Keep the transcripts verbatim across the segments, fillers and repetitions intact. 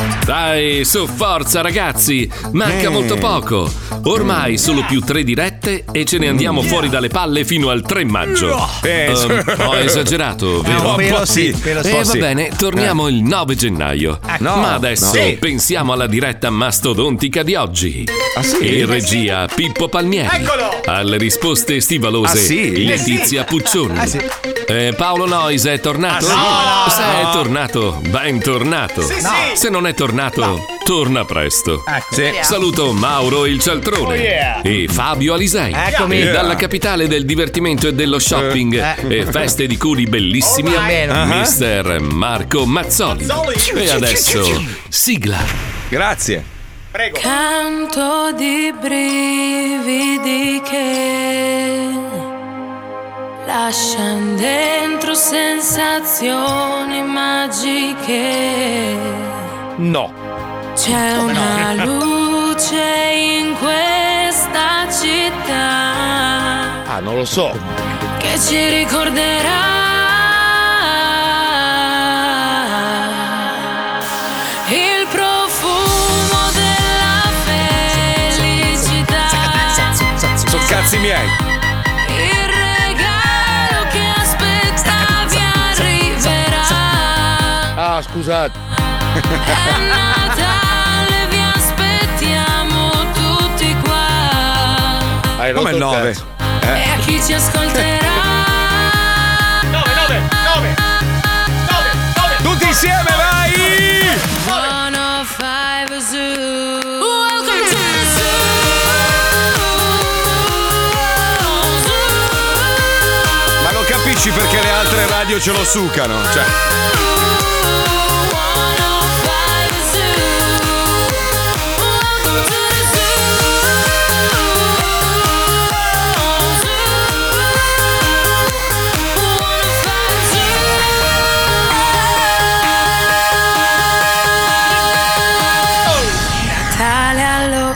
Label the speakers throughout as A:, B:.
A: Dai, su, forza ragazzi, manca
B: Eh.
A: molto poco. Ormai solo più tre dirette e ce ne andiamo fuori dalle palle fino al tre maggio.
B: Eh,
A: Um, ho esagerato, vero?
B: un po' sì,
A: E
B: un po'
A: va
B: sì.
A: bene, torniamo il nove gennaio.
B: No,
A: Ma adesso
B: no. Sì.
A: pensiamo alla diretta mastodontica di oggi.
B: Ah, sì?
A: In regia Pippo Palmieri.
B: Eccolo!
A: Alle risposte stivalose
B: Ah, sì?
A: Letizia Puccioni.
B: Ah, sì.
A: Eh, Paolo Nois è tornato?
B: Ah, sì?
A: Se
B: No,
A: è
B: no.
A: tornato, ben tornato.
B: Sì, sì.
A: Se non è tornato, torna presto.
B: Ecco. Sì.
A: Saluto Mauro il Cialtrone
B: Oh, yeah.
A: e Fabio Alisei.
B: Eccomi.
A: E
B: Yeah.
A: dalla capitale del divertimento e dello shopping
B: Eh.
A: e feste di culi bellissimi,
B: Alright. Uh-huh.
A: mister Marco Mazzoli. E adesso, sigla.
B: Grazie.
C: Prego. Canto di brividi che lasciano dentro sensazioni magiche.
B: No.
C: C'è una luce in questa città
B: Ah, non lo so.
C: che ci ricorderà il profumo della felicità,
B: Sono cazzi miei.
C: il regalo che aspettavi arriverà.
B: Ah, scusate.
C: È Natale, vi aspettiamo tutti qua.
B: Hai come il nove?
C: E a chi ci ascolterà
D: nove, nove, nove, nove, nove.
B: Tutti insieme, vai!
C: centocinque Zoo. Welcome to the zoo.
B: Ma non capisci perché le altre radio ce lo sucano? Cioè.
C: Natale allo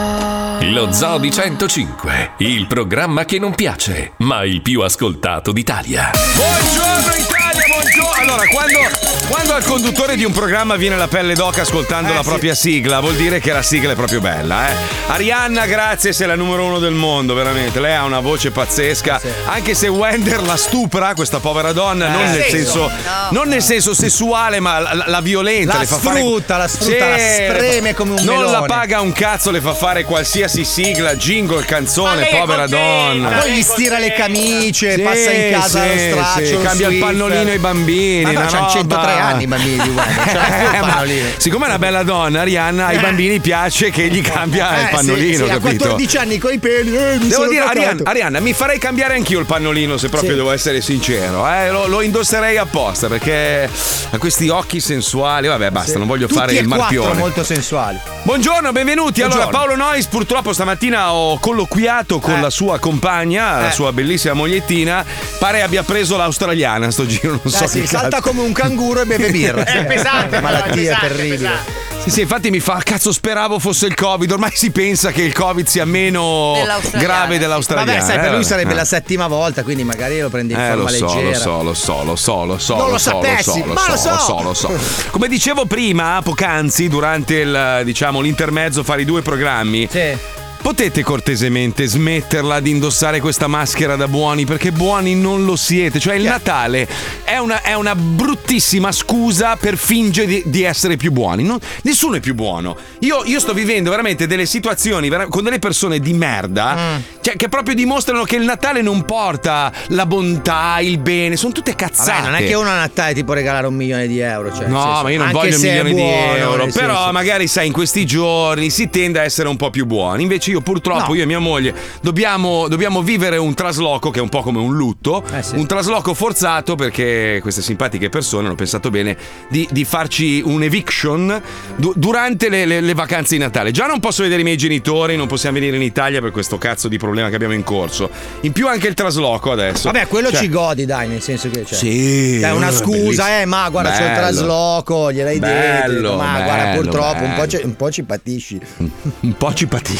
C: zoo.
A: Lo Zoo di centocinque, il programma che non piace, ma il più ascoltato d'Italia.
B: Buongiorno Italia, buongiorno. Allora, quando, quando al conduttore di un programma viene la pelle d'oca ascoltando
D: Eh,
B: la
D: sì.
B: propria sigla, vuol dire che la sigla è proprio bella, eh. Arianna, grazie, sei la numero uno del mondo, veramente. Lei ha una voce pazzesca, anche se Wender la stupra, questa povera donna,
D: Eh,
B: non nel
D: sì.
B: senso,
D: No.
B: non nel senso sessuale, ma la, la violenta.
E: La
B: le fa
E: sfrutta,
B: fare...
E: la sfrutta, la spreme come un
B: Non
E: melone.
B: la paga un cazzo, le fa fare qualsiasi sigla, jingle,
E: Ma
B: canzone,
E: lei è
B: povera
E: contenta,
B: donna.
E: poi gli stira le camicie,
B: Sì,
E: passa in casa
B: sì,
E: lo straccio,
B: sì,
E: lo
B: cambia il
E: Swiffer.
B: pannolino ai bambini.
E: Ma no,
B: una
E: c'hanno
B: roba.
E: centotré anni i bambini di Wender, non c'hanno più il
B: Eh, ma
E: pannolino.
B: siccome è una bella donna, Arianna, ai bambini piace che gli cambia il
E: Eh,
B: pannolino,
E: sì, sì, a
B: capito?
E: quattordici anni coi peli, eh, mi
B: Devo
E: sono
B: dire,
E: toccato.
B: Arianna, Arianna, mi farei cambiare anch'io il pannolino se proprio
E: Sì.
B: devo essere sincero. Eh? Lo, lo indosserei apposta perché ha questi occhi sensuali. Vabbè, basta,
E: Sì.
B: non voglio
E: Tutti
B: fare
E: e
B: il
E: quattro
B: marpione.
E: molto sensuali.
B: Buongiorno, benvenuti.
E: Buongiorno.
B: Allora, Paolo Nois, purtroppo stamattina ho colloquiato con
E: Eh.
B: la sua compagna, la
E: Eh.
B: sua bellissima mogliettina. Pare abbia preso l'australiana sto giro, non so
E: Eh sì,
B: che
E: salta
B: cazzo.
E: come un canguro e beve birra.
D: È pesante, però, è
E: Malattia
D: pesante,
E: terribile.
D: pesante.
B: Sì, sì, infatti mi fa, cazzo, speravo fosse il Covid. Ormai si pensa che il Covid sia meno
E: Dell'australiana.
B: grave dell'australiana.
E: Vabbè, sai, per
B: eh,
E: lui sarebbe
B: eh.
E: la settima volta, quindi magari lo prendi in
B: Eh,
E: forma
B: lo so,
E: leggera.
B: lo so, lo so, lo so, lo so.
E: Non lo
B: so,
E: sapessi,
B: lo so,
E: ma
B: lo
E: lo
B: so,
E: so.
B: lo so, lo so. Come dicevo prima, poc'anzi, durante il, diciamo, l'intermezzo fra i due programmi. Potete cortesemente smetterla di indossare questa maschera da buoni, perché buoni non lo siete. Cioè il Natale è una, è una bruttissima scusa per fingere di, di essere più buoni. Non- nessuno è più buono. Io, io sto vivendo veramente delle situazioni vera- con delle persone di merda cioè, che proprio dimostrano che il Natale non porta la bontà, il bene, sono tutte cazzate.
E: Vabbè, non è che uno a Natale ti può regalare un milione di euro. Cioè, nel
B: No,
E: senso,
B: ma io non
E: anche
B: voglio un
E: se è
B: milione di
E: buono,
B: euro.
E: nel
B: Però
E: senso.
B: magari, sai, in questi giorni si tende a essere un po' più buoni. Invece io purtroppo,
E: No.
B: io e mia moglie, dobbiamo, dobbiamo vivere un trasloco che è un po' come un lutto.
E: Eh, sì.
B: Un trasloco forzato perché queste simpatiche persone hanno pensato bene di, di farci un eviction du- durante le, le- le vacanze di Natale. Già non posso vedere i miei genitori, non possiamo venire in Italia per questo cazzo di problema che abbiamo in corso. In più anche il trasloco adesso.
E: Vabbè, quello
B: Cioè-
E: ci godi, dai, nel senso che. Cioè,
B: Sì,
E: Dai, una
B: eh,
E: scusa,
B: bellissimo.
E: eh, ma guarda, c'è il
B: Bello.
E: trasloco, gliel'hai detto.
B: Bello,
E: Ma
B: bello,
E: guarda, purtroppo un po',
B: bello.
E: ci, un po' ci patisci.
B: Un po' ci patisco, un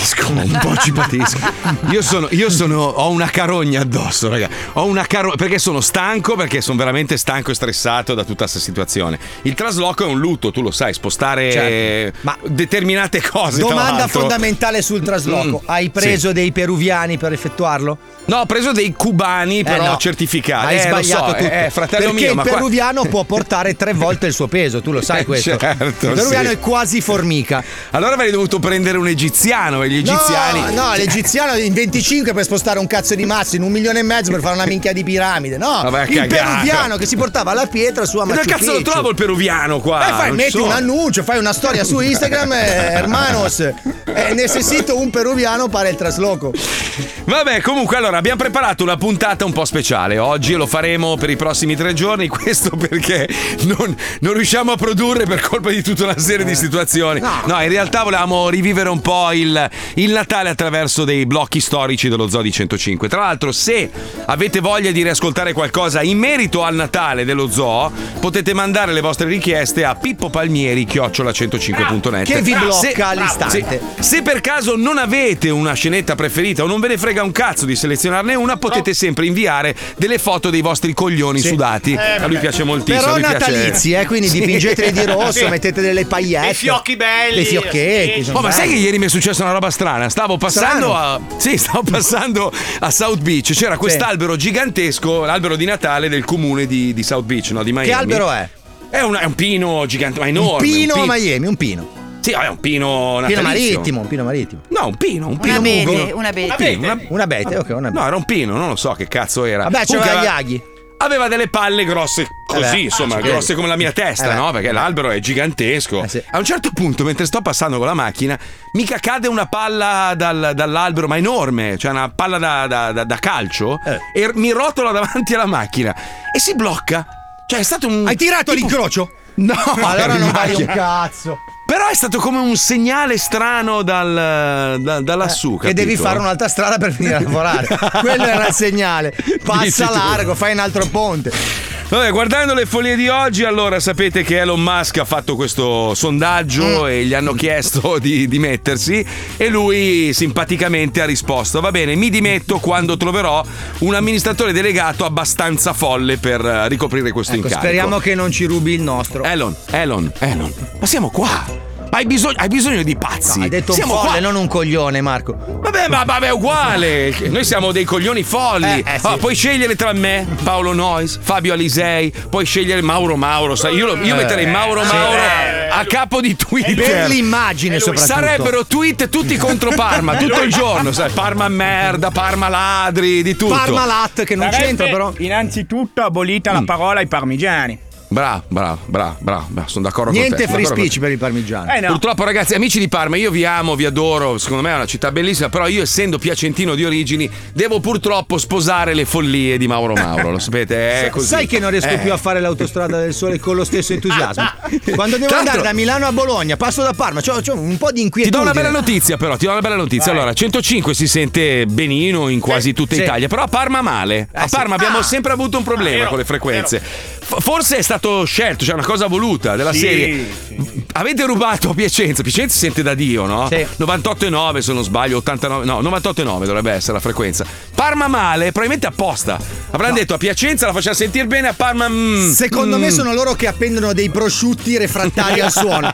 B: Un po' ci patisco. Io sono, io sono, ho una carogna addosso, raga. Ho una carogna perché sono stanco, perché sono veramente stanco e stressato da tutta questa situazione. Il trasloco è un lutto, tu lo sai, spostare
E: Certo. Ma
B: determinate cose. tra
E: domanda
B: l'altro.
E: fondamentale sul trasloco.
B: Mm,
E: Hai preso
B: sì.
E: dei peruviani per effettuarlo?
B: No, ho preso dei cubani, però
E: no.
B: certificati.
E: Hai
B: Eh,
E: sbagliato
B: lo so,
E: tutto.
B: eh, fratello
E: Perché
B: mio,
E: il
B: ma qua-
E: peruviano può portare tre volte il suo peso, tu lo sai
B: Eh,
E: questo.
B: certo,
E: il peruviano
B: sì.
E: è quasi formica.
B: Allora avrei dovuto prendere un egiziano e gli egiziani.
E: No, no, l'egiziano in venticinque per spostare un cazzo di mazzo in un milione e mezzo per fare una minchia di piramide. No,
B: Vabbè,
E: il
B: cagata.
E: peruviano che si portava la pietra su a
B: E dove
E: Machu
B: cazzo lo
E: Picchu.
B: trovo il peruviano qua?
E: Eh, fai,
B: Non
E: metti
B: ci sono.
E: un annuncio, fai una storia su Instagram, eh, hermanos, eh, necessito un peruviano para il trasloco.
B: Vabbè, comunque, allora abbiamo preparato una puntata un po' speciale. Oggi lo faremo per i prossimi tre giorni. Questo perché non, non riusciamo a produrre per colpa di tutta una serie di situazioni.
E: No.
B: No, in realtà volevamo rivivere un po' il, il Natale attraverso dei blocchi storici dello Zoo di centocinque. Tra l'altro, se avete voglia di riascoltare qualcosa in merito al Natale dello Zoo, potete mandare le vostre richieste a pippopalmieri chiocciola centocinque punto net.
E: Che vi blocca
B: Se-
E: all'istante.
B: Se, se per caso non avete una scenetta preferita o non ve ne frega un cazzo di selezionarne una, potete sempre inviare delle foto dei vostri coglioni
E: Sì.
B: sudati. a lui piace moltissimo.
E: Però
B: a lui piace-
E: natalizi, eh, quindi
B: Sì.
E: dipingeteli di rosso,
D: Sì.
E: mettete delle pagliette.
D: Dei fiocchi belli.
E: Dei fiocchetti.
D: Sì.
E: sono
B: Oh, ma sai
E: belli.
B: che ieri mi è successa una roba strana? Stavo passando a. Sì, stavo passando a South Beach. C'era quest'albero gigantesco, l'albero di Natale del comune di, di South Beach, no? Di Miami.
E: Che albero è?
B: È un, è un pino gigante, ma enorme.
E: Un pino
B: un
E: a Miami, un pino.
B: Sì, è un pino
E: Un
B: natalizio.
E: pino marittimo, un pino marittimo.
B: No, un pino, un pino.
F: Una
B: mugo.
F: bete, una bete.
B: Sì, una-
E: Una bete, ok, una bete.
B: No, era un pino, non lo so che cazzo era.
E: Vabbè,
B: Comunque
E: c'aveva gli
B: aveva-
E: aghi.
B: Aveva delle palle grosse così,
E: Eh beh,
B: insomma,
E: ah, ci
B: grosse
E: credo.
B: come la mia testa,
E: Eh beh.
B: no? Perché l'albero è gigantesco.
E: Eh sì.
B: A un certo punto, mentre sto passando con la macchina, mica cade una palla dal- dall'albero, ma enorme, cioè una palla da, da- da- da calcio,
E: Eh.
B: e mi rotola davanti alla macchina e si blocca. Cioè, è stato un.
E: Hai tirato
B: tipo-
E: l'incrocio?
B: No,
E: Allora non vali un
B: macchina.
E: cazzo.
B: Però è stato come un segnale strano dal, da, da lassù.
E: Che devi
B: capito?
E: fare un'altra strada per venire a lavorare. Quello era il segnale.
B: Dici
E: Passa
B: tu.
E: largo, fai un altro ponte.
B: Vabbè, guardando le follie di oggi, allora sapete che Elon Musk ha fatto questo sondaggio e gli hanno chiesto di dimettersi e lui simpaticamente ha risposto: va bene, mi dimetto quando troverò un amministratore delegato abbastanza folle per eh, ricoprire questo
E: Ecco,
B: incarico.
E: speriamo che non ci rubi il nostro.
B: Elon, Elon, Elon, ma siamo qua. Hai bisogno, hai bisogno di pazzi.
E: No, hai detto un
B: siamo
E: folle,
B: qua.
E: non un coglione, Marco.
B: Vabbè, ma vabbè, è uguale. Noi siamo dei coglioni folli.
E: Eh, eh, sì.
B: Ah, puoi scegliere tra me, Paolo Nois, Fabio Alisei, puoi scegliere Mauro Mauro. Sai, io, lo- io metterei Mauro
E: sì.
B: Mauro
D: Eh,
B: a capo di Twitter.
E: Per l'immagine, soprattutto.
B: Sarebbero tweet tutti contro Parma tutto il giorno, sai, Parma merda, Parma ladri, di tutto.
E: Parmalat che non
G: Sarebbe
E: c'entra, però.
G: innanzitutto abolita la parola ai parmigiani.
B: Bravo, bravo, bravo, bravo, sono d'accordo con te.
E: Niente
B: sono
E: free
B: d'accordo con
E: speech per il parmigiano.
G: Eh no.
B: Purtroppo, ragazzi, amici di Parma, io vi amo, vi adoro. Secondo me è una città bellissima. Però io, essendo piacentino di origini, devo purtroppo sposare le follie di Mauro Mauro. Lo sapete? È così.
E: Sai che non riesco
B: Eh.
E: più a fare l'autostrada del sole con lo stesso entusiasmo? Quando devo
B: Tanto-
E: andare da Milano a Bologna, passo da Parma, c'ho, c'ho un po' di
B: Ti
E: inquietudine.
B: do una bella notizia, però. Ti do una bella notizia. Allora, centocinque si sente benino in quasi tutta
E: sì.
B: Italia, però a Parma male. A
E: Eh, sì.
B: Parma abbiamo
E: Ah.
B: sempre avuto un problema
D: Vero,
B: con le frequenze. F- Forse è stato scelto, cioè una cosa voluta della
G: Sì,
B: serie.
G: sì,
B: Avete rubato Piacenza. Piacenza si sente da Dio, no?
E: Sì.
B: novantotto virgola nove se non sbaglio, ottantanove. No, novantotto virgola nove dovrebbe essere la frequenza. Parma male, probabilmente apposta. Avranno detto a Piacenza la facciamo sentire bene, a Parma. mm,
E: Secondo
B: mm.
E: me sono loro che appendono dei prosciutti refrattari al suono.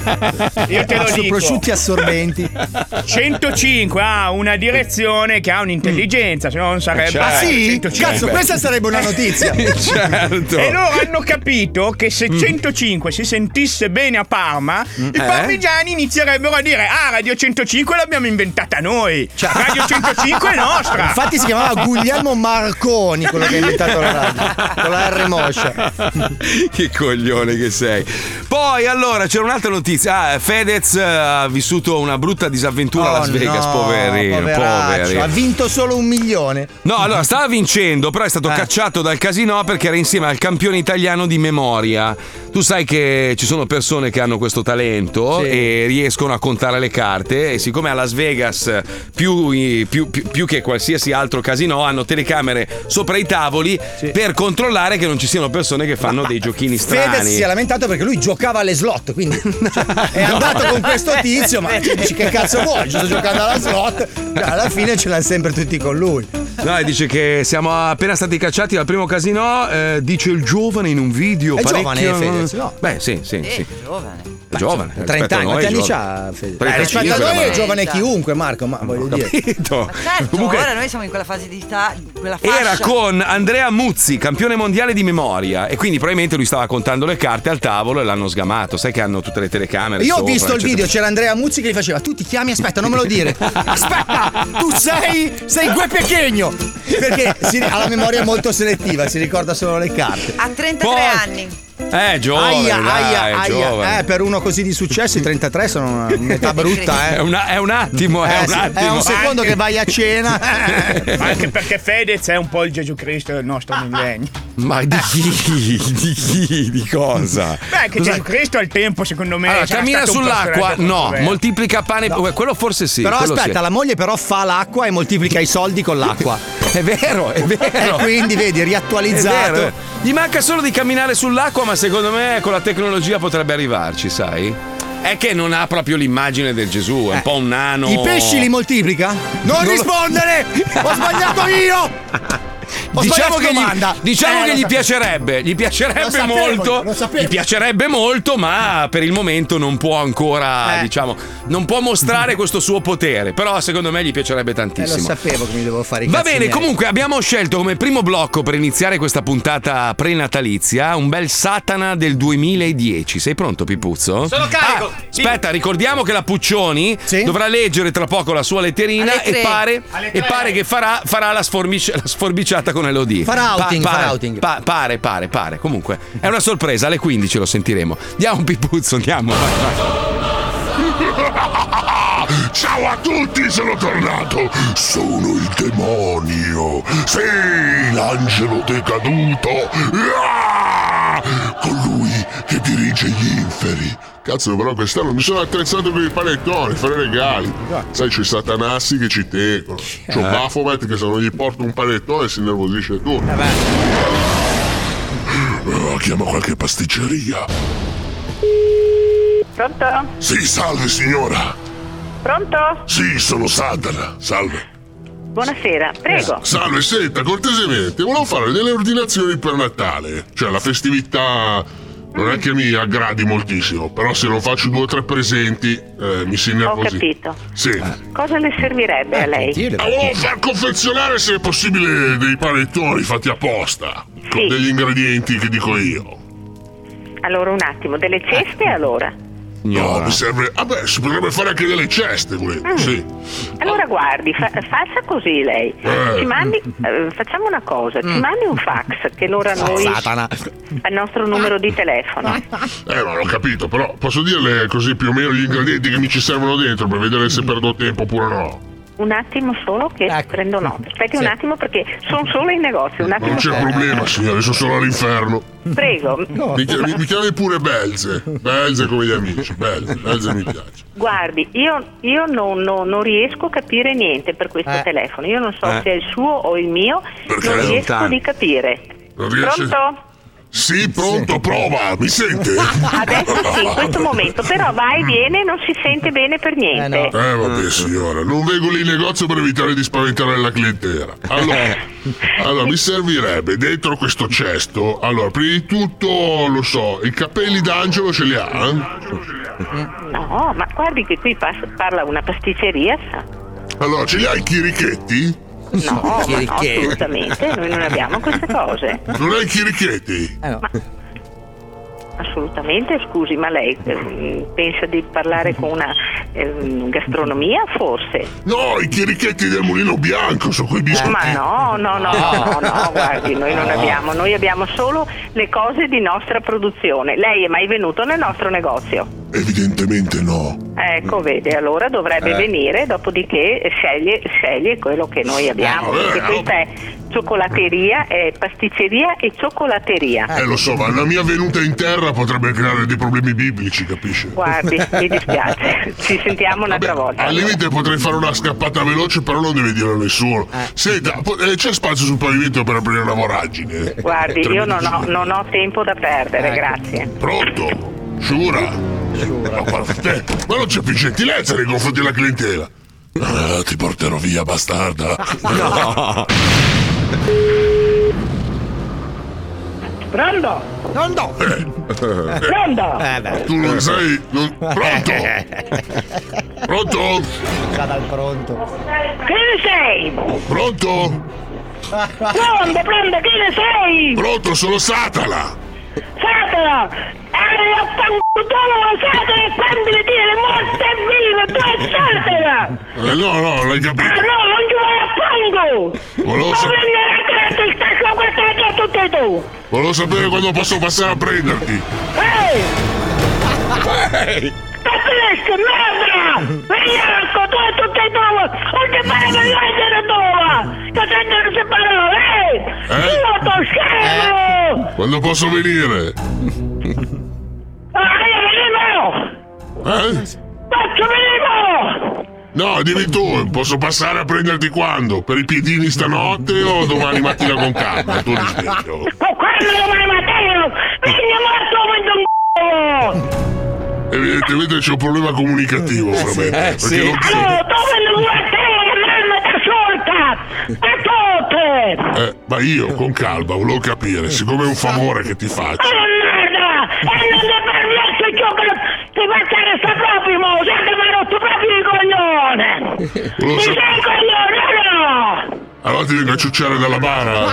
G: Io te lo
E: Sono
G: dico.
E: prosciutti assorbenti.
G: centocinque ha una direzione che ha un'intelligenza, se no non sarebbe.
E: Ah sì?
G: centocinque.
E: Cazzo, questa sarebbe una notizia.
B: Certo.
G: E loro hanno capito che se centocinque si sentisse bene a Parma, i
B: Eh?
G: parmigiani inizierebbero a dire: ah, Radio centocinque l'abbiamo inventata noi.
E: Cioè-
G: Radio centocinque è nostra.
E: Infatti si chiamava Guglielmo Marconi, quello che ha inventato la radio. Con la R moscia.
B: Che coglione che sei. Poi allora c'era un'altra notizia. Ah, Fedez eh, ha vissuto una brutta disavventura a Las
E: Oh,
B: Vegas,
E: no,
B: poverino,
E: poveraccio.
B: poveri.
E: Ha vinto solo un milione.
B: No, allora stava vincendo, però è stato
E: Eh.
B: cacciato dal casino perché era insieme al campione italiano di memoria. Tu sai che ci sono persone che hanno questo talento
E: Sì.
B: e riescono a contare le carte, e siccome a Las Vegas più, più- più- più che qualsiasi altro casino hanno telecamere sopra i tavoli
E: Sì.
B: per controllare che non ci siano persone che fanno dei giochini strani.
E: Fedez si è lamentato perché lui giocava giocava alle slot, quindi cioè, è andato con questo tizio, ma dici che cazzo vuoi? Sto giocando alla slot, alla fine ce l'hanno sempre tutti con lui.
B: No, e dice che siamo appena stati cacciati dal primo casino, eh, dice il giovane in un video.
E: È
B: parecchio...
E: giovane Fedez, no?
B: Beh, sì, sì,
F: Sì,
B: sì.
F: giovane.
B: È giovane.
E: trenta anni, quanti anni
B: giovane.
E: c'ha Fedez?
B: trentacinque,
E: Eh, rispetto a noi è
B: ormai.
E: giovane chiunque, Marco, ma voglio dire.
B: Capito?
F: Ma certo,
B: Comunque
F: ora noi siamo in quella fase di età, in quella fascia.
B: era con Andrea Muzzi, campione mondiale di memoria, e quindi probabilmente lui stava contando le carte al tavolo e l'hanno sgamato. Sai che hanno tutte le telecamere.
E: Io ho
B: sopra,
E: visto il
B: eccetera.
E: video, c'era Andrea Muzzi che gli faceva: tu ti chiami, aspetta, non me lo dire. Aspetta, tu sei sei Gue Pechegno. Perché si- ha la memoria molto selettiva, si ricorda solo le carte.
F: Ha trentatré
B: Poi-
F: anni.
B: Eh, giovane,
E: Aia,
B: dai,
E: aia,
B: è
E: aia.
B: giovane.
E: Eh, per uno così di successo, i trentatré sono una- un'età brutta,
B: È,
E: eh.
B: una- è un attimo, è
E: Eh,
B: un
E: sì,
B: attimo.
E: è un secondo che vai a cena.
G: Ma anche perché Fedez è un po' il Gesù Cristo del nostro millennio.
B: Ma di chi? Di chi? Di cosa?
G: Beh, che Gesù Cristo al tempo, secondo me.
B: Allora,
G: sarà
B: cammina
G: stato un
B: sull'acqua,
G: personaggio
B: no,
G: controverso.
B: moltiplica pane,
E: No.
B: quello forse sì.
E: Però
B: quello
E: aspetta,
B: sì.
E: la moglie però fa l'acqua e moltiplica i soldi con l'acqua.
B: È vero, è
E: E
B: vero.
E: quindi vedi,
B: È
E: riattualizzato.
B: vero. Gli manca solo di camminare sull'acqua, ma secondo me con la tecnologia potrebbe arrivarci, sai? È che non ha proprio l'immagine del Gesù, è un po' un nano.
E: I pesci li moltiplica? Non,
B: Non lo-
E: rispondere! Ho sbagliato io! Ho
B: Diciamo
E: sbagliato
B: che, gli,
E: domanda.
B: diciamo
E: Eh,
B: che
E: lo
B: gli
E: sapevo.
B: piacerebbe, gli piacerebbe
E: Lo sapevo,
B: molto.
E: lo sapevo.
B: Gli piacerebbe molto, ma per il momento non può ancora,
E: Eh.
B: diciamo, non può mostrare questo suo potere. Però secondo me gli piacerebbe
E: Eh, lo
B: tantissimo.
E: sapevo che mi devo fare i
B: Va
E: cazzi
B: bene,
E: miei.
B: comunque abbiamo scelto come primo blocco per iniziare questa puntata prenatalizia un bel Satana del duemiladieci. Sei pronto, Pipuzzo?
D: Sono carico.
B: Ah, aspetta, ricordiamo che la Puccioni
E: Sì?
B: dovrà leggere tra poco la sua letterina
F: Alle
B: e
F: tre.
B: pare,
D: Alle
B: e
D: tre.
B: pare che farà, farà la, sforbici- la sforbiciata con Elodie.
E: Farà outing,
B: Pa-
E: farà
B: pare,
E: outing.
B: pa- pare, pare, pare. Comunque è una sorpresa, alle quindici lo sentiremo. Andiamo, Pipuzzo, andiamo. vai, vai.
H: Ciao a tutti, sono tornato! Sono il demonio! Sì, l'angelo decaduto! Ah! Colui che dirige gli inferi! Cazzo, però quest'anno mi sono attrezzato con i panettoni, fare regali. Sai, c'è Satanassi che ci tengono. C'ho Baphomet che se non gli porto un panettone si innervosisce tutto. Oh, chiama qualche pasticceria.
I: Pronto?
H: Sì, salve signora!
I: Pronto?
H: Sì, sono Satana. Salve.
I: Buonasera, prego.
H: Salve, senta, cortesemente, volevo fare delle ordinazioni per Natale. Cioè, la festività non è che mi aggradi moltissimo, però se non faccio due o tre presenti eh, mi si
I: Ho
H: innervosisce.
I: capito.
H: Sì.
I: Cosa le servirebbe a lei?
H: Ah, volevo far confezionare, se è possibile, dei panettoni fatti apposta. Con
I: Sì.
H: degli ingredienti che dico io.
I: Allora, un attimo, delle ceste allora?
H: No, mi serve. Vabbè, si potrebbe fare anche delle ceste, volendo, sì.
I: Allora guardi, fa- faccia così lei.
H: Eh.
I: Ci mandi, eh, facciamo una cosa, ci mandi un fax che l'ora noi
E: Satana.
I: al nostro numero di telefono.
H: Eh, ma l'ho capito, però posso dirle così più o meno gli ingredienti che mi ci servono dentro per vedere se perdo tempo oppure no.
I: Un attimo solo che
E: Ecco.
I: prendo nota. Aspetti un attimo perché sono solo in negozio, un
H: Ma
I: attimo
H: non c'è
I: solo.
H: problema, signore, sono solo all'inferno.
I: Prego,
H: Mi, chi- mi- mi chiami pure Belze. Belze come gli amici. Belze, Belze mi piace.
I: guardi, io, io non, non- non riesco a capire niente per questo
E: Eh.
I: telefono. Io non so
B: Eh.
I: se è il suo o il mio,
H: Perché
I: non
H: è
I: riesco
B: lontano.
I: di capire.
H: Non riesce-
I: Pronto?
H: Sì, pronto, prova, mi sente?
I: Adesso sì, in questo momento, però va e viene e non si sente bene per niente.
E: Eh, no.
H: Eh, vabbè, signora, non vengo lì in negozio per evitare di spaventare la clientela. Allora, allora, mi servirebbe dentro questo cesto. Allora, prima di tutto, lo so, i capelli d'angelo ce li ha? Eh?
I: No, ma guardi che qui pas- parla una pasticceria, sa.
H: Allora, ce li ha i chirichetti?
I: No, ma no,
E: Chirichetti.
I: assolutamente, noi non abbiamo queste cose.
H: Non hai i chirichetti?
E: Eh, no.
I: Assolutamente, scusi, ma lei eh, pensa di parlare con una eh, gastronomia, forse?
H: No, i chirichetti del mulino bianco, sono quei biscotti.
I: Ma no, no, no, no, no, guardi, noi non abbiamo, noi abbiamo solo le cose di nostra produzione. Lei è mai venuto nel nostro negozio?
H: Evidentemente no.
I: Ecco, vede, allora dovrebbe
B: Eh.
I: venire, dopodiché sceglie, sceglie quello che noi abbiamo,
H: Eh,
I: perché
H: vabbè,
I: questa è cioccolateria, è pasticceria e cioccolateria.
H: Eh, lo so, ma la mia venuta in terra potrebbe creare dei problemi biblici, capisce?
I: Guardi, mi dispiace, ci sentiamo un'altra
H: Vabbè,
I: volta.
H: al limite potrei fare una scappata veloce, però non deve dire a nessuno. Senta, po- eh, c'è spazio sul pavimento per aprire una voragine?
I: Guardi,
H: Tre
I: io non ho,
H: minuti.
I: non ho tempo da perdere, grazie.
H: Pronto? Sciura. Ma guarda te, ma non c'è più gentilezza nei confronti della clientela. Ah, ti porterò via, bastarda.
B: No.
J: Pronto?
E: Pronto?
J: Pronto?
E: Eh beh.
H: Tu non sei. Non... Pronto? Pronto?
E: Già dal pronto.
J: Chi ne sei?
H: Pronto?
J: Pronto, pronto, chi ne sei?
H: Pronto, sono Satana.
J: Satana! Ehi, affanculo, Satana, quando mi dire morte e vivo, tu è Satana!
H: Eh, no, no, l'hai
J: Ah
H: capito.
J: no, non ci vuoi affango!
H: Volevo
J: Non
H: sa-
J: venire a il stacco questa è tutte tu!
H: Volevo sapere quando posso passare a prenderti.
J: Ehi!
H: Ehi!
J: Capisci, merda! Vigliacco, tu e tutte tu! Non ti pare che io essere tua! Che sento che si parla, ehi!
H: Eh?
J: Io to scemo!
H: Quando posso venire?
J: Ah, io venivo!
H: Eh?
J: Faccio venivo!
H: No, dimmi tu, posso passare a prenderti quando? Per i piedini stanotte o domani mattina con calma? Tu risveglio.
J: Oh, quando domani mattina! Vieni morto come un c***o!
H: Evidentemente c'è un problema comunicativo fra me.
B: Eh, sì.
H: Perché non ti...
J: Allora, dove le vuoi te, mamma da solta? A tutte!
H: Eh, ma io, con calma, volevo capire, siccome è un favore che ti faccio.
J: Oh, merda! E non ti permetto io che ti faccia restare proprio, mo! Sai che mi ha rotto proprio il coglione!
H: Volevo
J: Mi
H: sa-
J: sei coglione, no!
H: Allora ti vengo a ciucciare dalla bara.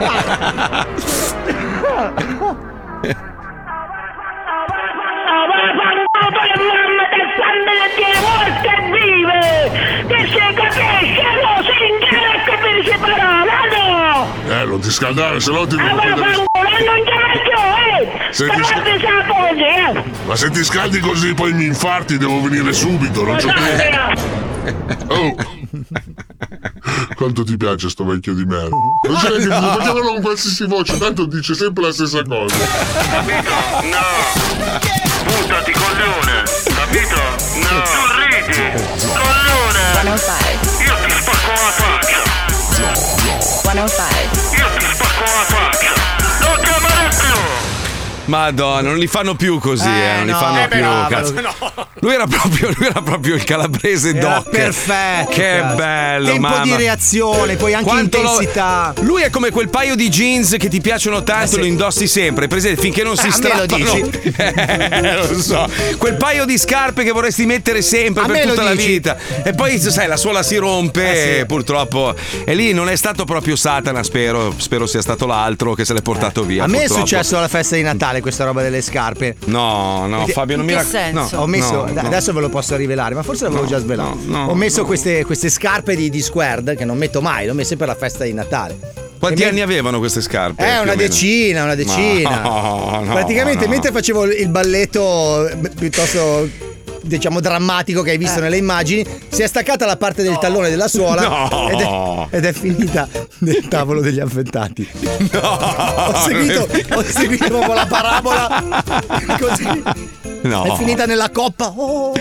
J: Oh, vaffanculo le mamma del sangue che tiene morte e vive! Che si capisce, no? Si intende a capirsi parola, no?
H: Eh, non ti scaldare, se no ti...
J: Ah, vaffanculo, non c'è mai più, eh!
H: Senti,
J: Stavolta si appoggi, eh!
H: Ma se ti scaldi così poi mi infarti, devo venire subito, non c'ho più... Oh! Quanto ti piace sto vecchio di merda? Non c'è che no. Facciamolo con qualsiasi voce, tanto dice sempre la stessa cosa.
K: Capito? No! Buttati, coglione! Capito? No! Tu ridi! Coglione! Io ti spacco la faccia! Io ti spacco la faccia! Non chiamare più!
B: Madonna, non li fanno più così, eh,
E: Eh,
B: non li
E: no,
B: fanno
E: eh,
B: più.
E: bravo,
B: Cazzo.
E: no.
B: Lui era proprio, lui era proprio il calabrese
E: Era
B: doc.
E: perfetto.
B: Che
E: cazzo.
B: bello,
E: Tempo
B: mamma.
E: di reazione, poi anche
B: Quanto lo-
E: intensità.
B: Lui è come quel paio di jeans che ti piacciono tanto,
E: Eh, sì.
B: lo indossi sempre, presente, finché non si
E: Eh, a me lo
B: strappano.
E: dici?
B: Eh, lo so. Quel paio di scarpe che vorresti mettere sempre
E: A
B: per
E: me lo
B: tutta la
E: dici?
B: vita. E poi sai, la suola si rompe
E: Eh, sì.
B: e purtroppo. E lì non è stato proprio Satana, spero, spero sia stato l'altro che se l'è portato via.
E: A me è
B: purtroppo.
E: successo alla festa di Natale questa roba delle scarpe.
B: No, no,
E: Perché-
B: Fabio, non mi
F: In che
B: raccomando.
F: senso?
E: Ho messo,
B: no, no.
E: adesso ve lo posso rivelare, ma forse l'avevo già svelato.
B: no, no,
E: Ho messo
B: no.
E: queste, queste scarpe di, di Squared che non metto mai, le ho messe per la festa di Natale.
B: Quanti
E: E
B: anni
E: me-
B: avevano queste scarpe?
E: Eh,
B: più o
E: una
B: meno?
E: decina, una decina.
B: No, no,
E: Praticamente
B: no.
E: mentre facevo il balletto eh, piuttosto diciamo drammatico che hai visto nelle immagini, si è staccata la parte del tallone della suola
B: No.
E: ed, è, ed è finita nel tavolo degli affettati.
B: No,
E: Ho seguito, ho seguito proprio la parabola così.
B: No.
E: È finita nella coppa. Oh.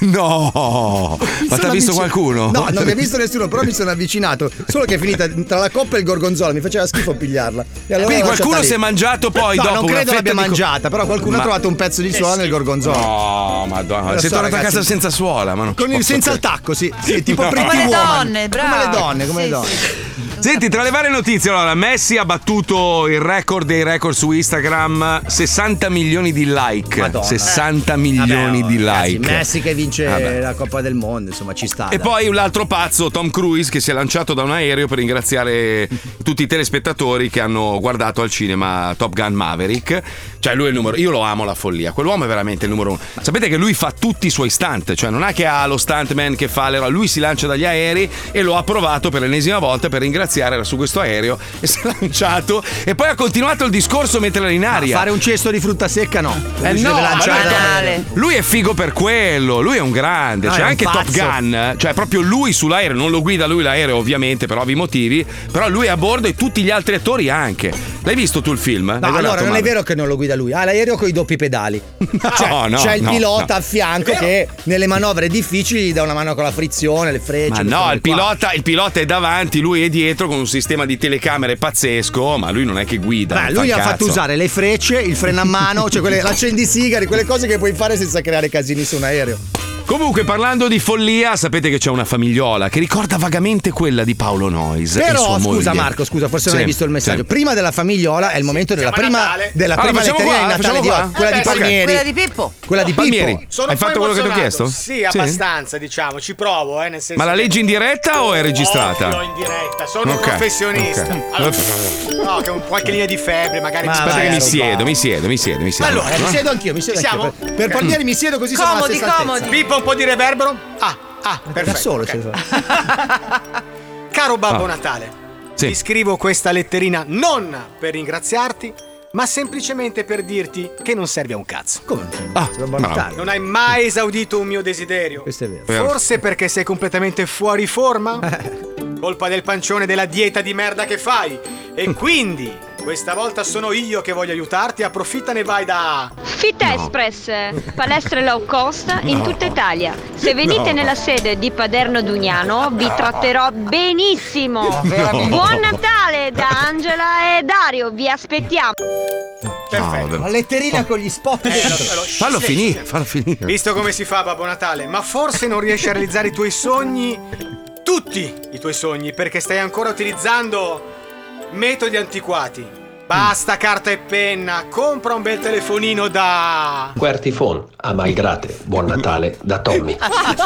B: No, ma
E: Mi
B: ti ha
E: sono
B: visto
E: avvicin-
B: qualcuno?
E: No, non mi ha visto nessuno, però mi sono avvicinato. Solo che è finita tra la coppa e il gorgonzola, mi faceva schifo pigliarla. E allora
B: Quindi
E: l'ho lasciata
B: qualcuno
E: lì.
B: si è mangiato poi
E: no,
B: dopo
E: non
B: una
E: credo
B: fetta
E: l'abbia
B: di co-
E: mangiata, però qualcuno
B: Ma-
E: ha trovato un pezzo di suola nel gorgonzola.
B: No, madonna,
E: Lo
B: sei
E: so,
B: tornato a
E: ragazzi.
B: casa senza suola, ma non
E: Con
B: ci
E: il,
B: posso
E: senza il
B: credere.
E: tacco, sì, sì, tipo
B: No.
E: Pretty
F: Come le
E: Woman.
F: donne, bravo.
E: Come le donne, come
F: Sì,
E: le donne.
F: sì.
B: Senti, tra le varie notizie, allora, Messi ha battuto il record dei record su Instagram, sessanta milioni di like.
E: Madonna.
B: sessanta milioni
E: Vabbè,
B: di
E: ragazzi,
B: like.
E: Messi che vince
B: Vabbè.
E: la Coppa del Mondo, insomma, ci sta.
B: E
E: dai.
B: poi un altro pazzo, Tom Cruise, che si è lanciato da un aereo per ringraziare tutti i telespettatori che hanno guardato al cinema Top Gun Maverick. Cioè, lui è il numero. Io lo amo la follia. Quell'uomo è veramente il numero uno. Sapete che lui fa tutti i suoi stunt, cioè non è che ha lo stuntman che fa le. Lui si lancia dagli aerei e lo ha provato per l'ennesima volta per ringraziare era su questo aereo e si è lanciato. E poi ha continuato il discorso mentre era in aria.
E: Fare un cesto di frutta secca no.
B: Eh
E: Lui si
B: no,
E: deve lanciare
B: ma
E: da-
F: Banale.
B: lui è figo per quello, lui è un grande,
E: No,
B: c'è
E: è un
B: anche Top
E: pazzo.
B: Gun, cioè proprio lui sull'aereo, non lo guida lui l'aereo ovviamente per ovvi motivi, però lui è a bordo e tutti gli altri attori anche. L'hai visto tu il film?
E: No,
B: L'hai
E: allora
B: guardato,
E: non è
B: Mara?
E: vero che non lo guida lui, ha l'aereo con i doppi pedali. Cioè,
B: No, no,
E: c'è il
B: no,
E: pilota
B: no.
E: a fianco che nelle manovre difficili gli dà una mano con la frizione, le frecce.
B: Ma
E: queste
B: no,
E: robe
B: il
E: qua.
B: pilota, il pilota è davanti, lui è dietro con un sistema di telecamere pazzesco, ma lui non è che guida.
E: Beh,
B: non
E: lui gli
B: fa
E: ha
B: il
E: fatto
B: cazzo.
E: usare le frecce, il freno a mano, cioè quelle, l'accendisigari, quelle cose che puoi fare senza creare casini su un aereo.
B: Comunque, parlando di follia, sapete che c'è una famigliola che ricorda vagamente quella di Paolo Noyes. e
E: Però
B: sua
E: scusa
B: moglie.
E: Marco, scusa, forse non
B: Sì,
E: hai visto il messaggio.
B: sì.
E: Prima della famigliola è il momento della
D: Siamo a
E: prima,
D: Natale.
E: della
B: Allora,
E: prima
B: facciamo
E: letterina
B: qua,
E: di Natale
B: facciamo
E: di
B: qua?
E: oggi, quella
D: Eh
E: di
D: beh, sì.
E: Palmieri.
F: Quella di Pippo.
E: Quella di Pippo.
B: Palmieri.
D: Sono
B: Hai
D: un po'
B: fatto quello che ti ho
D: emozionato.
B: chiesto?
D: Sì, abbastanza, diciamo. Ci provo, eh, nel senso.
B: Ma la
D: che-
B: leggi in diretta o è registrata?
D: Ovvio, in diretta. Sono
B: Ok,
D: un professionista.
B: ok.
D: Allora, no, che ho qualche linea di febbre, magari.
E: Ma
D: ci-
B: Aspetta
E: vai,
B: che mi
E: roba.
B: siedo, mi siedo, mi siedo, mi siedo.
E: Allora, mi siedo anch'io, mi siedo
D: Ci
E: anch'io.
D: siamo?
E: Per, per Palmieri mi siedo così siamo alla
F: Comodi,
E: stessa altezza.
F: comodi.
D: Pippo, un po' di reverbero? Ah, ah, perfetto.
E: Da solo
D: ok.
E: ce lo fa.
D: Caro Babbo
B: Ah.
D: Natale,
B: Sì.
D: ti scrivo questa letterina non per ringraziarti, ma semplicemente per dirti che non servi a un cazzo.
E: Come?
B: Ah,
E: Buon
B: bravo.
E: Natale.
D: Non hai mai esaudito un mio desiderio.
E: Questo è vero.
B: Vero.
D: Forse perché sei completamente fuori forma?
E: Eh.
D: Colpa del pancione della dieta di merda che fai. E quindi, questa volta sono io che voglio aiutarti, approfittane e vai da...
L: Fit Express, palestre low cost in tutta Italia. Se venite
B: No.
L: nella sede di Paderno Dugnano vi tratterò benissimo. Buon Natale da Angela e Dario, vi aspettiamo.
D: Perfetto.
E: La letterina con gli spot
D: Eh,
E: dentro.
D: lo- lo-
B: Fallo
D: sì,
B: finire,
D: sì.
B: fallo finire.
D: Visto come si fa, Babbo Natale, ma forse non riesci a realizzare i tuoi sogni, tutti i tuoi sogni, perché stai ancora utilizzando metodi antiquati. Basta carta e penna, compra un bel telefonino da...
M: QWERTY phone, Amalgrate, buon Natale da Tommy.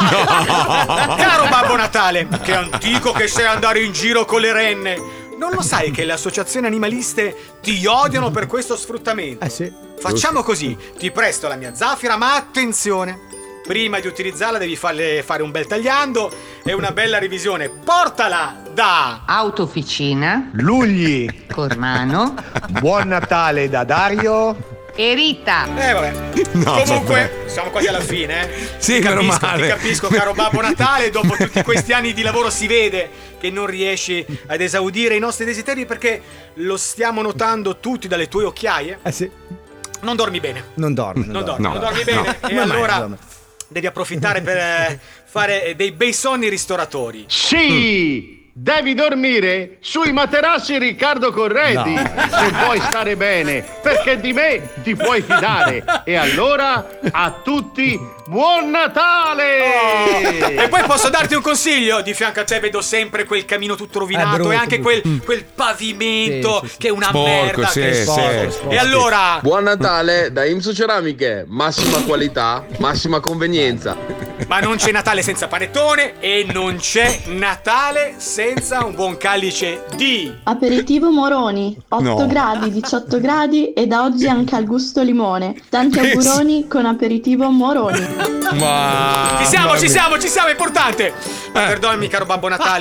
D: Caro Babbo Natale, che antico che sei andare in giro con le renne. Non lo sai che le associazioni animaliste ti odiano per questo sfruttamento?
E: Eh sì.
D: Facciamo così, ti presto la mia zaffira, ma attenzione! Prima di utilizzarla devi farle fare un bel tagliando e una bella revisione. Portala da...
N: Autofficina,
O: Lugli,
N: Cormano
O: buon Natale da Dario.
N: e Rita.
D: Eh vabbè.
B: No,
D: Comunque,
B: vabbè.
D: siamo quasi alla fine, eh.
B: Sì,
D: ti
B: meno
D: capisco,
B: male.
D: ti capisco, caro Babbo Natale, dopo tutti questi anni di lavoro si vede che non riesci ad esaudire i nostri desideri perché lo stiamo notando tutti dalle tue occhiaie.
E: Eh sì.
D: Non dormi bene.
E: Non dorme.
D: Non dormi,
B: No.
D: non dormi bene.
B: No.
D: E
E: Come mai,
D: allora
E: insomma?
D: devi approfittare per eh, fare dei bei sonni ristoratori.
O: Sì! Devi dormire sui materassi Riccardo Corredi se vuoi stare bene, perché di me ti puoi fidare. E allora a tutti buon Natale!
D: E poi posso darti un consiglio? Di fianco a te vedo sempre quel camino tutto rovinato
E: È brutto,
D: e anche quel,
E: brutto.
D: quel pavimento
E: Sì, sì, sì.
D: che è una
B: Sporco,
D: merda.
B: sì,
D: che è
B: sì.
D: sporco.
E: Sporco.
D: E allora...
P: Buon Natale da Imso Ceramiche, massima qualità, massima convenienza.
D: Ma non c'è Natale senza panettone e non c'è Natale senza un buon calice di...
Q: Aperitivo Moroni, otto
B: No.
Q: gradi, diciotto gradi e da oggi anche al gusto limone. Tanti auguroni con aperitivo Moroni.
B: Ma...
D: Ci siamo,
B: mamma
D: ci
B: mia.
D: siamo, ci siamo, è importante. Ma perdonami, caro Babbo Natale.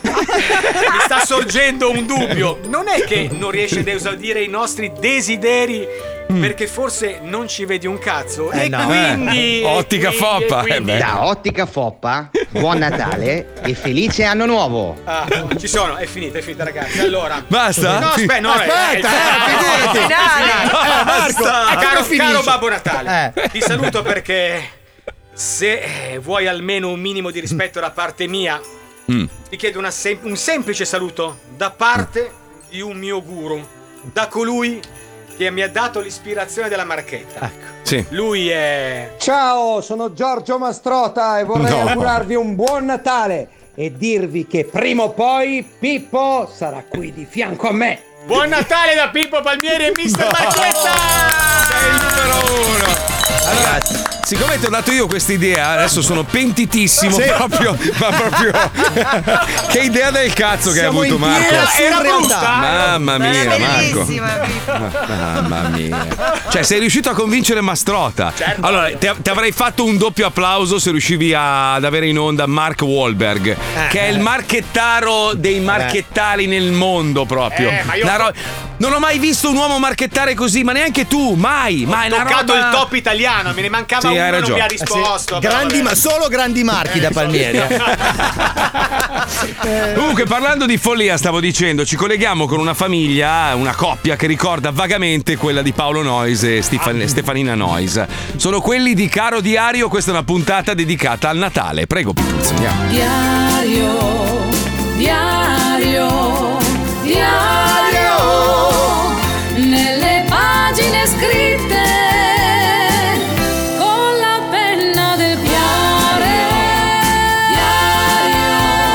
D: Mi sta sorgendo un dubbio. Non è che non riesci ad esaudire i nostri desideri perché forse non ci vedi un cazzo.
E: Eh
D: e
E: no.
D: quindi...
B: Eh, ottica
D: e quindi-
B: foppa,
D: e quindi-
B: eh beh.
R: Da Ottica Foppa, buon Natale e felice anno nuovo.
D: Ah, ci sono, è finita, è finita ragazzi. Allora...
B: Basta?
D: No, aspetta, no,
E: Aspetta,
D: è- è il
E: eh,
D: finale.
E: figurati.
D: È il finale.
E: Eh, Marco,
D: Eh,
E: come
D: caro,
E: finisce?
D: caro Babbo Natale,
E: Eh.
D: ti saluto perché se eh, vuoi almeno un minimo di rispetto da parte mia,
B: Mm.
D: ti chiedo una sem- un semplice saluto da parte di un mio guru, da colui che mi ha dato l'ispirazione della marchetta.
B: Sì.
D: Lui è...
S: Ciao, sono Giorgio Mastrota e vorrei
B: No.
S: augurarvi un buon Natale e dirvi che prima o poi Pippo sarà qui di fianco a me.
D: Buon Natale da Pippo Palmieri e mister Marchetta!
B: Sei il numero uno. Allora, siccome ti ho dato io questa idea, adesso sono pentitissimo
E: Sì.
B: proprio, ma proprio che idea del cazzo che hai
E: Siamo
B: avuto,
E: in
B: Marco.
E: piena
D: Era
E: surrealtà.
D: brutta?
B: Mamma mia,
F: Era
B: Marco.
F: bellissima, Pippo.
B: Ma- Mamma mia. Cioè, sei riuscito a convincere Mastrota.
D: Certo.
B: Allora, ti, ti avrei fatto un doppio applauso se riuscivi a- ad avere in onda Mark Wahlberg, che è il marchettaro dei marchettari nel mondo proprio.
D: Eh, ma io-
B: La ro- Non ho mai visto un uomo marchettare così, ma neanche tu, mai,
D: Ho
B: mai. Una
D: toccato
B: roba...
D: il top italiano, me ne mancava
B: Sì,
D: uno
B: hai
D: e non
B: ragione.
D: mi ha
B: Eh,
D: risposto.
E: sì.
D: però
E: Grandi,
D: vabbè.
E: ma solo grandi marchi da Palmieri. eh.
B: Comunque, parlando di follia, stavo dicendo, ci colleghiamo con una famiglia, una coppia che ricorda vagamente quella di Paolo Noyes e Stefan- Stefanina Noyes. Sono quelli di Caro Diario, questa è una puntata dedicata al Natale. Prego, Pituzzi, andiamo.
C: Diario, diario, diario, nelle pagine scritte con la penna del piare. Diario,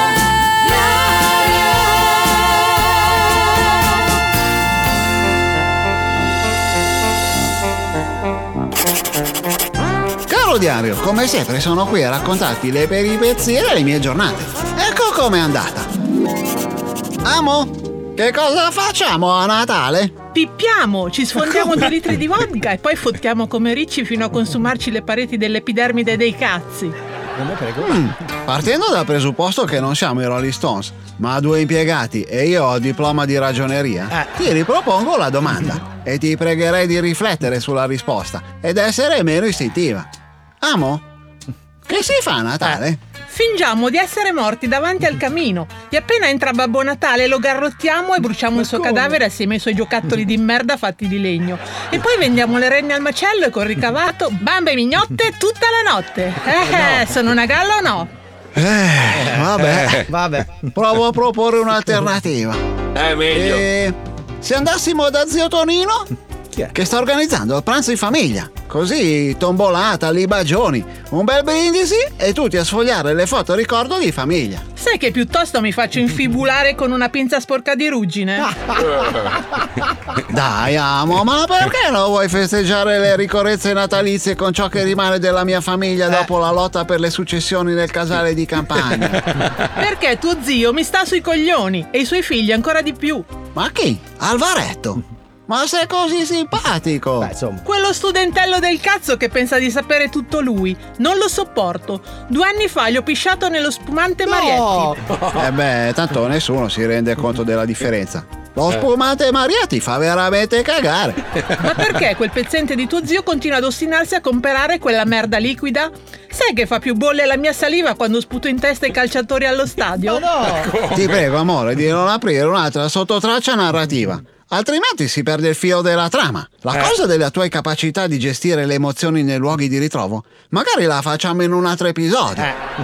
T: Caro diario, come sempre sono qui a raccontarti le peripezie delle mie giornate. Ecco com'è andata. Amo, che cosa facciamo a Natale?
U: Pippiamo, ci sfondiamo due litri di vodka e poi fottiamo come ricci fino a consumarci le pareti dell'epidermide dei cazzi.
T: Mm, partendo dal presupposto che non siamo i Rolling Stones, ma due impiegati e io ho il diploma di ragioneria, ti ripropongo la domanda e ti pregherei di riflettere sulla risposta ed essere meno istintiva. Amo, che si fa a Natale?
U: Fingiamo di essere morti davanti al camino e appena entra Babbo Natale lo garrottiamo e bruciamo il suo cadavere assieme ai suoi giocattoli di merda fatti di legno. E poi vendiamo le renne al macello e col ricavato bambe mignotte tutta la notte. Eh, eh, sono una galla o no?
T: Eh, vabbè,
E: vabbè.
T: Provo a proporre un'alternativa.
B: È meglio.
T: E se andassimo da zio Tonino? Che sta organizzando il pranzo in famiglia. Così, tombolata, libagioni, un bel brindisi e tutti a sfogliare le foto ricordo di famiglia.
U: Sai che piuttosto mi faccio infibulare con una pinza sporca di ruggine?
T: Dai, amo, ma perché non vuoi festeggiare le ricorrenze natalizie con ciò che rimane della mia famiglia dopo la lotta per le successioni nel casale di campagna?
U: Perché tuo zio mi sta sui coglioni e i suoi figli ancora di più.
T: Ma chi? Alvaretto? Ma sei così simpatico!
E: Beh, insomma.
U: Quello studentello del cazzo che pensa di sapere tutto lui. Non lo sopporto. Due anni fa gli ho pisciato nello spumante Marietti.
T: Eh beh, tanto nessuno si rende conto della differenza. Lo spumante Marietti fa veramente cagare.
U: Ma perché quel pezzente di tuo zio continua ad ostinarsi a comprare quella merda liquida? Sai che fa più bolle la mia saliva quando sputo in testa i calciatori allo stadio?
T: No. Ti prego, amore, di non aprire un'altra sottotraccia narrativa. Altrimenti si perde il filo della trama. La
U: Eh.
T: cosa delle tue capacità di gestire le emozioni nei luoghi di ritrovo, magari la facciamo in un altro episodio.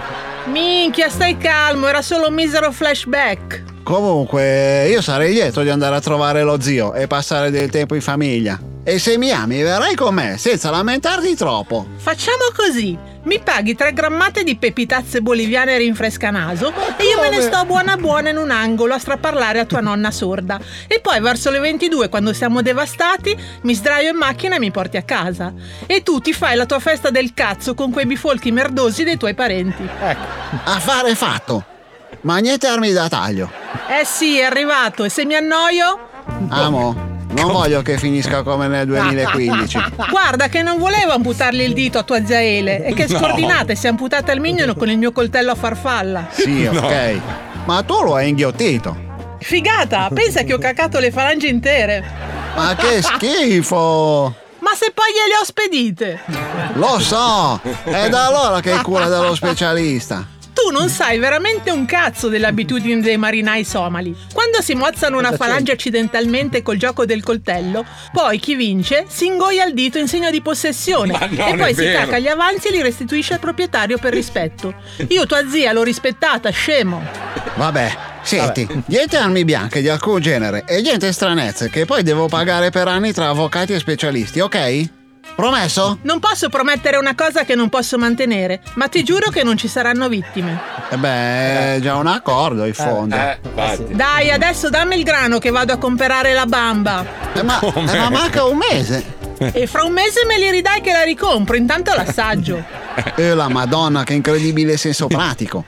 U: Minchia, stai calmo, era solo un misero flashback.
T: Comunque, io sarei lieto di andare a trovare lo zio e passare del tempo in famiglia. E se mi ami, verrai con me, senza lamentarti troppo.
U: Facciamo così. Mi paghi tre grammate di pepitazze boliviane rinfrescanaso e io me ne sto buona buona in un angolo a straparlare a tua nonna sorda. E poi verso le ventidue, quando siamo devastati, mi sdraio in macchina e mi porti a casa. E tu ti fai la tua festa del cazzo con quei bifolchi merdosi dei tuoi parenti.
T: Ecco. Affare fatto. Ma niente armi da taglio.
U: Eh sì, è arrivato. E se mi annoio?
T: Amo, non voglio che finisca come nel duemilaquindici.
U: Guarda che non volevo amputargli il dito a tua zia Ele. E che
T: No.
U: scordinata, si è amputata il mignolo con il mio coltello a farfalla.
T: Sì, ok. Ma tu lo hai inghiottito.
U: Figata, pensa che ho cacato le falangi intere.
T: Ma che schifo!
U: Ma se poi gliele ho spedite?
T: Lo so! È da allora che è cura dello specialista.
U: Tu non sai veramente un cazzo delle abitudini dei marinai somali. Quando si mozzano una falange accidentalmente col gioco del coltello, poi chi vince si ingoia il dito in segno di possessione
B: Ma non
U: e poi
B: è
U: si
B: vero.
U: cacca gli avanzi e li restituisce al proprietario per rispetto. Io tua zia l'ho rispettata, scemo.
T: Vabbè, senti, niente armi bianche di alcun genere e niente stranezze che poi devo pagare per anni tra avvocati e specialisti, ok? Promesso?
U: Non posso promettere una cosa che non posso mantenere, ma ti giuro che non ci saranno vittime.
T: E beh, è già un accordo in fondo.
U: Dai, adesso dammi il grano che vado a comprare la bamba.
T: Eh, ma, eh, ma manca un mese.
U: E fra un mese me li ridai che la ricompro, intanto l'assaggio.
T: E la Madonna, che incredibile senso pratico.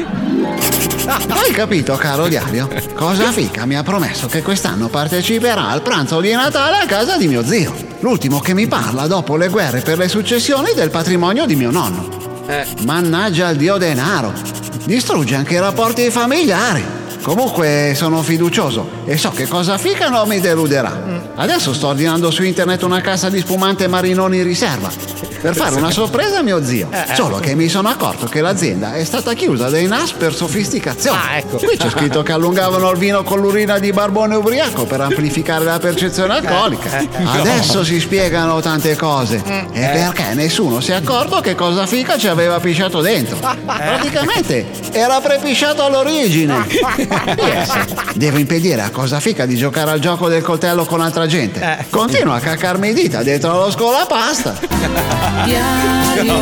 T: Hai capito, caro diario? Cosa fica mi ha promesso che quest'anno parteciperà al pranzo di Natale a casa di mio zio. L'ultimo che mi parla dopo le guerre per le successioni del patrimonio di mio nonno. Mannaggia il dio denaro. Distrugge anche i rapporti familiari. Comunque sono fiducioso e so che cosa fica non mi deluderà. Adesso sto ordinando su internet una cassa di spumante Marinoni riserva per fare una sorpresa a mio zio. Solo che mi sono accorto che l'azienda è stata chiusa dai N A S per sofisticazione.
E: Ah, ecco.
T: Qui c'è scritto che allungavano il vino con l'urina di barbone ubriaco per amplificare la percezione alcolica. Adesso si spiegano tante cose. E perché nessuno si è accorto che cosa fica ci aveva pisciato dentro. Praticamente era prepisciato all'origine. Yes. Devo impedire a cosa fica di giocare al gioco del coltello con altra gente. Continua a caccarmi dita dentro lo scolapasta.
C: Diario,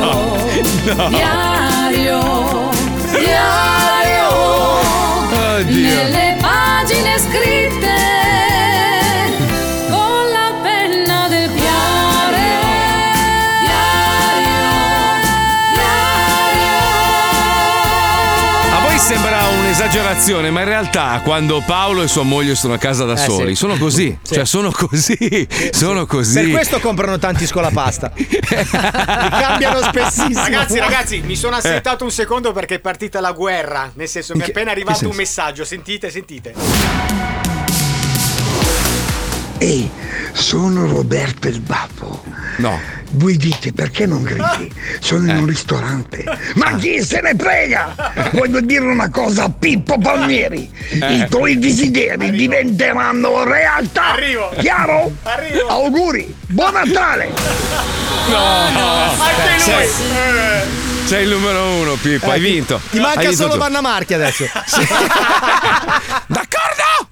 C: diario, diario, nelle pagine scritte con la penna del piare. Diario,
B: A voi sembra un'esagerazione, ma in realtà quando Paolo e sua moglie sono a casa da
E: Eh,
B: soli,
E: sì.
B: sono così,
E: Sì.
B: cioè sono così, sono così.
E: Per questo comprano tanti scolapasta. Li cambiano spessissimo.
D: Ragazzi, ragazzi, mi sono assentato un secondo perché è partita la guerra. Nel senso, mi è
E: che-
D: appena
E: che
D: arrivato
E: senso?
D: un messaggio. Sentite, sentite.
A: Ehi, sono Roberto il Babbo.
B: No.
A: Voi dite perché non gridi? Sono in un ristorante. Ma chi se ne frega? Voglio dire una cosa a Pippo Palmieri. I tuoi desideri diventeranno realtà.
D: Arrivo.
A: Chiaro?
D: Arrivo.
A: Auguri. Buon Natale.
B: No, no.
D: Anche lui.
B: Sei, sei il numero uno, Pippo, hai vinto.
E: Ti manca
B: Hai vinto
E: solo
B: tu.
E: Vanna Marchi adesso.
B: D'accordo?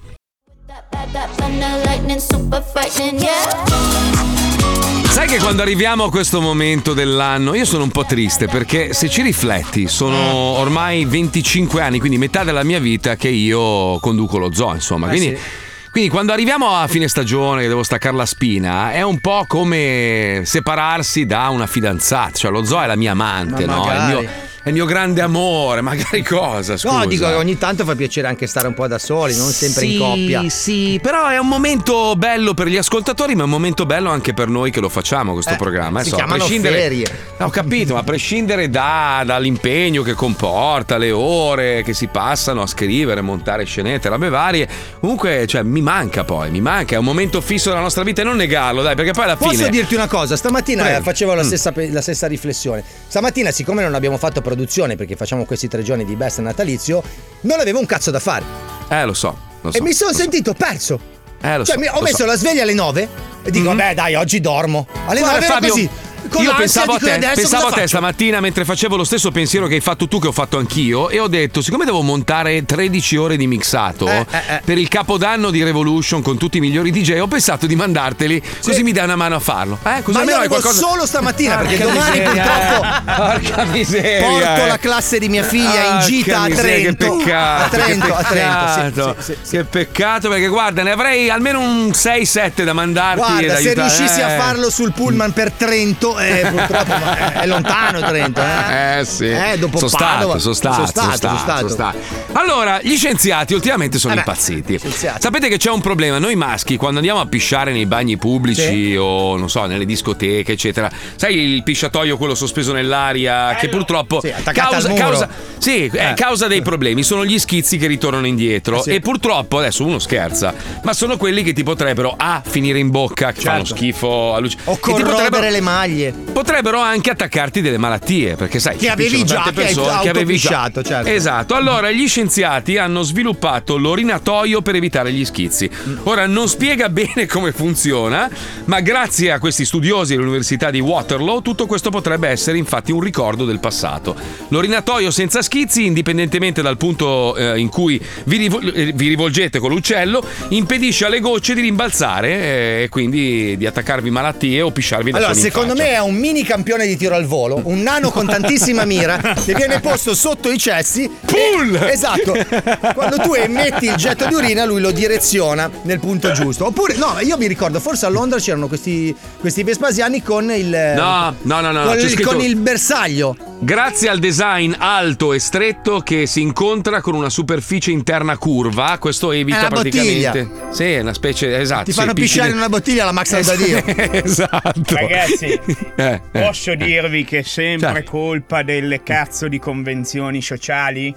B: Sai che quando arriviamo a questo momento dell'anno io sono un po' triste perché se ci rifletti sono ormai venticinque anni, quindi metà della mia vita che io conduco lo zoo, insomma.
E: Eh,
B: Quindi,
E: sì.
B: quindi quando arriviamo a fine stagione che devo staccare la spina è un po' come separarsi da una fidanzata, cioè lo zoo è la mia amante,
E: Ma
B: no? È il
E: magari.
B: mio, è il mio grande amore, magari cosa, scusa.
E: No, dico che ogni tanto fa piacere anche stare un po' da soli, non sempre
B: sì,
E: in coppia.
B: Sì, però è un momento bello per gli ascoltatori, ma è un momento bello anche per noi che lo facciamo questo
E: Eh,
B: programma.
E: si
B: Insomma, a
E: chiamano
B: prescindere-
E: ferie.
B: No, ho capito, ma a prescindere da- dall'impegno che comporta, le ore che si passano a scrivere, montare scenette, robe varie, comunque, cioè, mi manca poi, mi manca, è un momento fisso della nostra vita e non negarlo, dai, perché poi alla
E: Posso
B: fine.
E: dirti una cosa? Stamattina
B: Prego.
E: eh, facevo la
B: Mm.
E: stessa, la stessa riflessione. Stamattina, siccome non abbiamo fatto produzione perché facciamo questi tre giorni di best natalizio, non avevo un cazzo da fare.
B: Eh, lo so, lo so.
E: e mi sono sentito perso.
B: Eh, lo
E: cioè,
B: so,
E: mi- ho
B: lo
E: messo
B: so.
E: la sveglia alle nove e dico,
B: Mhm.
E: beh, dai, oggi dormo. Alle
B: Guarda,
E: nove ero
B: Fabio,
E: così. Con
B: io
E: l'ansia,
B: pensavo a
E: dico,
B: te,
E: adesso
B: pensavo
E: cosa
B: a te
E: faccio?
B: stamattina mentre facevo lo stesso pensiero che hai fatto tu, che ho fatto anch'io, e ho detto: siccome devo montare tredici ore di mixato
E: Eh, eh, eh.
B: per il capodanno di Revolution con tutti i migliori D J, ho pensato di mandarteli così mi dai una mano a farlo. Eh, così
E: Ma io
B: almeno hai
E: avevo
B: qualcosa.
E: solo stamattina perché
B: Porca
E: domani
B: miseria,
E: purtroppo
B: eh. Porca miseria.
E: porto
B: eh.
E: la classe di mia figlia in
B: Porca
E: gita a
B: miseria,
E: Trento.
B: Che peccato,
E: a Trento,
B: che
E: a Trento, sì,
B: peccato,
E: sì, sì, sì.
B: Che peccato, perché guarda, ne avrei almeno un sei sette da mandarti. e
E: Guarda,
B: da
E: se
B: aiutare.
E: riuscissi a
B: Eh.
E: farlo sul pullman per Trento, eh, purtroppo ma è lontano Trento, eh.
B: Eh sì,
E: Eh, dopo
B: sono
E: Padova.
B: stato, sono stato,
E: Sono stato,
B: sono stato,
E: sono
B: sono
E: stato.
B: stato. Allora, gli scienziati ultimamente sono
E: Eh beh,
B: impazziti.
E: scienziati.
B: Sapete che c'è un problema? Noi maschi, quando andiamo a pisciare nei bagni pubblici
E: Sì.
B: o non so, nelle discoteche, eccetera, sai il pisciatoio quello sospeso nell'aria che purtroppo
E: Sì, attaccato
B: causa,
E: al muro.
B: causa, sì, eh,
E: Eh.
B: causa dei problemi. Sono gli schizzi che ritornano indietro.
E: Eh sì.
B: E purtroppo, adesso uno scherza, ma sono quelli che ti potrebbero A, finire in bocca, che fanno
E: Certo.
B: schifo a luce.
E: O
B: e ti
E: corrodere le maglie.
B: potrebbero anche attaccarti delle malattie, perché sai
E: Che
B: ci
E: avevi
B: pisciano
E: già,
B: tante
E: che hai
B: persone che avevi già.
E: autopisciato, certo.
B: Esatto. Allora gli scienziati hanno sviluppato l'orinatoio per evitare gli schizzi. Ora non spiega bene come funziona, ma grazie a questi studiosi dell'Università di Waterloo tutto questo potrebbe essere infatti un ricordo del passato. L'orinatoio senza schizzi, indipendentemente dal punto eh, in cui vi, rivol- eh, vi rivolgete con l'uccello, impedisce alle gocce di rimbalzare eh, e quindi di attaccarvi malattie o pisciarvi da
E: Allora,
B: soli in
E: secondo
B: faccia.
E: me è un mini campione di tiro al volo, un nano con tantissima mira che viene posto sotto i cessi.
B: Pull!
E: E- esatto. Quando tu emetti il getto di urina, lui lo direziona nel punto giusto. Oppure, no, io mi ricordo, forse a Londra c'erano questi, questi vespasiani con il.
B: No, no, no, no,
E: Con,
B: c'è
E: il,
B: scritto-
E: con il bersaglio.
B: Grazie al design alto e stretto che si incontra con una superficie interna curva, questo evita
E: È una
B: praticamente. Sì, è una specie. Esatto.
E: Ti
B: sì,
E: fanno
B: pisci
E: pisciare
B: de-
E: in una bottiglia la Max da Dio.
B: Esatto.
G: Ragazzi,
B: Eh, eh.
G: posso dirvi che è sempre
B: Certo.
G: colpa delle cazzo di convenzioni sociali?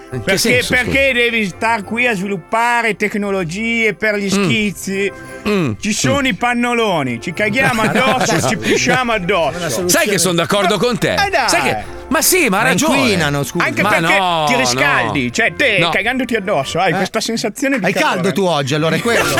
G: Perché,
B: senso,
G: perché devi star qui a sviluppare tecnologie per gli schizzi?
B: Mm.
G: Ci sono
B: Mm.
G: i pannoloni, ci caghiamo addosso, ci pisciamo addosso.
B: Sai che sono d'accordo con te?
G: Eh dai.
B: Sai che... Ma sì, ma ha
G: Ma
B: ragione.
G: inquinano, scusa. Anche
B: Ma
G: perché
B: no,
G: ti riscaldi,
B: no.
G: cioè te
B: No.
G: cagandoti addosso hai
E: Eh?
G: questa sensazione di
E: Hai
G: calore.
E: caldo tu oggi, allora è quello.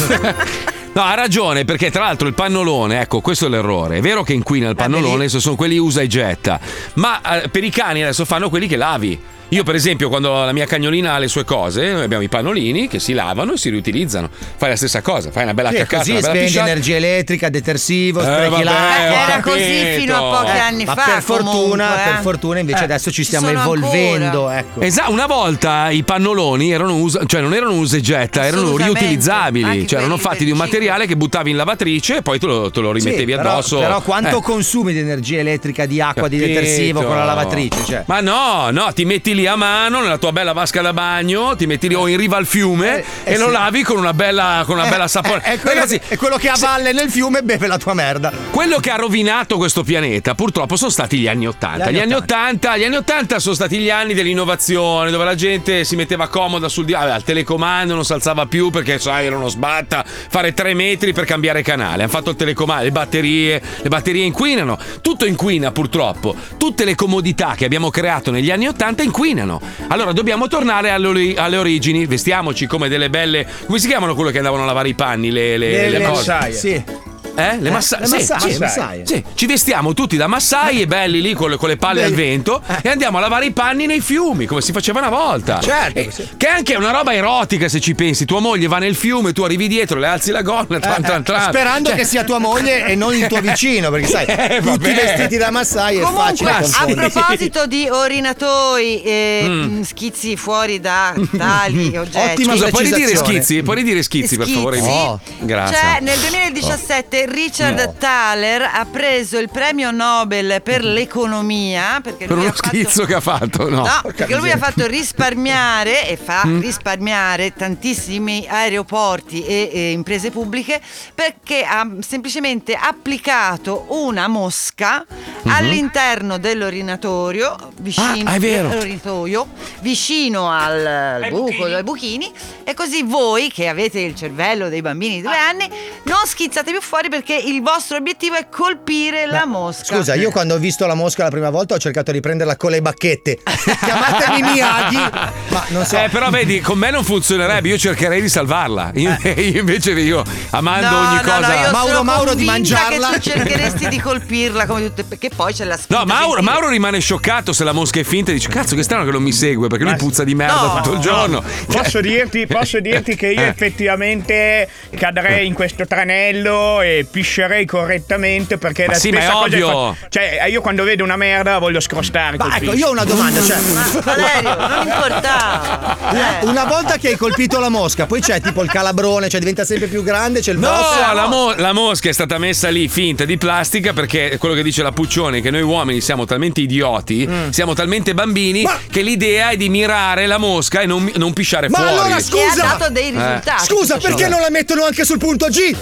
B: No, ha ragione, perché tra l'altro il pannolone, ecco, questo è l'errore. È vero che inquina il pannolone, se sono quelli usa e getta. Ma eh, per i cani adesso fanno quelli che lavi. Io per esempio quando la mia cagnolina ha le sue cose, noi abbiamo i pannolini che si lavano e si riutilizzano. Fai la stessa cosa, fai una bella
E: Sì,
B: caccata,
E: così
B: una bella
E: spendi
B: pisciata.
E: energia elettrica, detersivo,
B: Eh,
E: sprechi
B: vabbè,
E: l'acqua.
B: ho
F: Era così
B: capito.
F: fino a pochi
B: Eh,
F: anni
E: Ma
F: fa.
E: per fortuna,
F: comunque,
E: per
F: eh.
E: fortuna invece
F: Eh,
E: adesso ci
F: ci
E: stiamo
F: sono
E: evolvendo,
F: ancora.
E: ecco.
B: Esatto, una volta i pannoloni erano usa- cioè non erano usa e getta, erano
F: Assolutamente.
B: riutilizzabili,
F: Anche
B: cioè erano
F: quelli
B: fatti di un materiale che buttavi in lavatrice e poi te lo, te lo rimettevi
E: Sì, però,
B: addosso.
E: però quanto
B: Eh.
E: consumi di energia elettrica, di acqua, di
B: Capito.
E: detersivo con la lavatrice? Cioè.
B: Ma no, no, ti metti lì a mano nella tua bella vasca da bagno, ti metti lì o in riva al fiume
E: Eh,
B: e
E: eh,
B: lo
E: sì.
B: lavi con una bella, con una
E: Eh,
B: bella sapone.
E: eh, è, quello,
B: Ragazzi,
E: è quello che a valle nel fiume beve la tua merda.
B: quello che ha rovinato questo pianeta purtroppo sono stati gli anni Ottanta. Gli anni Ottanta, gli anni Ottanta sono stati gli anni dell'innovazione, dove la gente si metteva comoda sul divano, al telecomando non si alzava più perché sai, era uno sbatta fare tre metri per cambiare canale. Hanno fatto il telecomando, le batterie, le batterie inquinano, tutto inquina purtroppo. Tutte le comodità che abbiamo creato negli anni Ottanta inquinano. Allora dobbiamo tornare alle, ori- alle origini, vestiamoci come delle belle, come si chiamano quello che andavano a lavare i panni, le, le,
E: Le-
B: le
E: le-
B: cose?
E: sì.
B: Eh? Le,
E: Eh,
B: massa-
E: le
B: sì,
E: massaie,
B: sì,
E: massaie.
B: sì. Ci vestiamo tutti da massai e belli lì con le, con le palle al vento e andiamo a lavare i panni nei fiumi come si faceva una volta.
E: Certo,
B: E-
E: sì.
B: Che è anche una roba erotica se ci pensi. Tua moglie va nel fiume, tu arrivi dietro, le alzi la gonna, tran, tran, tran.
E: Sperando
B: Cioè-
E: che sia tua moglie e non il tuo vicino, perché sai,
B: Eh,
E: tutti
B: vabbè.
E: vestiti da massai è
F: Comunque,
E: facile
F: a
E: confondere.
F: proposito di orinatoi e
B: Mm.
F: schizzi fuori da tali oggetti.
B: Scusa, puoi ridire
E: precisazione.
B: schizzi? Puoi ridire schizzi, per favore?
F: Schizzi.
B: Oh, grazie.
F: Cioè, nel duemiladiciassette Richard
B: No.
F: Thaler ha preso il premio Nobel per l'economia perché
B: Per
F: lui
B: uno
F: ha fatto...
B: schizzo che ha fatto, no?
F: No, perché lui ha fatto risparmiare e fa
B: Mm.
F: risparmiare tantissimi aeroporti e, e imprese pubbliche perché ha semplicemente applicato una mosca all'interno dell'orinatorio vicino,
B: Ah, è vero.
F: dell'orinatoio, vicino al, al buco, ai buchini, e così voi che avete il cervello dei bambini di due anni non schizzate più fuori perché il vostro obiettivo è colpire la mosca.
E: Scusa, io quando ho visto la mosca la prima volta ho cercato di prenderla con le bacchette. Chiamatemi Miyagi, ma non so.
B: Eh, però vedi, con me non funzionerebbe, io cercherei di salvarla. Io, io invece io amando
F: No,
B: ogni
F: no,
B: cosa.
F: no, io
E: Mauro
F: sono
E: Mauro di
F: convinta
E: mangiarla.
F: che tu cercheresti di colpirla come tutte, perché poi c'è la sfida.
B: No, Mauro,
F: gentile.
B: Mauro rimane scioccato se la mosca è finta e dice cazzo che strano che non mi segue perché lui puzza di merda
F: No,
B: tutto il giorno.
G: Posso dirti, posso dirti che io
B: Eh.
G: effettivamente cadrei in questo tranello e piscerei correttamente perché è
B: Ma
G: la
B: sì, ma
G: stessa
B: è
G: cosa che
B: ovvio.
G: fa- cioè io quando vedo una merda voglio scrostare col
E: Ma ecco,
G: piscio.
E: io ho una domanda, cioè,
F: Ma Valerio, non importava. Eh.
E: una volta che hai colpito la mosca, poi c'è tipo il calabrone, cioè diventa sempre più grande, c'è il
B: No,
E: boss.
B: la, mo- la mosca è stata messa lì finta di plastica perché è quello che dice la Puccioni, che noi uomini siamo talmente idioti, siamo talmente bambini
E: Ma-
B: che l'idea è di mirare la mosca e non, non pisciare
E: Ma
B: fuori.
E: allora
F: E
E: scusa!
F: ha dato dei risultati.
E: Scusa, perché non la mettono anche sul punto G?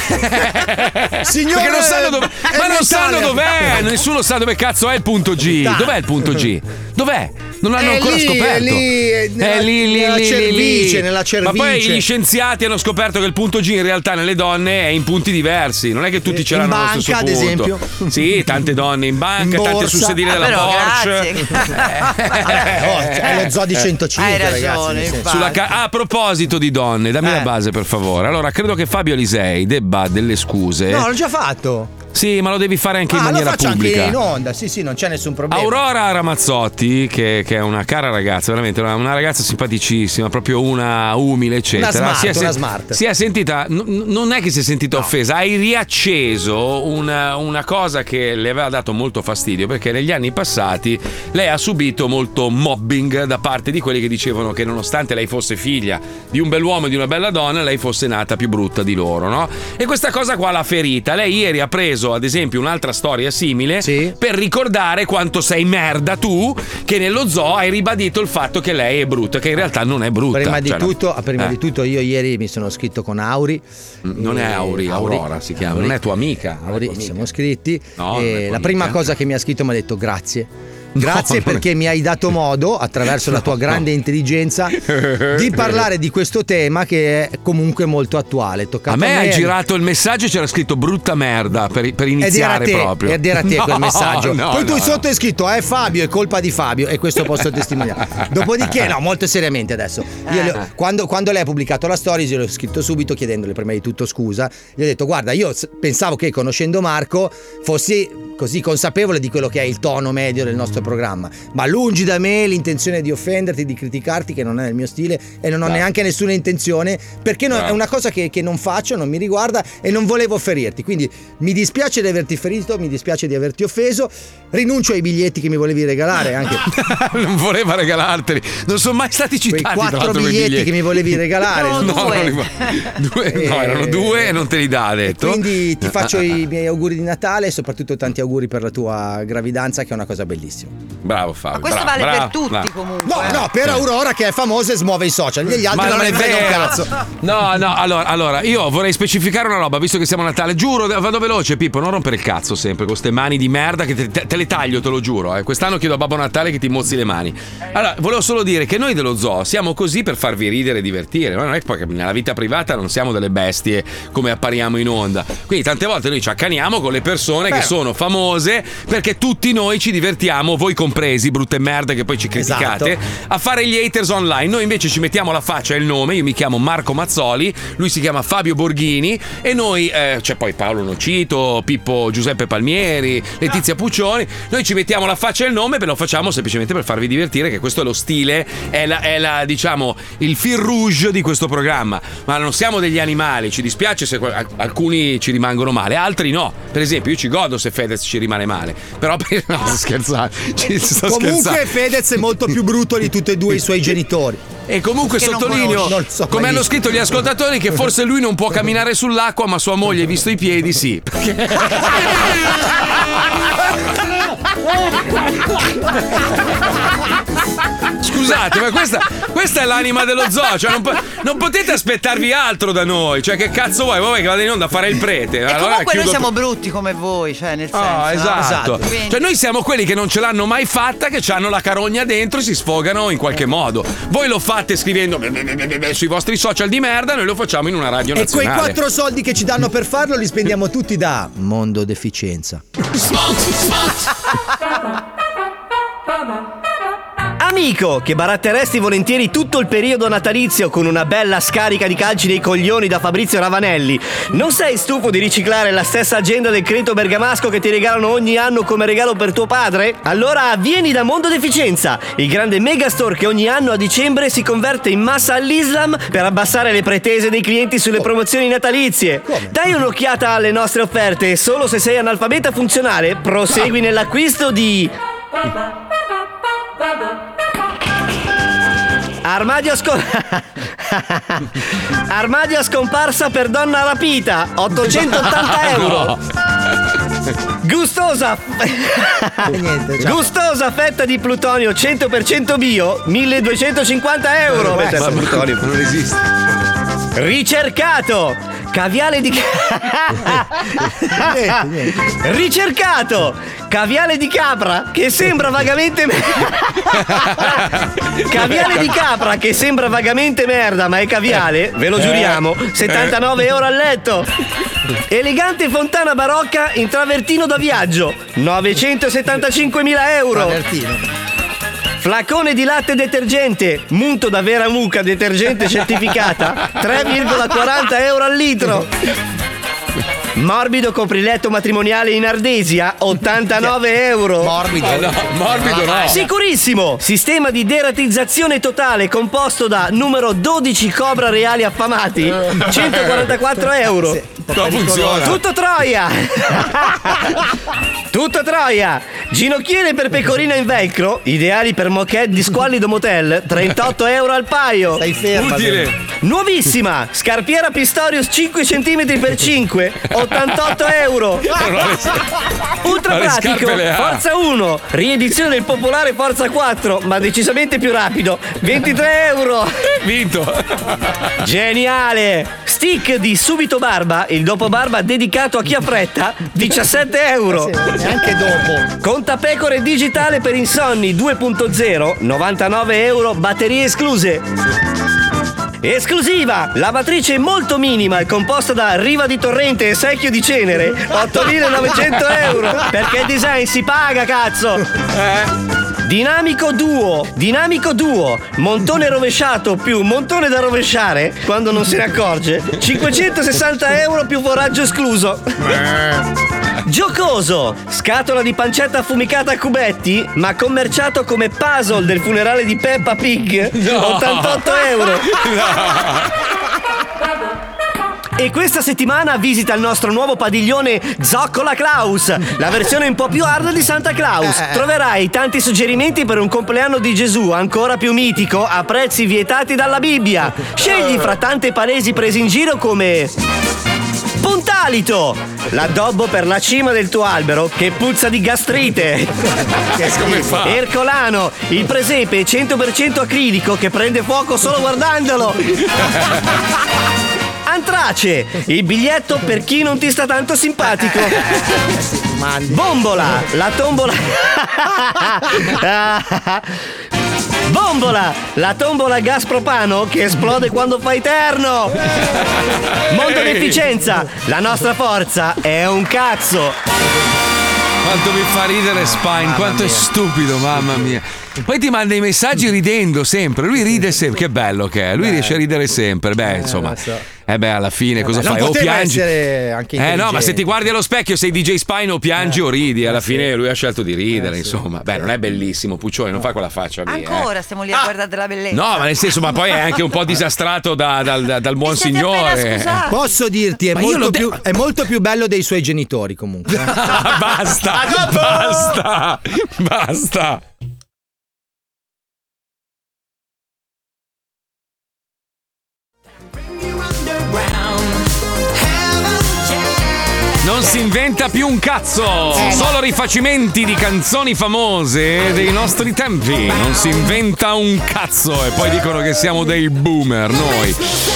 E: Signore,
B: Perché non sanno dove,
E: è
B: ma non
E: mentale.
B: sanno dov'è, nessuno sa dove cazzo è il punto G.
E: Dai.
B: Dov'è il punto G? Dov'è? Non l'hanno
E: È
B: ancora
E: lì,
B: scoperto.
E: è lì, è nella-
B: È lì, lì,
E: nella
B: lì, lì,
E: cervice,
B: lì.
E: nella cervice.
B: Ma poi gli scienziati hanno scoperto che il punto G in realtà nelle donne è in punti diversi. Non è che tutti ce
E: In
B: l'hanno allo
E: banca,
B: stesso
E: ad
B: punto.
E: esempio.
B: Sì, tante donne in banca,
E: In
B: tante
E: borsa.
B: sul sedile
F: Ah,
B: della
F: però,
B: Porsche.
F: grazie.
E: Oh, cioè, è lo zoo di centocinque,
F: Hai
E: ragazzi.
F: ragione,
E: nel senso.
F: infatti.
B: Sulla ca- ah, a proposito di donne, dammi
E: Eh.
B: la base per favore. Allora, credo che Fabio Alisei debba delle scuse.
E: No, l'ho già fatto.
B: Sì, ma lo devi fare anche in
E: Ah, lo
B: maniera
E: faccio
B: pubblica.
E: anche in onda, sì, sì, non c'è nessun problema.
B: Aurora Ramazzotti, che, che è una cara ragazza, veramente una, una ragazza simpaticissima, proprio una umile, eccetera.
E: Una smart,
B: si è,
E: una smart.
B: si è sentita, n- non è che si è sentita offesa, hai riacceso una, una cosa che le aveva dato molto fastidio, perché negli anni passati lei ha subito molto mobbing da parte di quelli che dicevano che nonostante lei fosse figlia di un bell'uomo e di una bella donna, lei fosse nata più brutta di loro, no? E questa cosa qua l'ha ferita. Lei ieri ha preso ad esempio un'altra storia simile per ricordare quanto sei merda tu, che nello zoo hai ribadito il fatto che lei è brutta, che in realtà non è brutta.
E: Prima, di
B: Cioè, no.
E: tutto, prima
B: Eh.
E: di tutto, io ieri mi sono scritto con Auri.
B: Non è Auri, Aurora si chiama, non è tua amica. non è
E: Auri,
B: tua amica.
E: siamo scritti.
B: No, non è
E: e
B: tua
E: la prima
B: amica.
E: cosa che mi ha scritto mi ha detto grazie. Grazie
B: No,
E: perché mi hai dato modo, attraverso la tua
B: No,
E: grande
B: no.
E: intelligenza, di parlare di questo tema che è comunque molto attuale. Toccato
B: A me
E: a
B: hai girato il messaggio e c'era scritto brutta merda per, per
E: Ed era
B: iniziare
E: te,
B: proprio.
E: ed era te
B: No,
E: quel messaggio.
B: no,
E: Poi tu
B: no,
E: sotto hai scritto: è Fabio, è colpa di Fabio, e questo posso testimoniare. Dopodiché, no, molto seriamente adesso. Io le- quando, quando lei ha pubblicato la story, io le ho scritto subito chiedendole prima di tutto scusa. Gli ho detto: guarda, io s- pensavo che conoscendo Marco fossi così consapevole di quello che è il tono medio del nostro programma, ma lungi da me l'intenzione di offenderti, di criticarti, che non è il mio stile e non ho
B: Bravo.
E: neanche nessuna intenzione, perché no- è
B: Bravo.
E: una cosa che, che non faccio, non mi riguarda e non volevo ferirti. Quindi mi dispiace di averti ferito, mi dispiace di averti offeso, rinuncio ai biglietti che mi volevi regalare anche.
B: Non voleva regalarteli, non sono mai stati citati.
E: Quei
B: tra
E: quattro
B: l'altro, quei
E: biglietti che mi volevi regalare.
B: No,
E: No,
B: no,
E: due.
B: non li vo- due- no, erano due e non te li dà, ha detto.
E: Quindi ti faccio
B: Ah, ah,
E: i miei auguri di Natale e soprattutto tanti auguri per la tua gravidanza, che è una cosa bellissima.
B: Bravo Fabio.
F: Ma questo
B: bravo,
F: vale
B: bravo,
F: per tutti
B: bravo.
F: comunque.
E: No, no, per Aurora che è famosa e smuove i social, gli altri
B: Ma
E: non
B: non
E: ne
B: è
E: frega un
B: vero.
E: cazzo.
B: No, no, allora, allora, io vorrei specificare una roba, visto che siamo a Natale. Giuro, vado veloce, Pippo, non rompere il cazzo sempre con ste mani di merda che te, te- te le taglio, te lo giuro. Eh. Quest'anno chiedo a Babbo Natale che ti mozzi le mani. Allora, volevo solo dire che noi dello zoo siamo così per farvi ridere e divertire. Ma non è che poi che nella vita privata non siamo delle bestie come appariamo in onda. Quindi tante volte noi ci accaniamo con le persone
E: Beh.
B: che sono famose perché tutti noi ci divertiamo, voi compresi, brutte merde che poi ci criticate,
E: Esatto.
B: a fare gli haters online. Noi invece ci mettiamo la faccia e il nome. Io mi chiamo Marco Mazzoli, lui si chiama Fabio Borghini e noi, eh, c'è poi Paolo Nocito, Pippo Giuseppe Palmieri, Letizia Puccioni. Noi ci mettiamo la faccia e il nome, ve lo facciamo semplicemente per farvi divertire, che questo è lo stile, è la, è la diciamo il fil rouge di questo programma. Ma non siamo degli animali, ci dispiace se qual- alcuni ci rimangono male, altri no. Per esempio, io ci godo se Fedez ci rimane male, però no, sto scherzando, ci sto
E: Comunque
B: scherzando.
E: Fedez è molto più brutto di tutti e due i suoi genitori.
B: E comunque
E: Che non
B: sottolineo,
E: conosci. Non so
B: come
E: mai
B: hanno
E: visto.
B: scritto gli ascoltatori, che forse lui non può camminare sull'acqua, ma sua moglie, visto i piedi, sì. Perché... Scusate, ma questa, questa è l'anima dello zoo, cioè non, po- non potete aspettarvi altro da noi, cioè che cazzo vuoi? Vuoi che vada in onda a fare il prete?
F: E
B: Allora
F: comunque noi
B: chiudo-
F: siamo brutti come voi, cioè nel senso.
B: Ah,
F: no?
B: esatto.
F: Quindi-
B: Cioè noi siamo quelli che non ce l'hanno mai fatta, che hanno la carogna dentro e si sfogano in qualche modo. Voi lo fate scrivendo be- be- be- be- be- sui vostri social di merda, noi lo facciamo in una radio
E: E quei
B: nazionale.
E: quattro soldi che ci danno per farlo li spendiamo tutti da Mondo Deficienza.
I: Amico, che baratteresti volentieri tutto il periodo natalizio con una bella scarica di calci nei coglioni da Fabrizio Ravanelli. Non sei stufo di riciclare la stessa agenda del creto bergamasco che ti regalano ogni anno come regalo per tuo padre? Allora vieni da Mondo Deficienza, il grande megastore che ogni anno a dicembre si converte in massa all'Islam per abbassare le pretese dei clienti sulle promozioni natalizie. Dai un'occhiata alle nostre offerte e solo se sei analfabeta funzionale prosegui nell'acquisto di... Armadio scom... Armadio a scomparsa per donna rapita, ottocentottanta euro. Gustosa
E: Niente, ciao.
I: Gustosa fetta di plutonio cento per cento bio, milleduecentocinquanta euro.
B: Ma- ma- ma- non esiste.
I: Ricercato caviale di
E: Niente, niente.
I: Ricercato caviale di capra che sembra vagamente me- caviale di capra che sembra vagamente merda ma è caviale, ve lo giuriamo, settantanove euro al letto. Elegante fontana barocca in travertino da viaggio, novecentosettantacinquemila euro.
E: Travertino.
I: Flacone di latte detergente, munto da vera mucca detergente certificata, tre virgola quaranta euro al litro. Morbido copriletto matrimoniale in ardesia, ottantanove euro.
E: Morbido.
B: Ah, no, morbido no.
I: Sicurissimo! Sistema di deratizzazione totale composto da numero dodici cobra reali affamati, centoquarantaquattro euro.
B: No, funziona.
I: Tutto Troia! Tutto Troia! Ginocchiere per pecorina in velcro, ideali per moquette di squallido motel, trentotto euro al paio.
E: Stai ferma.
B: Utile.
I: Nuovissima! Scarpiera Pistorius cinque centimetri per cinque, ottantotto euro. Ultra
B: Ma le
I: pratico,
B: scarpe le ha.
I: Forza uno, riedizione del popolare Forza quattro, ma decisamente più rapido, ventitré euro.
B: Vinto.
I: Geniale! Stick di Subito Barba il dopobarba dedicato a chi ha fretta, diciassette euro.
E: E anche dopo.
I: Contapecore digitale per insonni due punto zero, novantanove euro, batterie escluse. Esclusiva! Lavatrice molto minima, composta da riva di torrente e secchio di cenere, ottomilanovecento euro. Perché il design si paga, cazzo! Eh? Dinamico Duo, Dinamico Duo, montone rovesciato più montone da rovesciare, quando non se ne accorge, cinquecentosessanta euro più foraggio escluso. Giocoso, scatola di pancetta affumicata a cubetti, ma commerciato come puzzle del funerale di Peppa Pig,
B: No.
I: ottantotto euro. E questa settimana visita il nostro nuovo padiglione Zoccola Claus, la versione un po' più hard di Santa Claus. Troverai tanti suggerimenti per un compleanno di Gesù ancora più mitico a prezzi vietati dalla Bibbia. Scegli fra tante palesi prese in giro come Puntalito, l'addobbo per la cima del tuo albero che puzza di gastrite.
B: Che come fa?
I: Ercolano, il presepe cento per cento acrilico che prende fuoco solo guardandolo. Antrace, il biglietto per chi non ti sta tanto simpatico. Bombola, la tombola. Bombola, la tombola a gas propano che esplode quando fai terno. Mondo d'efficienza, la nostra forza è un cazzo.
B: Quanto mi fa ridere Spine, quanto è stupido, mamma mia. Poi ti manda i messaggi ridendo sempre. Lui ride sempre, che bello che è. Lui riesce a ridere sempre. Beh, insomma. Eh beh, alla fine cosa
E: non
B: fai? O
E: poteva
B: piangi.
E: essere anche
B: Eh no, ma se ti
E: intelligente.
B: guardi allo specchio sei D J Spine o piangi o ridi. Alla fine lui ha scelto di ridere, insomma. Beh, non è bellissimo, Puccione, non fa quella faccia lì.
F: Ancora stiamo lì a guardare la bellezza.
B: No, ma nel senso, ma poi è anche un po' disastrato da- dal, dal- dal buon signore.
E: Posso dirti, è
B: Ma io
E: molto,
B: l'ho
E: più,
B: de-
E: è molto più bello dei suoi genitori comunque.
B: Basta, basta, basta. Non si inventa più un cazzo, solo rifacimenti di canzoni famose dei nostri tempi. Non si inventa un cazzo e poi dicono che siamo dei boomer noi.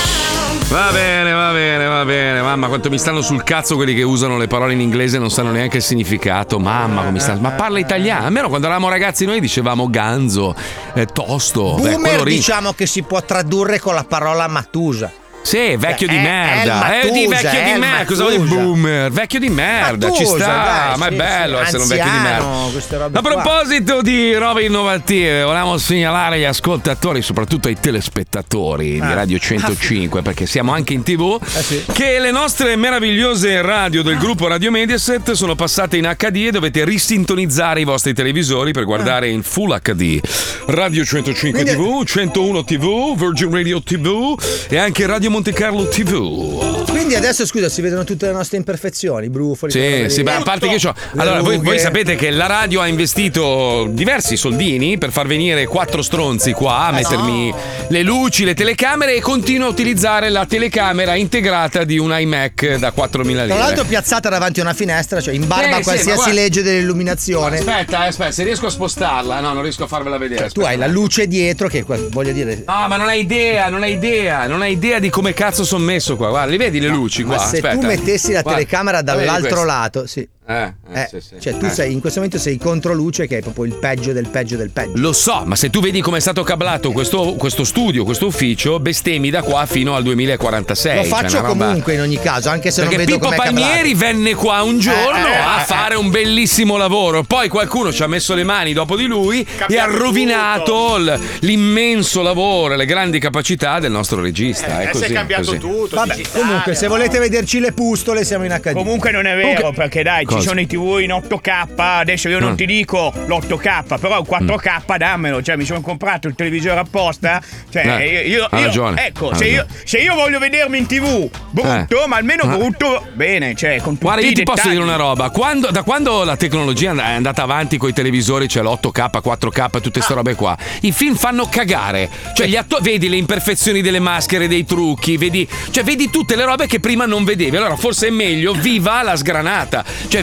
B: Va bene, va bene, va bene. Mamma, quanto mi stanno sul cazzo quelli che usano le parole in inglese e non sanno neanche il significato. Mamma, come mi stanno. Ma parla italiano. Almeno quando eravamo ragazzi noi dicevamo ganzo, eh, tosto. Beh,
E: Boomer
B: quello ri-
E: diciamo che si può tradurre con la parola mattusa.
B: Sì, vecchio di
E: Eh,
B: merda.
E: è il
B: Eh, di
E: Mattusa,
B: vecchio
E: è
B: di
E: il
B: merda. Cosa vuoi
E: Mattusa.
B: boomer? Vecchio di merda, ci
E: Mattusa,
B: sta.
E: dai,
B: ma è
E: sì,
B: bello
E: sì,
B: essere un vecchio di
E: anziano,
B: merda.
E: queste robe
B: A
E: qua.
B: proposito di robe innovative, volevamo segnalare agli ascoltatori, soprattutto ai telespettatori
E: Ah.
B: di Radio centocinque, perché siamo anche in tivù,
E: sì.
B: che le nostre meravigliose radio del gruppo Radio Mediaset sono passate in acca di e dovete risintonizzare i vostri televisori per guardare in Full acca di. Radio centocinque
E: Quindi-
B: tivù, centouno tivù, Virgin Radio tivù e anche Radio Monte Carlo tivù.
E: Quindi adesso scusa, si vedono tutte le nostre imperfezioni, brufoli.
B: Sì,
E: quelle
B: sì,
E: lì.
B: beh, a parte che io c'ho- Allora, voi, voi sapete che la radio ha investito diversi soldini per far venire quattro stronzi qua a mettermi le luci, le telecamere e continuo a utilizzare la telecamera integrata di un iMac da quattromila
E: Tra
B: lire.
E: l'altro piazzata davanti a una finestra, cioè in barba
B: Eh,
E: a
B: sì,
E: qualsiasi
B: ma guarda-
E: legge dell'illuminazione.
B: Aspetta, eh, aspetta, se riesco a spostarla, no, non riesco a farvela vedere.
E: Tu hai la luce dietro che voglio dire.
B: No, ma non hai idea, non hai idea, non hai idea di come cazzo sono messo qua. Guarda, li vedi le luci qua?
E: Ma se
B: Aspetta.
E: tu mettessi la
B: Guarda,
E: telecamera
B: la vedi
E: dall'altro
B: questa?
E: lato, sì.
B: Eh, eh,
E: Eh,
B: sì, sì.
E: cioè tu
B: Eh.
E: sei in questo momento sei contro luce che è proprio il peggio del peggio del peggio.
B: Lo so, ma se tu vedi come è stato cablato questo, questo studio, questo ufficio, bestemmi da qua fino al duemilaquarantasei.
E: Lo
B: cioè
E: faccio
B: una roba-
E: comunque in ogni caso, anche se
B: Perché
E: non vedo
B: Pippo
E: com'è
B: Palmieri
E: cablato.
B: venne qua un giorno
E: Eh, eh,
B: a
E: eh,
B: fare un bellissimo lavoro. Poi qualcuno ci ha messo le mani dopo di lui e ha rovinato l- l'immenso lavoro e le grandi capacità del nostro regista.
D: Eh,
B: è così,
D: si è cambiato
B: così.
D: tutto.
E: Vabbè,
D: digitale,
E: comunque se volete vederci le pustole siamo in acca di.
G: Comunque non è vero, perché dai,
B: Cosa?
G: ci sono i tivù in otto K. Adesso io non
B: Mm.
G: ti dico l'otto K, però il quattro K dammelo. Cioè, mi sono comprato il televisore apposta. Cioè,
B: Eh,
G: io, io-
B: ha
G: io-
B: ragione,
G: ecco,
B: ha
G: se io,
B: ragione.
G: se io voglio vedermi in tivù brutto,
B: Eh.
G: ma almeno
B: Ah.
G: brutto bene, cioè, con tutti
B: Guarda, io
G: i
B: ti posso
G: dettagli.
B: dire una roba. Quando- da quando la tecnologia è andata avanti con i televisori, c'è l'otto K, quattro K, tutte queste
G: Ah.
B: robe qua, i film fanno cagare. Cioè, gli attori, vedi le imperfezioni delle maschere, dei trucchi, vedi, cioè, vedi tutte le robe che prima non vedevi. Allora, forse è meglio, viva la sgranata. Cioè,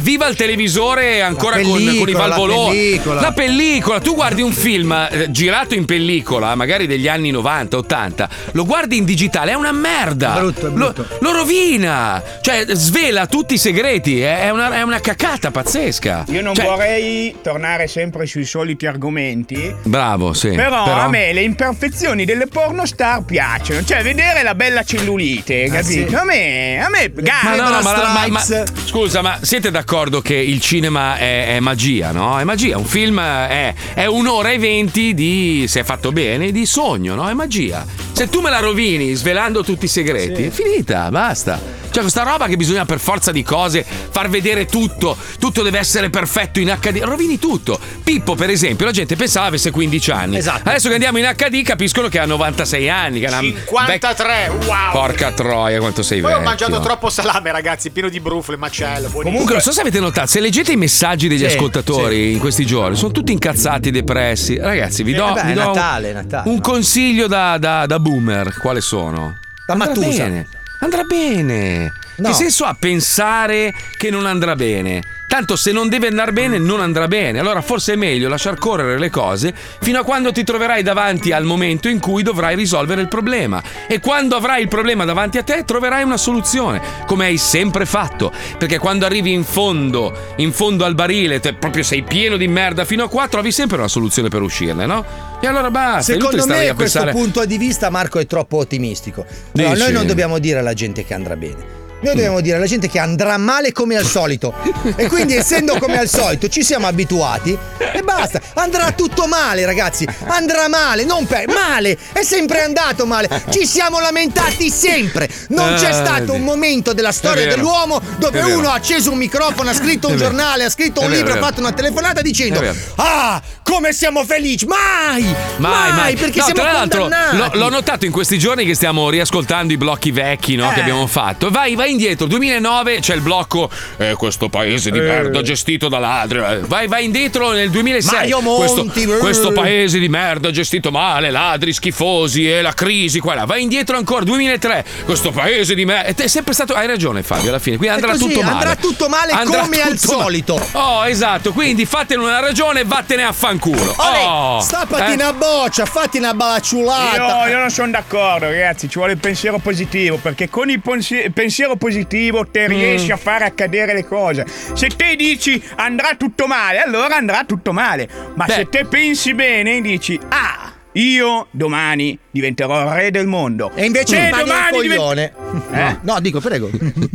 B: viva il televisore ancora
E: La
B: con, con i
E: pellicola, la
B: valvoloni.
E: pellicola.
B: La pellicola, tu guardi un film eh, girato in pellicola, magari degli anni novanta ottanta, lo guardi in digitale, è una merda.
E: È brutto, è brutto.
B: Lo, lo rovina, cioè svela tutti i segreti, è una, è una cacata pazzesca.
G: Io non
B: Cioè-
G: vorrei tornare sempre sui soliti argomenti.
B: Bravo, sì.
G: Però,
B: Però-
G: a me le imperfezioni delle pornostar piacciono. Cioè, vedere la bella cellulite, capito?
E: sì.
G: A me, a me,
B: Ma
G: gara.
B: no, no, ma, ma- ma- scusa, ma siete d'accordo che il cinema è, è magia, no? È magia. Un film è, è un'ora e venti di, se è fatto bene, di sogno, no? È magia. Se tu me la rovini svelando tutti i segreti,
E: Sì.
B: è finita, basta. Cioè, questa roba che bisogna per forza di cose far vedere tutto, tutto deve essere perfetto in acca di, rovini tutto. Pippo, per esempio, la gente pensava avesse quindici anni.
E: Esatto.
B: Adesso che andiamo in acca di capiscono che ha novantasei anni. Che è una
D: cinquantatré, wow.
B: Porca troia, quanto sei
D: Poi
B: vecchio.
D: ho mangiato troppo salame, ragazzi, pieno di brufole, macello. buonissimo.
B: Comunque, non so se avete notato, se leggete i messaggi degli
E: Sì,
B: ascoltatori in questi giorni, sono tutti incazzati, depressi. Ragazzi, vi do,
E: Eh beh,
B: vi do
E: Natale, Natale,
B: un
E: no?
B: consiglio da, da, da boomer. Quale sono?
E: Da
B: Andrà
E: Mattusa.
B: bene. Andrà bene.
E: No.
B: Che senso ha pensare che non andrà bene? Tanto se non deve andare bene, non andrà bene. Allora forse è meglio lasciar correre le cose fino a quando ti troverai davanti al momento in cui dovrai risolvere il problema. E quando avrai il problema davanti a te, troverai una soluzione, come hai sempre fatto. Perché quando arrivi in fondo, in fondo al barile, te proprio sei pieno di merda fino a qua, trovi sempre una soluzione per uscirne, no? E allora basta. è inutile
E: Secondo
B: stare lì
E: me
B: a
E: questo
B: pensare-
E: punto di vista, Marco, è troppo ottimistico. Allora,
B: Dici?
E: noi non dobbiamo dire alla gente che andrà bene. Noi dobbiamo dire alla gente che andrà male come al solito. E quindi, essendo come al solito, ci siamo abituati e basta. Andrà tutto male, ragazzi. Andrà male, non per male. È sempre andato male. Ci siamo lamentati sempre. Non c'è
B: Ah,
E: stato
B: sì.
E: un momento della storia
B: È vero.
E: dell'uomo dove
B: È vero.
E: uno ha acceso un microfono, ha scritto un
B: È vero.
E: giornale, ha scritto
B: È
E: un
B: vero,
E: libro,
B: è
E: ha
B: vero.
E: fatto una telefonata dicendo:
B: È vero.
E: ah, come siamo felici! Mai!
B: Mai, mai.
E: Perché
B: No,
E: siamo
B: tra l'altro,
E: condannati.
B: l'ho, l'ho notato in questi giorni che stiamo riascoltando i blocchi vecchi, no,
E: Eh.
B: che abbiamo fatto. Vai, vai indietro, duemilanove c'è il blocco eh, questo paese di
E: Eh.
B: merda gestito da ladri. Eh, Vai, vai indietro nel duemilasei.
E: Mario
B: questo,
E: Monti, eh.
B: questo paese di merda gestito male, ladri schifosi e la crisi qua là. Vai indietro ancora, duemilatré. Questo paese di merda. È sempre stato. Hai ragione, Fabio, alla fine. Quindi
E: È
B: andrà
E: così,
B: tutto male.
E: andrà tutto male
B: Andrà
E: come al
B: tutto male.
E: solito.
B: Oh, esatto. Quindi fatene una ragione e vattene a fanculo. Oh,
E: Stappati
B: eh.
E: una boccia, fatti una balacciulata.
G: Io, io non sono d'accordo, ragazzi. Ci vuole il pensiero positivo. Perché con il pensi- pensiero positivo te riesci a fare accadere le cose. Se te dici andrà tutto male, allora andrà tutto male. Ma
B: Beh.
G: se te pensi bene, dici ah, io domani diventerò il re del mondo.
E: E invece
G: Se
E: rimani un
G: domani diven-
E: coglione.
G: Eh?
E: No, dico, prego.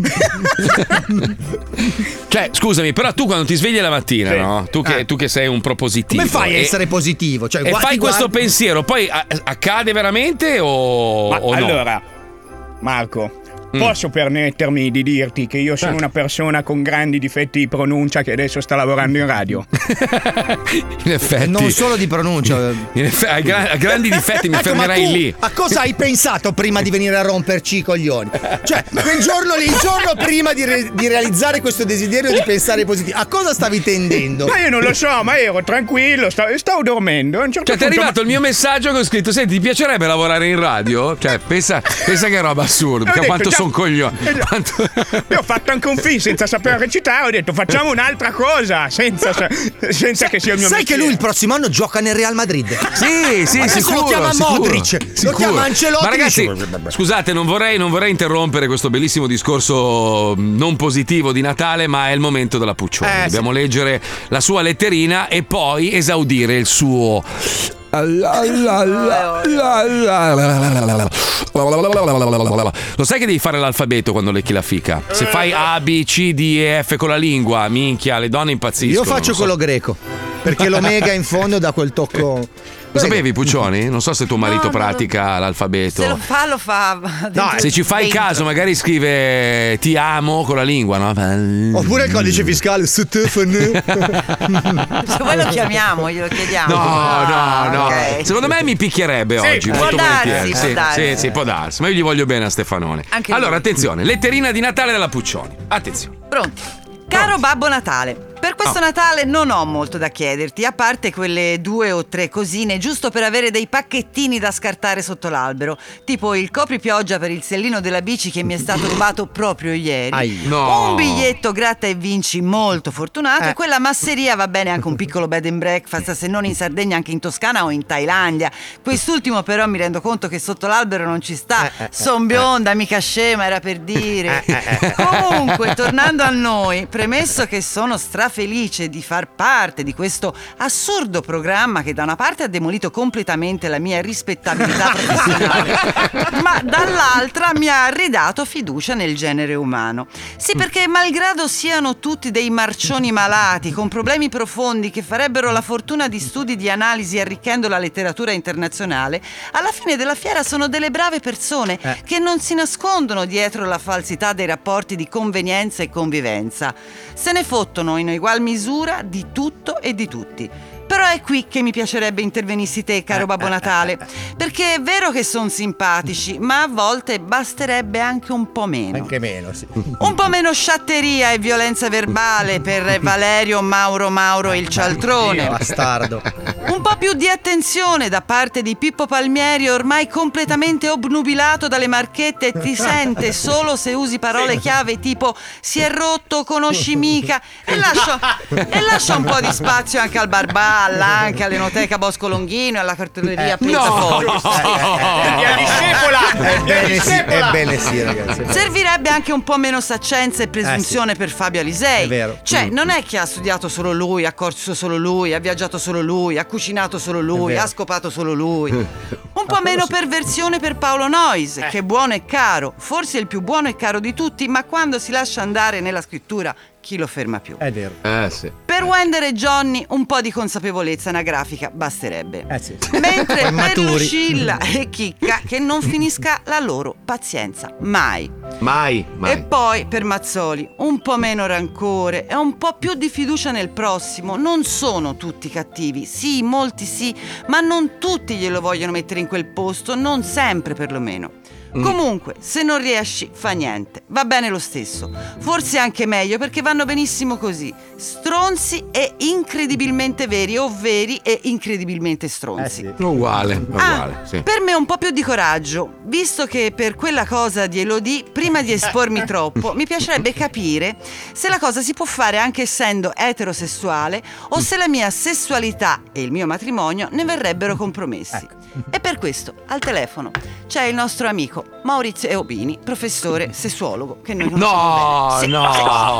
B: Cioè, scusami, però tu quando ti svegli la mattina,
E: Sì.
B: no? Tu che,
E: Eh.
B: tu che sei un propositivo.
E: Come fai a
B: e-
E: essere positivo? Cioè,
B: E
E: guardi,
B: fai questo
E: guardi.
B: pensiero, poi a- accade veramente o,
G: Ma
B: o no?
G: allora, Marco,
B: Mm.
G: posso permettermi di dirti che io sono
B: Certo.
G: una persona con grandi difetti di pronuncia che adesso sta lavorando in radio?
B: In effetti.
E: Non solo di pronuncia.
B: In effetti, hai gra- hai grandi difetti, mi
E: Ecco, ma
B: fermerei
E: tu
B: lì.
E: A cosa hai pensato prima di venire a romperci i coglioni? Cioè, quel giorno lì, il giorno prima di, re- di realizzare questo desiderio di pensare positivo, a cosa stavi tendendo?
G: Ma io non lo so, ma ero tranquillo, stavo, stavo dormendo. A un certo
B: Cioè, ti è
G: punto-
B: arrivato il mio messaggio che ho scritto: senti, ti piacerebbe lavorare in radio? Cioè, pensa, pensa che roba assurda.
G: Ho detto,
B: Quanto
G: già-
B: sono coglione.
G: eh, già.
B: Quanto-
G: Io ho fatto anche un film senza saper recitare, ho detto facciamo un'altra cosa senza, senza che sia il mio
E: Sai che
G: mestiere.
E: lui il prossimo anno gioca nel Real Madrid?
B: Sì, sì,
E: Adesso
B: sicuro,
E: lo chiama
B: sicuro,
E: Modric, lo
B: sicuro.
E: chiama Ancelotti.
B: Ma ragazzi,
E: dice-
B: scusate, non vorrei, non vorrei interrompere questo bellissimo discorso non positivo di Natale, ma è il momento della Puccioni.
E: Eh,
B: Dobbiamo leggere la sua letterina e poi esaudire il suo. Lo sai che devi fare l'alfabeto quando lecchi la fica? Se fai A, B, C, D e F con la lingua, minchia, le donne impazziscono.
E: Io faccio
B: non so.
E: quello greco. Perché l'omega in fondo dà quel tocco.
B: Lo sapevi, Puccioni? Non so se tuo marito pratica l'alfabeto.
F: Se lo fa, lo fa.
B: No, se ci fai
F: dentro.
B: caso, magari scrive ti amo con la lingua, no?
E: Oppure il codice fiscale Stefano.
F: Se vuoi lo chiamiamo, glielo chiediamo.
B: No,
F: Ah,
B: no, no.
F: ok.
B: Secondo me mi picchierebbe
F: Sì,
B: oggi.
F: può
B: Molto
F: darsi,
B: volentieri.
F: può
B: Sì,
F: darsi.
B: sì, sì, può darsi. Ma io gli voglio bene a Stefanone.
F: Anche
B: allora,
F: lui.
B: attenzione, letterina di Natale della Puccioni. Attenzione.
F: Pronti. Caro Babbo Natale, Per questo Natale non ho molto da chiederti, a parte quelle due o tre cosine giusto per avere dei pacchettini da scartare sotto l'albero, tipo il copripioggia per il sellino della bici che mi è stato rubato proprio ieri,
B: Ai, no.
F: un biglietto gratta e vinci molto fortunato
B: Eh.
F: e quella masseria va bene anche un piccolo bed and breakfast, se non in Sardegna anche in Toscana o in Thailandia. Quest'ultimo però mi rendo conto che sotto l'albero non ci sta, son bionda, mica scema, era per dire. Comunque, tornando a noi, premesso che sono strafelice di far parte di questo assurdo programma che da una parte ha demolito completamente la mia rispettabilità professionale, ma dall'altra mi ha ridato fiducia nel genere umano. Sì, perché malgrado siano tutti dei marcioni malati con problemi profondi che farebbero la fortuna di studi di analisi arricchendo la letteratura internazionale, alla fine della fiera sono delle brave persone
E: Eh.
F: che non si nascondono dietro la falsità dei rapporti di convenienza e convivenza. Se ne fottono in egual misura di tutto e di tutti. Però è qui che mi piacerebbe intervenissi te, caro Babbo Natale, perché è vero che sono simpatici, ma a volte basterebbe anche un po' meno.
E: Anche meno, sì.
F: Un po' meno sciatteria e violenza verbale per Valerio Mauro Mauro il cialtrone.
E: Bastardo.
F: Un po' più di attenzione da parte di Pippo Palmieri, ormai completamente obnubilato dalle marchette e ti sente solo se usi parole chiave tipo si è rotto, conosci mica, e lascia, e lascia un po' di spazio anche al Barbà, all'Anche, all'Enoteca Bosco Longhino e alla cartoleria
E: Eh,
F: Pizza
E: no.
F: Fortis.
E: Via discepola! Ebbene sì, ebbene sì, ragazzi.
F: Servirebbe anche un po' meno saccenza e presunzione per Fabio Alisei.
E: È vero.
F: Cioè,
E: Mm.
F: non è che ha studiato solo lui, ha corso solo lui, ha viaggiato solo lui, ha cucinato solo lui,
E: vero.
F: ha scopato solo lui. Un po' meno perversione per Paolo Noyes, che è buono e caro, forse il più buono e caro di tutti, ma quando si lascia andare nella scrittura, chi lo ferma più?
E: È vero.
B: Eh sì.
F: Per Wender e Johnny un po' di consapevolezza anagrafica basterebbe.
E: Eh sì.
F: Mentre per
E: Maturi.
F: Lucilla e Chicca che non finisca la loro pazienza mai.
B: Mai, mai.
F: E poi per Mazzoli un po' meno rancore e un po' più di fiducia nel prossimo. Non sono tutti cattivi, sì, molti sì, ma non tutti glielo vogliono mettere in quel posto, non sempre perlomeno.
B: Mm.
F: Comunque, se non riesci, fa niente, va bene lo stesso. Forse anche meglio perché vanno benissimo così. Stronzi e incredibilmente veri o veri e incredibilmente stronzi.
E: Eh sì.
B: Uguale,
F: Ah,
B: uguale, sì.
F: per me un po' più di coraggio, visto che per quella cosa di Elodie, prima di espormi troppo, mi piacerebbe capire se la cosa si può fare anche essendo eterosessuale o se la mia sessualità e il mio matrimonio ne verrebbero compromessi. E per questo, al telefono, c'è il nostro amico Maurizio Eubini, professore sessuologo, che noi conosciamo
B: No,
F: bene. Sì.
B: no.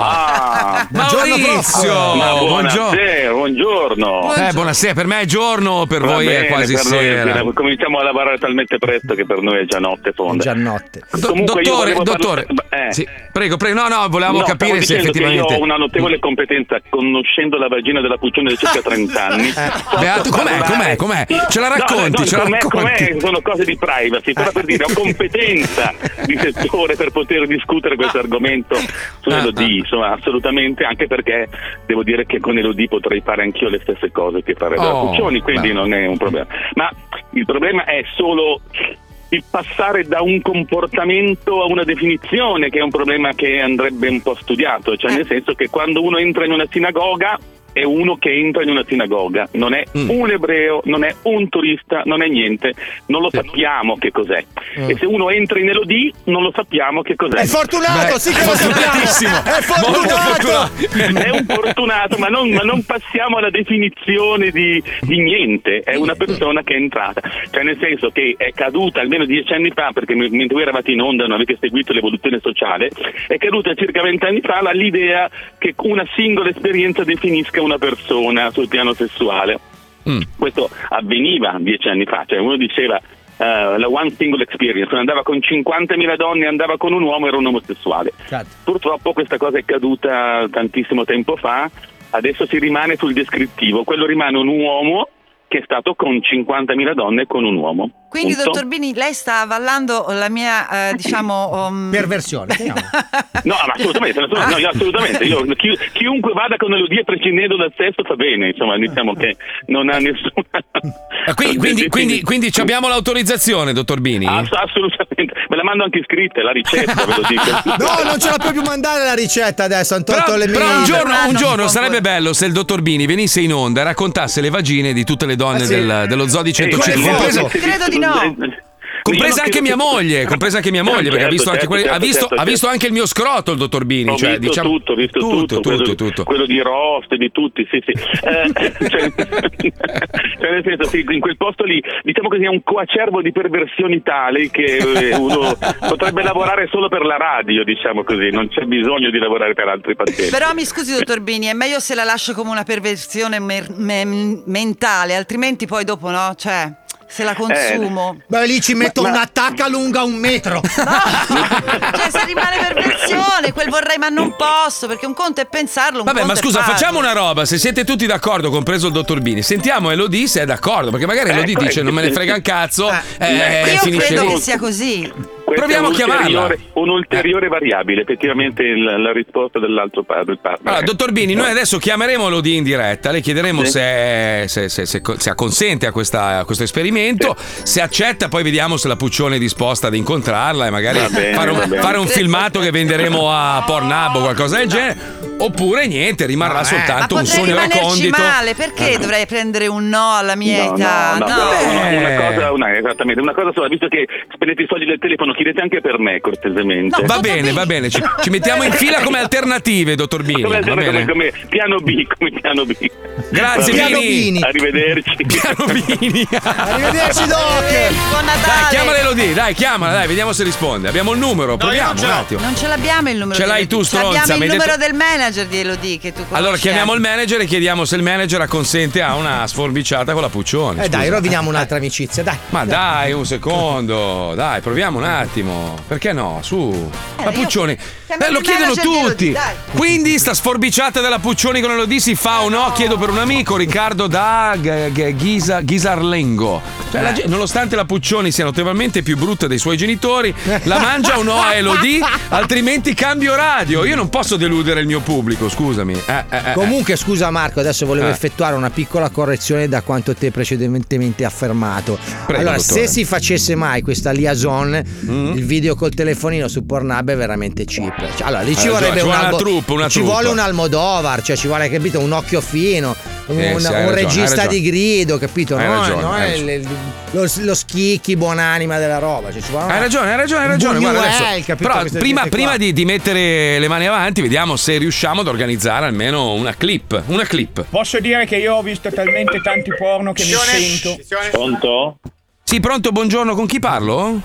K: Ah,
B: Maurizio,
K: ma
B: buongiorno.
K: buonasera, buongiorno.
B: Eh, buonasera, per me è giorno, per
K: Va
B: voi
K: bene,
B: è quasi
K: per noi è
B: sera.
K: sera. Cominciamo a lavorare talmente presto che per noi è già notte fonda.
E: Già notte.
B: Do-
K: Comunque io
B: dottore,
K: volevo
B: dottore,
K: parlare- eh.
B: sì, prego, prego, no, no, volevamo
K: No,
B: capire
K: stavo
B: se
K: dicendo che
B: effettivamente.
K: io ho una notevole competenza conoscendo la vagina della Puccione da circa trenta anni. Posso
B: Beato, com'è,
K: parlare-
B: com'è, com'è? Ce la
K: No,
B: racconti,
K: no,
B: ce la
K: com'è,
B: racconti.
K: com'è, sono cose di privacy, però per dire ho competenza di settore per poter discutere questo argomento su
B: Ah,
K: Elodie, insomma, assolutamente, anche perché devo dire che con Elodie potrei fare anch'io le stesse cose che farebbe la
B: Oh,
K: Puccioni, quindi
B: beh.
K: non è un problema. Ma il problema è solo il passare da un comportamento a una definizione, che è un problema che andrebbe un po' studiato, cioè nel senso che quando uno entra in una sinagoga è uno che entra in una sinagoga, non è
B: Mm.
K: un ebreo, non è un turista, non è niente, non lo sappiamo che cos'è.
B: Mm.
K: E se uno entra in Elodie non lo sappiamo che cos'è.
E: È fortunato,
B: Beh,
E: sì che lo
B: fortunatissimo.
E: sappiamo. È
B: Molto
E: fortunato.
B: fortunato.
K: È un fortunato, ma non, ma non passiamo alla definizione di, di niente, è una persona che è entrata, cioè nel senso che è caduta almeno dieci anni fa, perché m- mentre voi eravate in onda non avete seguito l'evoluzione sociale, è caduta circa vent'anni fa la- l'idea che una singola esperienza definisca una persona sul piano sessuale.
B: Mm.
K: Questo avveniva dieci anni fa, cioè uno diceva uh, la one single experience, andava con cinquantamila donne, andava con un uomo, era un omosessuale.
E: Certo.
K: Purtroppo questa cosa è caduta tantissimo tempo fa, adesso si rimane sul descrittivo, quello rimane un uomo che è stato con cinquantamila donne e con un uomo.
F: Quindi,
K: Punto.
F: dottor Bini, lei sta avvallando la mia, eh, diciamo... um,
E: Perversione. chiamiamola.
K: No, ma assolutamente, assolutamente, no, io assolutamente. Io, chi- chiunque vada con Elodie prescindendo dal sesso fa bene, insomma, diciamo che non ha nessuna...
B: Eh, Quindi, quindi, quindi, quindi ci abbiamo l'autorizzazione, dottor Bini?
K: Ass- assolutamente, me la mando anche scritta, la ricetta, ve lo dico.
E: No, non ce la puoi più mandare la ricetta adesso, hanno tolto
B: Però,
E: le
B: però
E: mail.
B: un giorno, un
E: No,
B: giorno
E: no,
B: sarebbe bello se il dottor Bini venisse in onda e raccontasse le vagine di tutte le donne
E: Ah, sì?
B: del- dello zoo di centocinque. Compresa,
F: Credo di no.
B: compresa anche mia moglie, compresa anche mia moglie, perché ha visto anche
K: certo,
B: quelli- ha
K: certo,
B: visto,
K: certo,
B: ha
K: certo.
B: visto anche il mio scroto il dottor Bini.
K: Ho
B: Cioè,
K: visto
B: diciamo,
K: tutto, ho visto tutto,
B: tutto,
K: quello,
B: tutto, tutto.
K: quello di Rost, di tutti, sì, sì. Eh, cioè, cioè, nel senso, sì, in quel posto lì, diciamo che sia un coacervo di perversioni tale che eh, uno potrebbe lavorare solo per la radio, diciamo così, non c'è bisogno di lavorare per altri pazienti.
F: Però mi scusi, dottor Bini, è meglio se la lascio come una perversione mer- me- mentale, altrimenti poi dopo no, cioè se la consumo.
E: Beh, lì ci metto
F: Ma- ma-
E: un'attacca lunga un metro.
F: Cioè se rimane perversione, quel vorrei ma non posso, perché un conto è pensarlo, un
B: Vabbè, ma
F: conto è
B: scusa,
F: farlo.
B: facciamo una roba. Se siete tutti d'accordo, compreso il dottor Bini, sentiamo Elodie se è d'accordo. Perché magari Elodie
K: Ecco,
B: dice:
K: ecco,
B: non me ne
K: sì,
B: frega
K: sì.
B: un cazzo.
K: Eh,
B: eh,
F: Io
B: finisce
F: credo
B: lì.
F: che sia così.
K: Questa
B: Proviamo
K: è
B: a chiamarla.
K: un'ulteriore- Un'ulteriore variabile, effettivamente il- la risposta dell'altro pa- del partner.
B: Allora, dottor Bini, noi adesso chiameremo Elodie in diretta, le chiederemo
K: Sì.
B: se, se, se, se, se acconsente a, questa- a questo esperimento, se accetta, poi vediamo se la Puccione è disposta ad incontrarla e magari
K: Va bene,
B: fare,
K: va
B: un,
K: bene.
B: fare un filmato che venderemo a Pornhub o qualcosa del genere, oppure niente, rimarrà
E: Ma, eh,
B: soltanto
F: Ma
B: un
F: potrei
B: sogno
F: rimanerci
B: recondito.
F: male, perché
B: Eh.
F: dovrei prendere un no alla mia
K: No,
F: età?
K: no, no,
F: No.
K: però una, una
B: Eh.
K: cosa, una, esattamente, una cosa sola, visto che spendete i soldi del telefono, chiedete anche per me, cortesemente.
B: Va bene, va bene, ci, ci mettiamo in fila come alternative, dottor Bini.
K: Come,
B: Va
K: come,
B: bene.
K: come piano B, come piano B.
B: Grazie,
K: Va bene.
B: Bini.
K: Arrivederci.
B: Piano Bini.
E: Arrivederci, Doc.
F: Buon
B: Dai,
F: Natale.
B: chiamala Elodie, dai, chiamala, dai, vediamo se risponde. Abbiamo il numero, proviamo un attimo.
F: Non ce l'abbiamo il numero.
B: Ce l'hai
F: di-
B: tu, stronza,
F: Abbiamo
B: mi
F: il
B: hai
F: numero
B: detto-
F: del manager di Elodie che tu conosci.
B: Allora chiamiamo il manager e chiediamo se il manager acconsente a una sforbiciata con la Puccione.
E: Eh dai,
B: scusa.
E: roviniamo un'altra amicizia, dai.
B: Ma dai, un secondo, dai, proviamo un attimo. Perché no? Su. La Puccioni.
F: Chiamiamo
B: Eh, lo
F: il
B: chiedono
F: manager di
B: tutti.
F: Elodie, dai.
B: Quindi sta sforbiciata della Puccioni con Elodie si fa o no? Chiedo per un amico, Riccardo da G- G- Ghisa- Ghisarlengo. Cioè, la gente- nonostante la Puccioni sia notevolmente più brutta dei suoi genitori, la mangia o no a Elodie? Altrimenti cambio radio. Io non posso deludere il mio pubblico, scusami. Eh, eh, eh.
E: Comunque, scusa Marco, adesso volevo
B: Eh.
E: effettuare una piccola correzione da quanto te precedentemente affermato.
B: Prego,
E: allora,
B: dottore.
E: se si facesse mai questa liaison,
B: Mm.
E: il video col telefonino su Pornhub è veramente cheap. Cioè, allora, lì ci
B: Hai ragione,
E: vorrebbe
B: ci
E: un
B: vuole una
E: albo-
B: troupe, una
E: ci
B: troupe.
E: vuole un Almodovar, cioè ci vuole, capito, un occhio fino, un,
B: Eh, sì, hai
E: un
B: ragione, hai
E: regista
B: ragione.
E: di grido, capito?
B: Hai
E: no,
B: ragione,
E: no,
B: hai
E: è
B: ragione.
E: il- lo, lo schicchi buonanima della roba. Cioè, ci vuole
B: Hai ragione, hai ragione, hai ragione. Guarda, adesso-
E: capito,
B: però
E: queste
B: prima,
E: gente
B: prima
E: qua.
B: di, di mettere le mani avanti, vediamo se riusciamo ad organizzare almeno una clip. Una clip.
G: Posso dire che io ho visto talmente tanti porno che mi sento.
K: Pronto?
B: Sì, pronto, buongiorno, con chi parlo?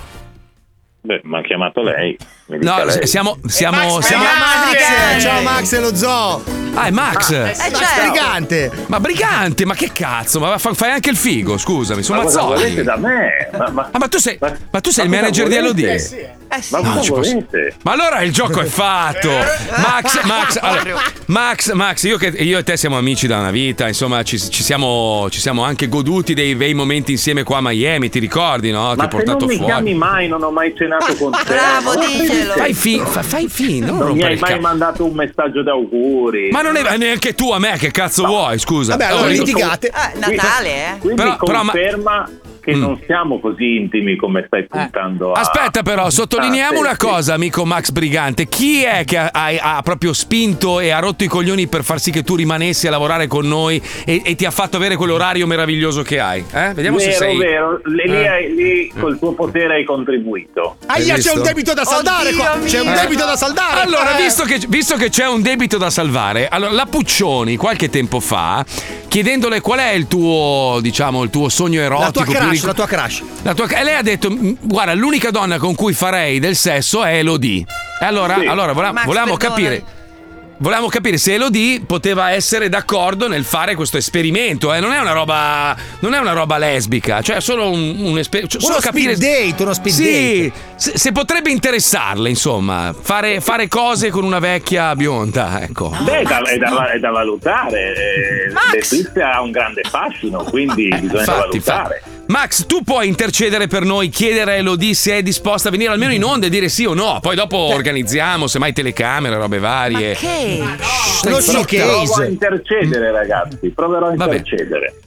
K: Beh, mi ha chiamato lei. Mi dica
B: No,
K: lei.
B: siamo. siamo,
E: Max
B: siamo
E: Brigante! Ciao Max e lo zoo!
B: Ah, è Max.
E: Ah, eh,
F: certo.
E: Max Brigante!
B: Ma brigante, ma che cazzo? Ma fa- fai anche il figo, scusami, sono
K: Ma cosa
B: mazzoli.
K: volete da me? Ma, ma-
B: Ah, ma tu sei, ma tu sei il
K: ma cosa
B: manager di
K: volete?
B: Elodie?
K: Eh sì.
F: Eh sì.
K: Ma
B: No,
K: cosa
B: ci posso-
K: volete?
B: Ma allora il gioco è fatto. Max, Max, allora, Max, Max, io, che, io e te siamo amici da una vita, insomma, ci, ci siamo, ci siamo anche goduti dei bei momenti insieme qua a Miami, ti ricordi, no? Ti
K: Ma
B: ho
K: se
B: portato
K: non mi
B: fuori.
K: chiami mai, non ho mai cenato con te.
F: Bravo,
K: Ma-
F: diglielo.
B: Fai fin, fa- fai fin, non,
K: Non mi
B: rompere
K: hai
B: il
K: mai
B: cazzo.
K: mandato un messaggio d'auguri.
B: Ma non è neanche tu a me, che cazzo vuoi, scusa?
E: Vabbè, allora
B: Oh,
E: litigate.
F: Ah, Natale, eh?
K: Quindi
B: Però- però, ma-
K: conferma che
B: Mm.
K: non siamo così intimi come stai puntando a...
B: Aspetta però, sottolineiamo
K: Ah, sì,
B: una
K: sì.
B: cosa, amico Max Brigante. Chi è che ha, ha- ha proprio spinto e ha rotto i coglioni per far sì che tu rimanessi a lavorare con noi e, e ti ha fatto avere quell'orario meraviglioso che hai? Eh? Vediamo
K: vero,
B: se sei...
K: vero, lì, lì
B: Eh.
K: hai- lì col tuo potere hai contribuito.
E: Aia, c'è
B: visto?
E: un debito da saldare
F: Oddio
E: qua! C'è un
F: mio.
E: debito da saldare!
B: Allora,
E: Eh.
B: visto che, visto che c'è un debito da salvare, allora la Puccioni qualche tempo fa, chiedendole qual è il tuo, diciamo, il tuo sogno erotico,
E: La tua
B: più
E: crush,
B: ric-
E: la tua crush.
B: la tua- e lei ha detto: "Mm, guarda, l'unica donna con cui farei del sesso è Elodie. E allora,
K: Sì.
B: allora volevamo,
F: Max,
B: volevamo
F: perdonami.
B: capire. Volevamo capire se Elodie poteva essere d'accordo nel fare questo esperimento, eh? Non è una roba. Non è una roba lesbica, cioè è solo un, un esperimento.
E: Uno speed date, uno speed
B: Sì,
E: date.
B: se, se potrebbe interessarle, insomma, fare, fare cose con una vecchia bionda, ecco.
K: Beh, è da, è da- è da valutare. eh,
F: Max!
K: Letizia ha un grande fascino, quindi bisogna
B: Infatti,
K: valutare.
B: infatti. Max, tu puoi intercedere per noi, chiedere a Elodie se è disposta a venire almeno in onda e dire sì o no. Poi dopo organizziamo, semmai telecamere, robe varie.
F: Che?
E: Uno
B: Stai zitta.
K: Provo a
E: showcase.
K: intercedere, ragazzi. Proverò a
B: Vabbè.
K: intercedere.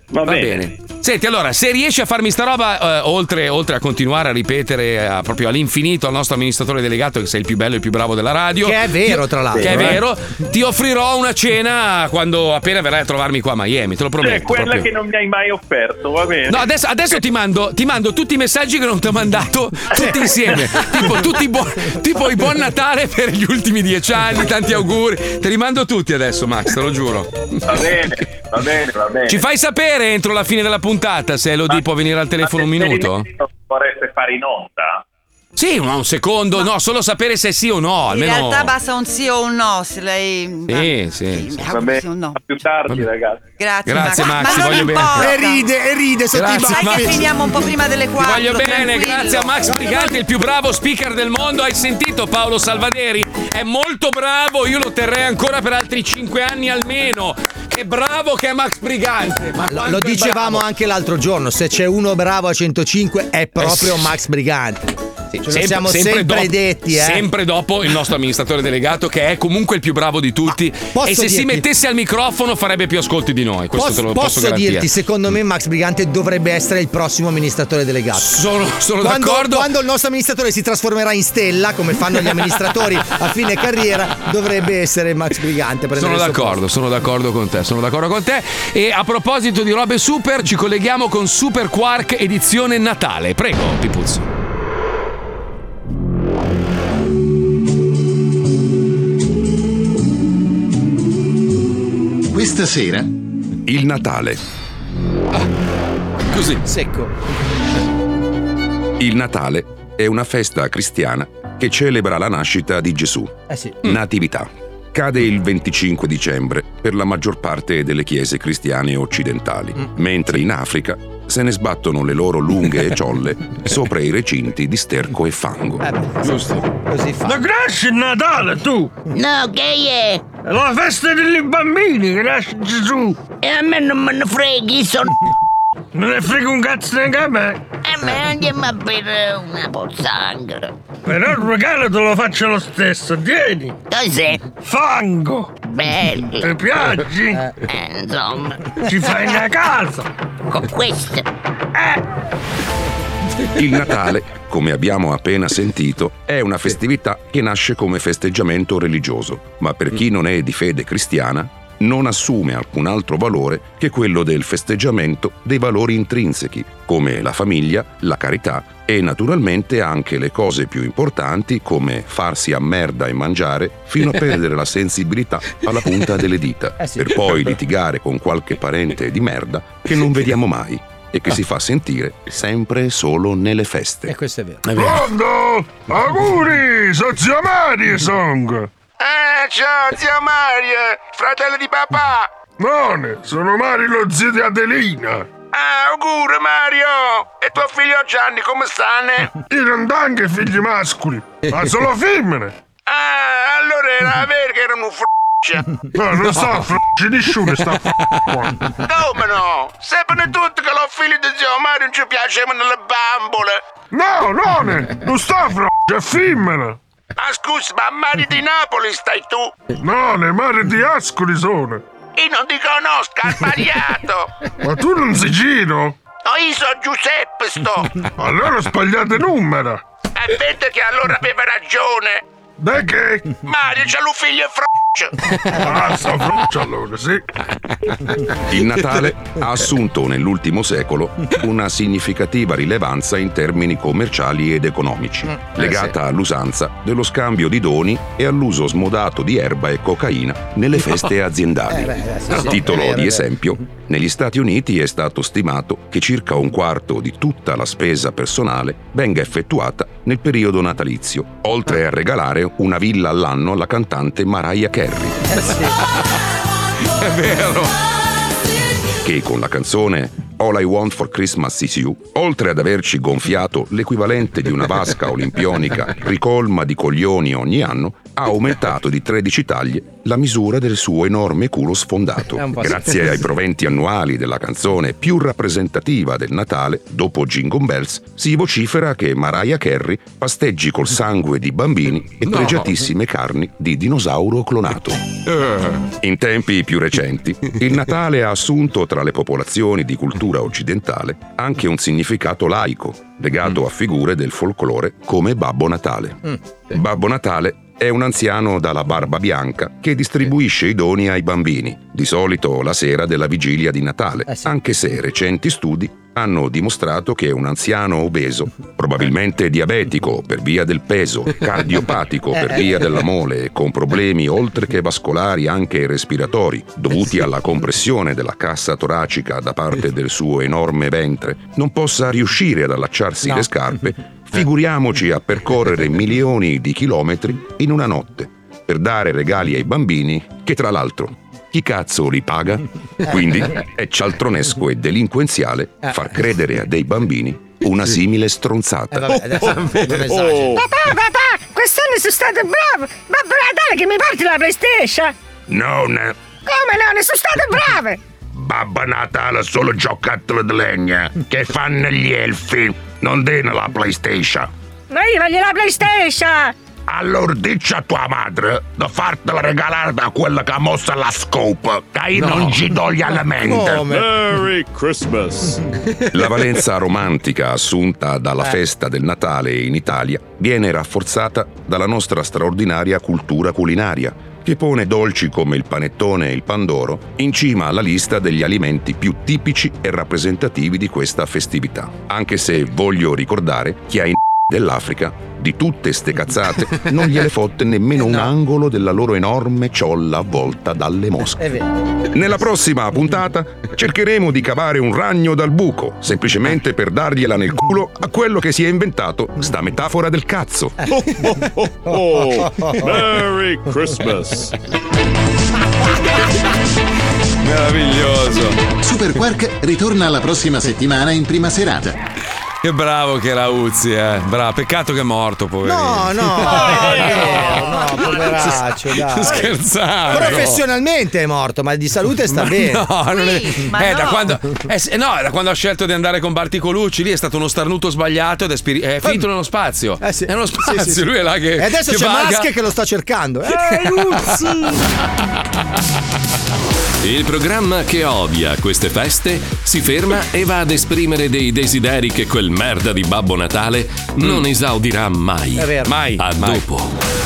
K: Va,
B: Va
K: bene.
B: bene. Senti, allora, se riesci a farmi sta roba, eh, oltre, oltre a continuare a ripetere eh, proprio all'infinito al nostro amministratore delegato che sei il più bello e il più bravo della radio.
E: Che è vero, tra l'altro.
B: Che è
E: eh.
B: vero. Ti offrirò una cena quando appena verrai a trovarmi qua a Miami, te lo prometto.
K: Cioè, quella
B: proprio.
K: che non mi hai mai offerto, va bene.
B: No, adesso, adesso ti, mando, ti mando tutti i messaggi che non ti ho mandato tutti insieme. tipo, tutti buon, tipo i buon Natale per gli ultimi dieci anni, tanti auguri. Te li mando tutti adesso, Max, te lo giuro.
K: Va bene, va bene, va bene.
B: Ci fai sapere entro la fine della puntata se Elodie può venire al telefono un minuto?
K: Vorreste fare in onda?
B: Sì, un, un secondo, no, solo sapere se sì o no.
F: In
B: Almeno.
F: realtà basta un sì o un no, se lei...
B: Sì, sì. sì.
K: Va bene,
F: no.
K: a più tardi, ragazzi.
F: Grazie,
B: Grazie, Max,
F: ma
B: ti
F: non
B: voglio bene.
F: importa.
E: E ride, e ride sotto i
B: Grazie,
F: Sai
E: baffi.
F: che finiamo un po' prima delle
B: Ti
F: quattro.
B: voglio bene,
F: tranquillo.
B: grazie a Max Brigante, il più bravo speaker del mondo. Hai sentito Paolo Salvaderi? È molto bravo, io lo terrei ancora per altri cinque anni almeno. Che bravo che è Max Brigante. Ma
E: Lo,
B: quanto
E: lo
B: è
E: dicevamo
B: bravo.
E: anche l'altro giorno, se c'è uno bravo a centocinque è proprio
B: Eh, sì.
E: Max Brigante.
B: Sì,
E: Ce lo siamo sempre,
B: dopo,
E: detti, eh.
B: sempre dopo il nostro amministratore delegato, che è comunque il più bravo di tutti.
E: posso
B: E se si
E: dirti-
B: mettesse al microfono farebbe più ascolti di noi. Questo
E: Posso,
B: te lo posso,
E: posso
B: garantire.
E: dirti, secondo me Max Brigante dovrebbe essere il prossimo amministratore delegato.
B: Sono, sono
E: quando,
B: d'accordo.
E: Quando il nostro amministratore si trasformerà in stella, come fanno gli amministratori a fine carriera, dovrebbe essere Max Brigante. prendere
B: Sono
E: il suo
B: d'accordo,
E: posto.
B: sono d'accordo con te, sono d'accordo con te. E a proposito di robe super, ci colleghiamo con Super Quark edizione Natale. Prego, Pipuzzo.
J: Questa sera
H: Il Natale.
B: Così.
E: Secco.
H: Il Natale è una festa cristiana che celebra la nascita di Gesù.
E: Eh sì.
H: Natività. Cade il venticinque dicembre per la maggior parte delle chiese cristiane occidentali, mentre in Africa se ne sbattono le loro lunghe ciolle sopra i recinti di sterco e fango.
B: Giusto.
E: Così fa.
V: Ma cresci il Natale tu?
W: No, che è?
V: È la festa dei bambini che nasce Gesù.
W: E a me non me ne freghi, sono...
V: Non ne frega un cazzo neanche a me.
W: A me andiamo a bere una pozzanghera.
V: Però il regalo te lo faccio lo stesso, tieni.
W: Cos'è?
V: Fango.
W: Bello.
V: Ti piaci?
W: Eh, insomma.
V: Ci fai una casa.
W: Con questo.
H: Il Natale, come abbiamo appena sentito, è una festività che nasce come festeggiamento religioso, ma per chi non è di fede cristiana non assume alcun altro valore che quello del festeggiamento dei valori intrinsechi, come la famiglia, la carità e naturalmente anche le cose più importanti come farsi a merda e mangiare fino a perdere la sensibilità alla punta delle dita,
E: Eh sì.
H: per poi litigare con qualche parente di merda che non vediamo mai e che si fa sentire sempre e solo nelle feste.
E: E questo è vero.
V: Pronto? Auguri, sono zio Mario Song.
X: Ah, ciao, zio Mario, fratello di papà.
V: Non, sono Mario lo zio di Adelina.
X: Ah, auguri Mario. E tuo figlio Gianni come stanno?
V: Io non do anche figli mascoli, ma solo femmine.
X: Ah, allora era vero che erano un f***a.
V: No, non sta a f***i nessuno, sta a f***i.
X: Come no? Sappiano tutti che lo figlio di zio Mario non ci piacevano le bambole.
V: No, non, non sta a f***i, è femmina.
X: Ah, scusa, ma a Mario di Napoli stai tu?
V: No, nei mari di Ascoli sono.
X: Io non ti conosco, hai sbagliato.
V: Ma tu non sei Gino?
X: No, io sono Giuseppe, sto.
V: Allora sbagliate numero.
X: E vede che allora aveva ragione.
V: Da che?
X: Mario c'ha un figlio froccio.
V: Ah, sta froccio allora, sì.
H: Il Natale ha assunto nell'ultimo secolo una significativa rilevanza in termini commerciali ed economici, legata all'usanza dello scambio di doni e all'uso smodato di erba e cocaina nelle feste aziendali.
E: Eh, beh, sì,
H: A
E: sì.
H: titolo
E: È vero,
H: di
E: è vero.
H: esempio, negli Stati Uniti è stato stimato che circa un quarto di tutta la spesa personale venga effettuata nel periodo natalizio, oltre a regalare una villa all'anno alla cantante Mariah Carey.
B: È vero.
H: Che con la canzone All I Want for Christmas Is You, oltre ad averci gonfiato l'equivalente di una vasca olimpionica ricolma di coglioni ogni anno,
J: ha aumentato di tredici taglie la misura del suo enorme culo sfondato. Grazie ai proventi annuali della canzone più rappresentativa del Natale, dopo Jingle Bells, si vocifera che Mariah Carey pasteggi col sangue di bambini e
B: No.
J: pregiatissime carni di dinosauro clonato. In tempi più recenti, il Natale ha assunto tra le popolazioni di cultura occidentale anche un significato laico, legato a figure del folklore come Babbo Natale. Babbo Natale è un anziano dalla barba bianca che distribuisce i doni ai bambini, di solito la sera della vigilia di Natale, anche se recenti studi hanno dimostrato che un anziano obeso, probabilmente diabetico per via del peso, cardiopatico per via della mole e con problemi oltre che vascolari anche respiratori, dovuti alla compressione della cassa toracica da parte del suo enorme ventre, non possa riuscire ad allacciarsi le scarpe. Figuriamoci a percorrere milioni di chilometri in una notte per dare regali ai bambini che, tra l'altro, chi cazzo li paga? Quindi è cialtronesco e delinquenziale far credere a dei bambini una simile stronzata.
W: Papà, papà, quest'anno sono stato bravo. Babbo Natale che mi porti la PlayStation.
H: Non,
W: Come no, ne sono state brave.
H: Babbo Natale solo giocattoli di legna che fanno gli elfi, non dena la PlayStation.
W: Ma io voglio la PlayStation.
H: Allora dici a tua madre di fartela regalare da quella che ha mossa la scope, che io
J: No.
H: non ci do gli elementi.
J: Merry Christmas! La valenza romantica assunta dalla festa del Natale in Italia viene rafforzata dalla nostra straordinaria cultura culinaria, che pone dolci come il panettone e il pandoro in cima alla lista degli alimenti più tipici e rappresentativi di questa festività. Anche se voglio ricordare che ai dell'Africa di tutte ste cazzate non gliele fotte nemmeno un angolo della loro enorme ciolla avvolta dalle mosche.
E: È vero.
J: Nella prossima puntata cercheremo di cavare un ragno dal buco, semplicemente per dargliela nel culo a quello che si è inventato sta metafora del cazzo.
W: Oh, oh, oh, oh.
J: Merry Christmas!
B: Meraviglioso.
L: Super Quark ritorna la prossima settimana in prima serata.
B: Che bravo che era Uzzi, eh. Bravo, peccato che è morto, poverino.
E: No, no, no, no, poveraccio, dai.
B: Scherzando.
E: Professionalmente è morto, ma di salute sta
B: Ma
E: bene.
B: no, non è-
E: ma
B: eh,
E: no.
B: Da quando, eh, se- no, da quando ha scelto di andare con Barticolucci, lì è stato uno starnuto sbagliato ed è, spiri- è finito nello spazio.
E: Eh, sì.
B: È nello
E: Sì,
B: spazio,
E: sì, sì.
B: lui è là che.
E: E adesso
B: che
E: c'è
B: vaga.
E: Musk che lo sta cercando. Eh, Luzzi!
M: Il programma che odia queste feste si ferma e va ad esprimere dei desideri che quel merda di Babbo Natale non esaudirà mai.
B: È vero. Mai,
M: A
B: mai.
M: dopo.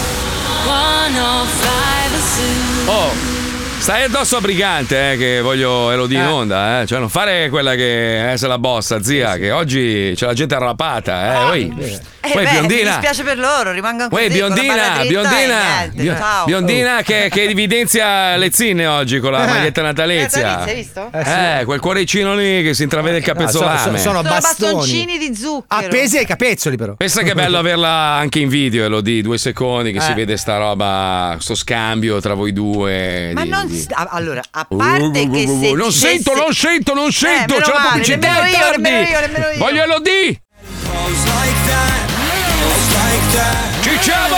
B: Oh, stai addosso a Brigante, eh, che voglio Elodie in
F: Eh.
B: onda, eh. Cioè, non fare quella che è se la bossa, zia, che oggi c'è la gente arrapata, eh. Oi.
F: Eh
B: Poi
F: beh, mi
B: biondina.
F: dispiace per loro, rimangono così.
B: Uè, biondina,
F: con la palla dritta
B: biondina,
F: e niente.
B: bio-
F: Ciao.
B: biondina che, che evidenzia le zinne oggi con la
F: Eh.
B: maglietta natalizia.
F: Natalizia, hai visto?
B: Eh, quel cuoricino lì che si intravede il capezzolame.
E: sono- sono
F: Sono
E: bastoni.
F: bastoncini di zucchero.
E: Appesi ai capezzoli, però.
B: Pensa che è bello averla anche in video, Elodie, due secondi che
E: Eh.
B: si vede sta roba, sto scambio tra voi due.
F: Ma
B: di-
F: non
B: di-
F: s- a- allora, a parte che se
B: non
F: dicessi-
B: sento, non sento, non sento,
F: meno
B: c'è la
F: male,
B: pubblicità,
F: nemmeno
B: è
F: io,
B: tardi.
F: nemmeno io, nemmeno io.
B: Voglio Elodie. Cicciamo!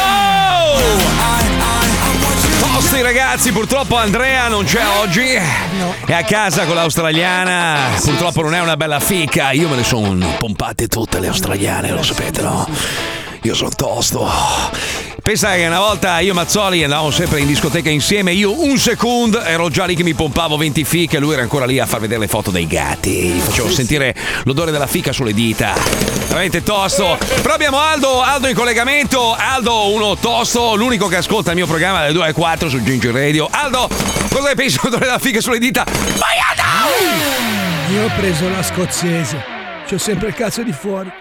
B: Tosti ragazzi, purtroppo Andrea non c'è oggi. È a casa con l'australiana. Purtroppo non è una bella fica. Io me ne sono pompate tutte le australiane, lo sapete, no? Io sono tosto. Pensa che una volta io e Mazzoli andavamo sempre in discoteca insieme. Io un secondo ero già lì che mi pompavo venti fiche. Lui era ancora lì a far vedere le foto dei gatti. Gli facevo sentire l'odore della fica sulle dita. Veramente tosto. Però abbiamo Aldo, Aldo in collegamento. Aldo, uno tosto, l'unico che ascolta il mio programma dalle due alle quattro su Ginger Radio. Aldo, cosa ne pensi dell'odore della fica sulle dita? Vai Aldo!
N: Io ho preso la scozzese. C'ho sempre il cazzo di fuori.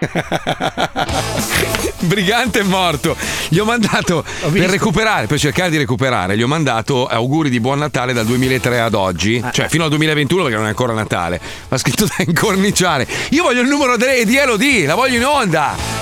B: Brigante è morto. Gli ho mandato per recuperare, per cercare di recuperare, gli ho mandato auguri di buon Natale dal duemilatré ad oggi, cioè fino al duemilaventuno perché non è ancora Natale. Ma scritto da incorniciare. Io voglio il numero di Elodie, la voglio in onda.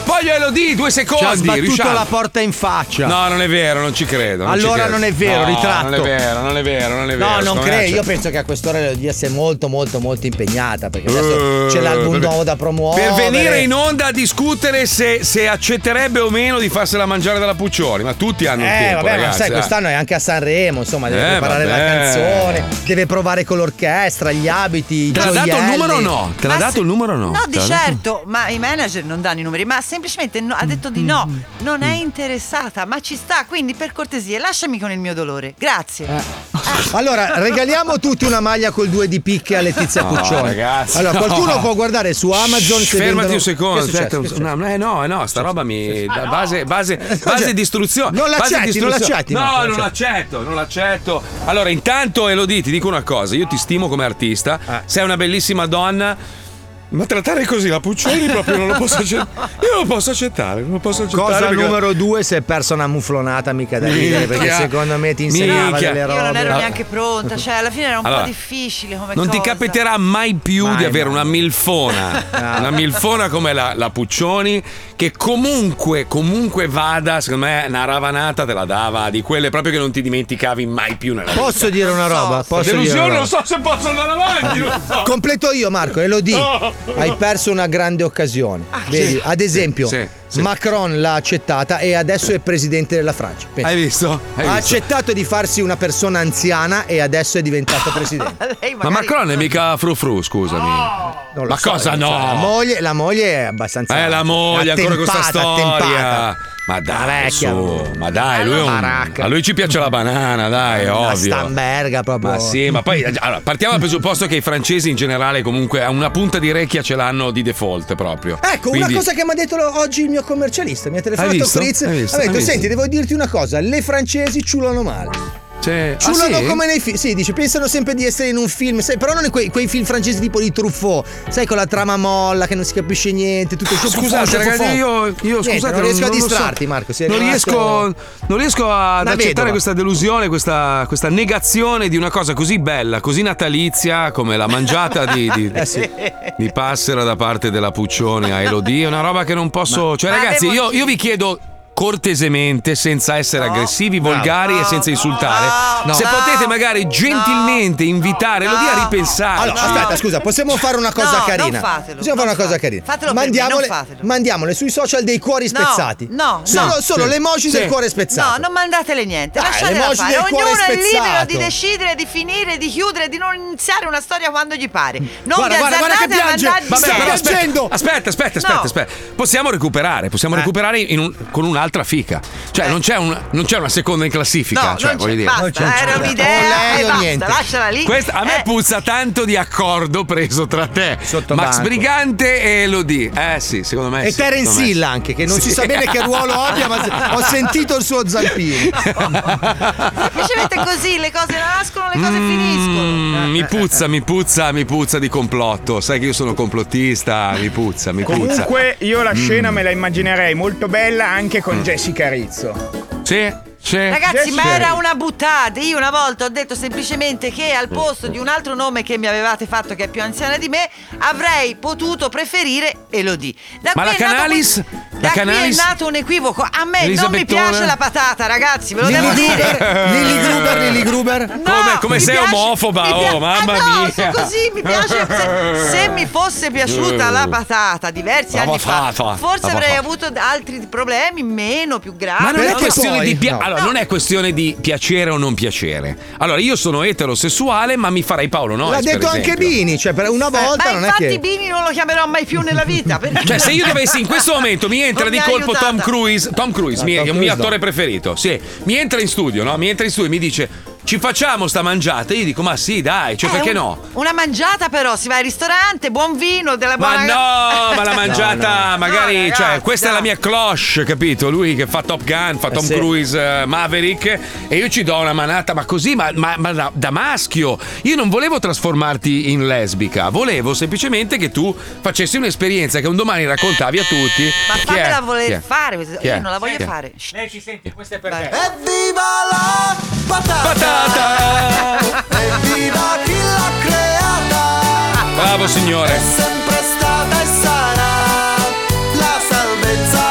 B: Voglio Elodie, due secondi.
E: Ci ha sbattuto
B: riusciamo.
E: la porta in faccia.
B: No, non è vero, non ci credo. Non
E: allora
B: ci credo.
E: non è vero,
B: no,
E: ritratto.
B: Non è vero, non è vero, non è vero.
E: No, non
B: Secondo me
E: credo.
B: c'è-
E: Io penso che a quest'ora Elodie sia molto, molto, molto impegnata. Perché adesso c'è l'album
B: per-
E: nuovo da promuovere.
B: Per venire in onda a discutere se, se accetterebbe o meno di farsela mangiare dalla Puccioni. Ma tutti hanno il
E: Eh,
B: tempo,
E: vabbè,
B: ragazzi.
E: ma sai,
B: eh.
E: quest'anno è anche a Sanremo, insomma, deve
B: Eh,
E: preparare la
B: vabbè.
E: canzone, deve provare con l'orchestra, gli abiti, i
B: Te l'ha dato il
E: gioielli.
B: numero o no? Te l'ha
F: Ma
B: dato
F: se-
B: il numero o no?
F: No,
B: Te
F: di
B: l'ha dato?
F: certo, ma i manager non danno i numeri, ma semplicemente no- ha detto di no, non è interessata, ma ci sta, quindi per cortesia lasciami con il mio dolore, grazie.
E: Allora, regaliamo tutti una maglia col due di picche a Letizia
B: No,
E: Puccioni.
B: ragazzi,
E: allora, qualcuno
B: no.
E: può guardare su Amazon se
B: Fermati
E: vendono-
B: un secondo,
E: Che è successo?
B: aspetta,
E: Che è successo?
B: no, eh, no, eh, no, sta roba mi da base base base di istruzione.
E: non
B: base
E: l'accetti,
B: di istruzione.
E: non l'accetti,
B: No,
E: Marco, non
B: non l'accetto, non l'accetto. Allora, intanto Elodie, ti dico una cosa, io ti stimo come artista, sei una bellissima donna. Ma trattare così la Puccioni proprio non lo posso accettare. Io non lo posso accettare, non lo posso accettare.
E: Cosa
B: perché-
E: numero due, si è persa una muflonata mica da ridere, perché
B: Minchia.
E: secondo me ti insegnava
B: Minchia.
E: delle robe.
F: Io non ero neanche pronta, cioè alla fine era un
B: Allora,
F: po' difficile come
B: Non
F: cosa.
B: ti capiterà mai più
E: Mai,
B: di avere
E: mai.
B: una milfona,
E: Ah.
B: una milfona come la, la Puccioni, che comunque, comunque vada, secondo me una ravanata te la dava, di quelle proprio che non ti dimenticavi mai più nella vita.
E: Posso dire una roba? Posso dire una
B: Delusione,
E: roba?
B: non so se posso andare avanti. Non so.
E: Completo io, Marco, Elodie.
B: No.
E: Hai perso una grande occasione. Vedi,
B: sì.
E: ad esempio,
B: Sì, sì.
E: Macron l'ha accettata e adesso è presidente della Francia. Pensa.
B: Hai visto? Hai
E: ha
B: visto?
E: accettato di farsi una persona anziana e adesso è diventato presidente.
B: Ma Macron è mica frufru, scusami.
E: Non lo
B: Ma
E: so,
B: cosa
E: non lo so.
B: no?
E: La moglie, la moglie è abbastanza.
B: Eh, la moglie, ancora con questa
E: attempata,
B: storia.
E: attempata.
B: Ma dai,
E: vecchia.
B: su, ma dai, lui è un,
E: baracca.
B: a lui ci piace la banana, dai, è
E: Una
B: ovvio.
E: Stamberga proprio.
B: Ma sì, ma poi allora, partiamo dal presupposto che i francesi in generale comunque a una punta di orecchia ce l'hanno di default proprio.
E: Ecco,
B: Quindi-
E: una cosa che mi ha detto lo- oggi il mio commercialista, mi ha telefonato
B: Hai visto?
E: Fritz,
B: Hai visto?
E: ha detto,
B: Hai visto?
E: senti, devo dirti una cosa, le francesi ciulano male.
B: Cioè,
E: Ciulano
B: ah, sì?
E: come nei film. Sì, dice, pensano sempre di essere in un film, sai, però non in quei, quei film francesi tipo di Truffaut, sai, con la trama molla che non si capisce niente, tutto ciò.
B: Scusate ragazzi, io, io scusate,
E: non riesco a
B: lo so.
E: distrarti, Marco. sei
B: Non
E: rimasto-
B: riesco, non riesco ad
E: Una
B: accettare
E: vedova.
B: questa delusione, questa, questa negazione di una cosa così bella, così natalizia come la mangiata di, di,
E: Eh sì.
B: di passera da parte della Puccioni a Elodie. È una roba che non posso. Cioè,
F: Ma
B: ragazzi,
F: avevo-
B: io, io vi chiedo. Cortesemente, senza essere aggressivi, volgari e senza insultare,
E: no.
B: se
E: No.
B: potete magari gentilmente invitare Elodie a ripensarci.
E: Allora, aspetta, scusa, possiamo fare una cosa
F: No,
E: carina?
F: non fatelo,
E: Possiamo fare
F: non
E: una cosa
F: fatelo.
E: carina.
F: Fatelo per me,
E: mandiamole,
F: non fatelo.
E: mandiamole sui social dei cuori
F: No,
E: spezzati.
F: no,
E: Solo,
F: no.
E: solo
B: Sì.
E: l'emoji
B: Sì.
E: del cuore spezzato.
F: No, non mandatele niente,
E: Dai,
F: lasciatela
E: l'emoji
F: fare.
E: del cuore
F: Ognuno è libero
E: spezzato.
F: di decidere, di finire, di chiudere, di non iniziare una storia quando gli pare. Non
E: Guarda,
F: vi
E: guarda, guarda che
F: azzardate a
E: piange.
F: mandare
B: Vabbè,
E: Sta
B: però aspetta,
E: piangendo.
B: aspetta, aspetta, aspetta,
F: No.
B: aspetta. Possiamo recuperare, possiamo
E: Eh.
B: recuperare in un- con un'altra fica. Cioè, non, c'è un- non c'è una seconda in classifica.
F: No,
B: cioè,
F: non c'è,
B: voglio dire.
F: basta,
E: Non c'è,
F: era
E: c'è.
F: un'idea
E: O lei
F: e
E: o
F: basta,
E: niente.
F: lasciala lì.
B: Questa- a me
F: Eh,
B: puzza tanto di accordo preso tra te,
E: Sotto
B: Max
E: banco.
B: Brigante e Elodie. Eh sì, secondo me
E: E
B: sì,
E: Terence
B: secondo me
E: Hill
B: sì.
E: anche, che non
B: Sì.
E: si sa bene che ruolo abbia, ma se- ho sentito il suo zampino.
F: Semplicemente così le cose nascono, le cose
B: Mm,
F: finiscono.
B: mi puzza, mi puzza, mi puzza di complotto. Sai che io sono complottista, mi puzza, mi puzza.
G: Comunque io la scena
B: Mm.
G: me la immaginerei molto bella anche con Jessica Rizzo.
B: Sì, sì.
F: Ragazzi,
G: Yes,
F: ma
G: sir.
F: era una buttata. Io una volta ho detto semplicemente che al posto di un altro nome che mi avevate fatto, che è più anziana di me, avrei potuto preferire Elodie. Da
B: Ma
F: qui
B: la
F: è nato
B: Canalis?
F: un-
B: La
F: Da qui è
B: Canalis?
F: nato un equivoco. A me non mi
B: Elisabettone?
F: piace la patata, ragazzi, ve lo devo
E: Lilly
F: dire.
E: Gruber, Lilly Gruber, Lilly Gruber.
F: No,
B: Come- come
F: mi
B: sei
F: piace-
B: omofoba,
F: mi pia-
B: oh, mamma
F: ah, no,
B: mia.
F: sono così, mi piace. Se, se mi fosse piaciuta la patata diversi
B: La
F: anni fa,
B: patata,
F: forse
B: la
F: avrei
B: patata.
F: avuto altri problemi meno più gravi.
B: Ma non è
E: Perché
B: questione
E: poi?
B: di pia-
E: No.
B: allora, non è questione di piacere o non piacere. Allora, io sono eterosessuale, ma mi farei Paolo Noyes.
E: L'ha
B: per
E: detto anche
B: esempio.
E: Bini, cioè per una volta
F: Ma
E: non è
F: infatti
E: che.
F: Bini non lo chiamerò mai più nella vita. perché-
B: Cioè, se io dovessi in questo momento mi entra
F: Non
B: di
F: mi ha
B: colpo
F: aiutata.
B: Tom Cruise, Tom Cruise,
E: No,
B: mi-
E: Tom
B: è un
E: Cruise
B: mio
E: no.
B: attore preferito. Sì, mi entra in studio, no? Mi entra in studio e mi dice: ci facciamo sta mangiata? Io dico: ma sì, dai, cioè,
F: Eh,
B: perché
F: un-
B: no?
F: Una mangiata però, si va al ristorante, buon vino, della
B: Ma
F: buona
B: no, ma la mangiata,
F: No,
B: magari,
F: no, ragazzi,
B: cioè, questa è
F: dai.
B: la mia cloche, capito? Lui che fa Top Gun, fa
E: Eh,
B: Tom
E: sì.
B: Cruise, eh, Maverick, e io ci do una manata, ma così, ma, ma- ma da, da maschio. Io non volevo trasformarti in lesbica, volevo semplicemente che tu facessi un'esperienza che un domani raccontavi a tutti.
F: Ma
B: Chi è?
F: fammela
B: Chi
F: voler
B: è?
F: fare, questa-
B: Chi è?
F: io non la voglio
B: Chi è?
F: fare.
D: Lei ci sente, questa è per te.
O: Evviva la patata!
B: Patata!
O: Evviva chi l'ha creata!
B: Bravo signore.
O: È sempre stata e sarà la salvezza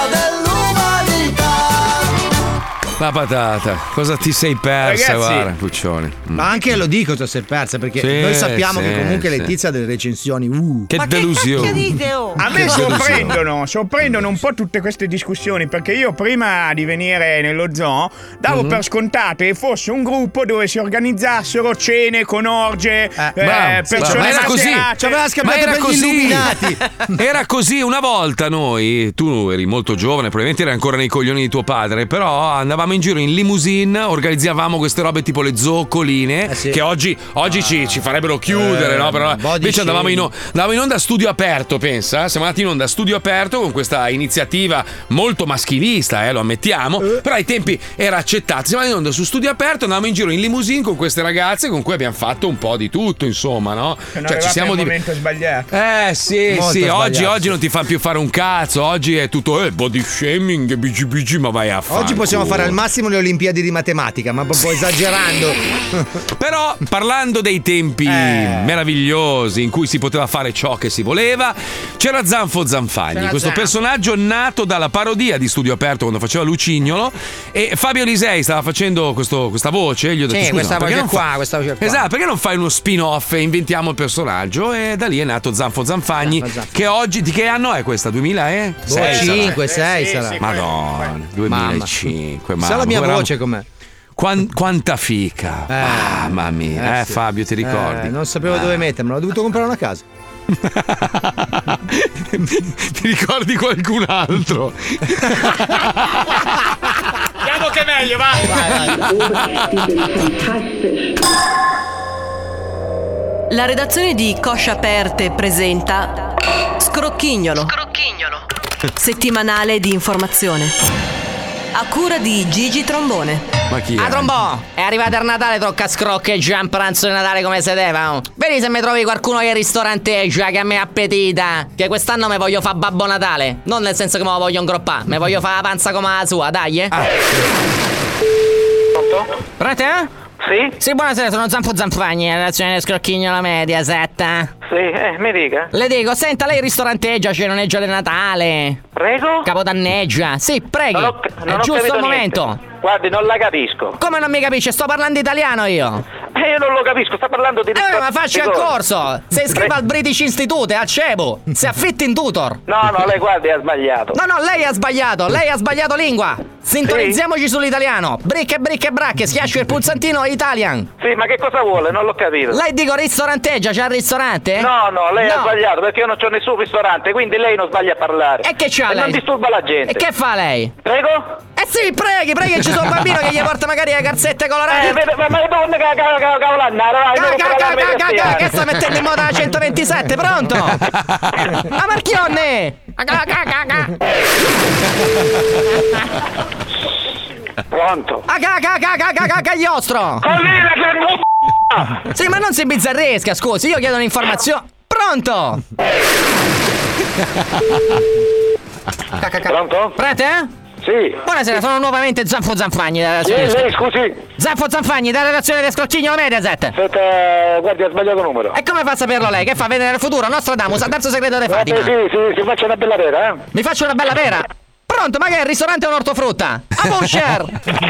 B: La patata, cosa ti sei persa,
E: Ragazzi,
B: guarda, Puccioni. Mm.
E: Ma anche lo dico, ti sei persa perché
B: Sì,
E: noi sappiamo
B: sì,
E: che comunque
B: sì.
E: Letizia ha delle recensioni. Uh.
B: Che delusione.
F: Dite, oh.
G: A me
E: Che
G: sorprendono, sorprendono un po' tutte queste discussioni perché io prima di venire nello zoo davo
E: Mhm.
G: per scontato che fosse un gruppo dove si organizzassero cene con orge, eh,
B: Bravo,
G: persone
B: ma era così,
G: maserate.
B: ma era così. Era così una volta noi, tu eri molto giovane, probabilmente eri ancora nei coglioni di tuo padre, però andavamo in giro in limousine, organizzavamo queste robe tipo le zoccoline, che oggi, oggi ci, ci farebbero chiudere,
E: Eh,
B: no? Però
E: body
B: invece andavamo in,
E: shaming.
B: andavamo in onda a studio aperto, pensa, siamo andati in onda a studio aperto con questa iniziativa molto maschilista, eh, lo ammettiamo, però ai tempi era accettato. Siamo andati in onda su studio aperto, andavamo in giro in limousine con queste ragazze con cui abbiamo fatto un po' di tutto, insomma, no?
G: Che non
B: Cioè ci
G: arrivate
B: siamo
G: al
B: di...
G: momento sbagliato.
B: Eh sì,
G: Molto
B: sì, oggi,
G: sbagliato.
B: oggi non ti fa più fare un cazzo, oggi è tutto eh, body shaming, B G B G, ma vai a fare.
E: Oggi possiamo fare al massimo le Olimpiadi di matematica, ma proprio esagerando.
B: Però parlando dei tempi meravigliosi in cui si poteva fare ciò che si voleva, c'era Zanfo Zanfagni,
E: C'era
B: questo
E: Zanfo.
B: personaggio nato dalla parodia di Studio Aperto quando faceva Lucignolo, e Fabio Lisei stava facendo questo- questa voce, gli ho detto
E: Sì,
B: scusa,
E: questa
B: ma perché
E: voce
B: non
E: qua,
B: fa-
E: questa voce qua.
B: Esatto, perché non fai uno spin-off e inventiamo il personaggio? E da lì è nato Zanfo Zanfagni, che oggi di che anno è questa? duemila? Eh?
E: Boh, cinque, sei
B: sì,
E: sarà.
B: sì, Madonna, duemilacinque.
E: Sa la mia
B: ancora-
E: voce com'è?
B: Quan- quanta fica, mamma mia, eh,
E: eh, sì.
B: Fabio, ti ricordi?
E: Eh, non sapevo
B: Ah.
E: dove mettermelo, ho dovuto comprare una casa.
B: Ti ricordi qualcun altro?
D: Vediamo che è meglio, va!
P: La redazione di Cosce Aperte presenta Scrocchignolo. Settimanale di informazione. A cura di Gigi Trombone.
B: Ma chi
Q: Ah, Trombò, è arrivato il Natale, tocca scroccheggiare un pranzo di Natale come si deve. Oh. Vedi se mi trovi qualcuno che ristoranteggia, che a me appetita. Che quest'anno mi voglio fare Babbo Natale. Non nel senso che me lo voglio ingroppare, mi voglio fare la panza come la sua, dai, eh.
K: Pronto?
Q: Pronto?
K: Sì?
Q: Sì, buonasera, sono Zanfo Zanfagni, relazione del Scrocchignolo Mediaset.
K: Sì, eh, mi dica.
Q: Le dico, senta, lei ristoranteggia, cenoneggia di Natale.
K: Prego?
Q: Capodanneggia. Sì, preghi.
K: Non ho, non
Q: è
K: ho
Q: giusto
K: capito
Q: il
K: niente.
Q: momento.
K: Guardi, non la capisco.
Q: Come non mi capisce? Sto parlando italiano io.
K: Eh, io non lo capisco, sta parlando di
Q: Eh, ma faccia il
K: di cosa?
Q: corso! Si iscrive al British Institute, al CEBU! Si affitti in tutor!
K: No, no, lei guardi, ha sbagliato.
Q: No, no, lei ha sbagliato! Lei ha sbagliato lingua! Sintonizziamoci sull'italiano! Bricche, bricche, bracche, schiaccio il pulsantino Italian!
K: Sì, ma che cosa vuole? Non l'ho capito.
Q: Lei dico ristoranteggia, c'ha il ristorante?
K: No, no, lei
Q: No.
K: ha sbagliato perché io non c'ho nessun ristorante, quindi lei non sbaglia a parlare.
Q: E che c'ha
K: E
Q: lei?
K: non disturba la gente.
Q: E che fa lei?
K: Prego?
Q: Eh sì, preghi, preghi, ci sono un bambino che gli porta magari le calzette colorate!
K: Eh, vede, ma ma dove cavolannare? Vai, non
Q: Caga,
K: rompere la
Q: caga,
K: mente,
Q: caga,
K: stiamo.
Q: che sta mettendo in moda la centoventisette, pronto? A Marchionne! Caga, caga, caga.
K: Pronto?
Q: A caga, caga, caga, cagliostro!
K: Collina che
Q: Sì, ma non si bizzarrisca, scusi, io chiedo un'informazione. Pronto?
K: Pronto?
Q: Prete?
K: Sì.
Q: Buonasera, sono nuovamente Zanfo Zanfagni dalla
K: Sì,
Q: redazione.
K: lei, scusi.
Q: Zanfo Zanfagni dalla redazione del Scrocchignolo Mediaset.
K: Aspetta, guardi, ha sbagliato numero.
Q: E come fa a saperlo lei? Che fa vedere il futuro? Nostradamus, terzo segreto di
K: Vabbè,
Q: Fatima.
K: sì, sì, si faccia una bella vera, eh.
Q: Mi faccio una bella vera. Pronto, ma che è il ristorante o un ortofrutta? A Boucher!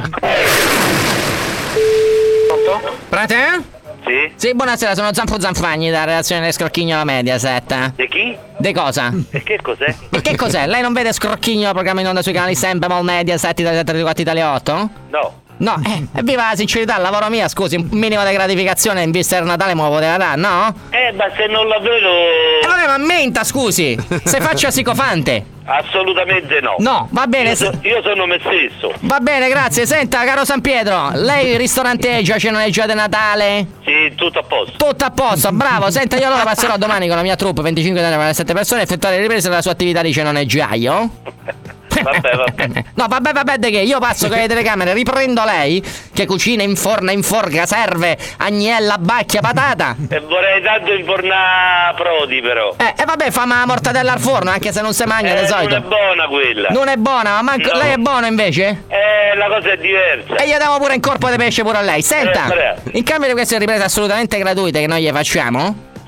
K: Pronto?
Q: Prete?
K: Sì.
Q: Sì, buonasera, sono Zanfo Zanfagni dalla redazione del Scrocchignolo Mediaset.
K: Di chi?
Q: Di cosa?
K: E che cos'è?
Q: E che cos'è? Lei non vede Scrocchignolo programma in onda sui canali Sembemol, Mediaset, Italia sette quattro, Italia otto?
K: No.
Q: No, eh, evviva la sincerità, il lavoro mio, scusi, un minimo di gratificazione in vista del Natale me lo poteva dare, no?
K: Eh, ma se non la vedo...
Q: E vabbè, ma menta, scusi, se faccia sicofante.
K: Assolutamente no.
Q: No, va bene,
K: Io,
Q: se-
K: so- io sono me stesso.
Q: Va bene, grazie. Senta, caro San Pietro, lei ristoranteggia, cenoneggia di Natale?
K: Sì, tutto a posto.
Q: Tutto a posto, bravo. Senta, io allora passerò domani con la mia troupe, venticinque anni, sette persone, a effettuare le riprese della sua attività di cenoneggiaio.
K: Vabbè, vabbè.
Q: No, vabbè, vabbè, de che io passo con le telecamere, riprendo lei che cucina, inforna, inforga, serve, agnella, bacchia, patata.
K: E vorrei tanto infornare Prodi, però.
Q: Eh, e vabbè, fammi la mortadella al forno, anche se non si mangia
K: Eh,
Q: di solito.
K: non è buona quella.
Q: Non è buona, ma manco-
K: No.
Q: lei è buono invece?
K: Eh, la cosa è diversa.
Q: E gli diamo pure un corpo di pesce pure a lei. Senta,
K: Eh, bravo.
Q: in cambio di queste riprese assolutamente gratuite che noi gli facciamo,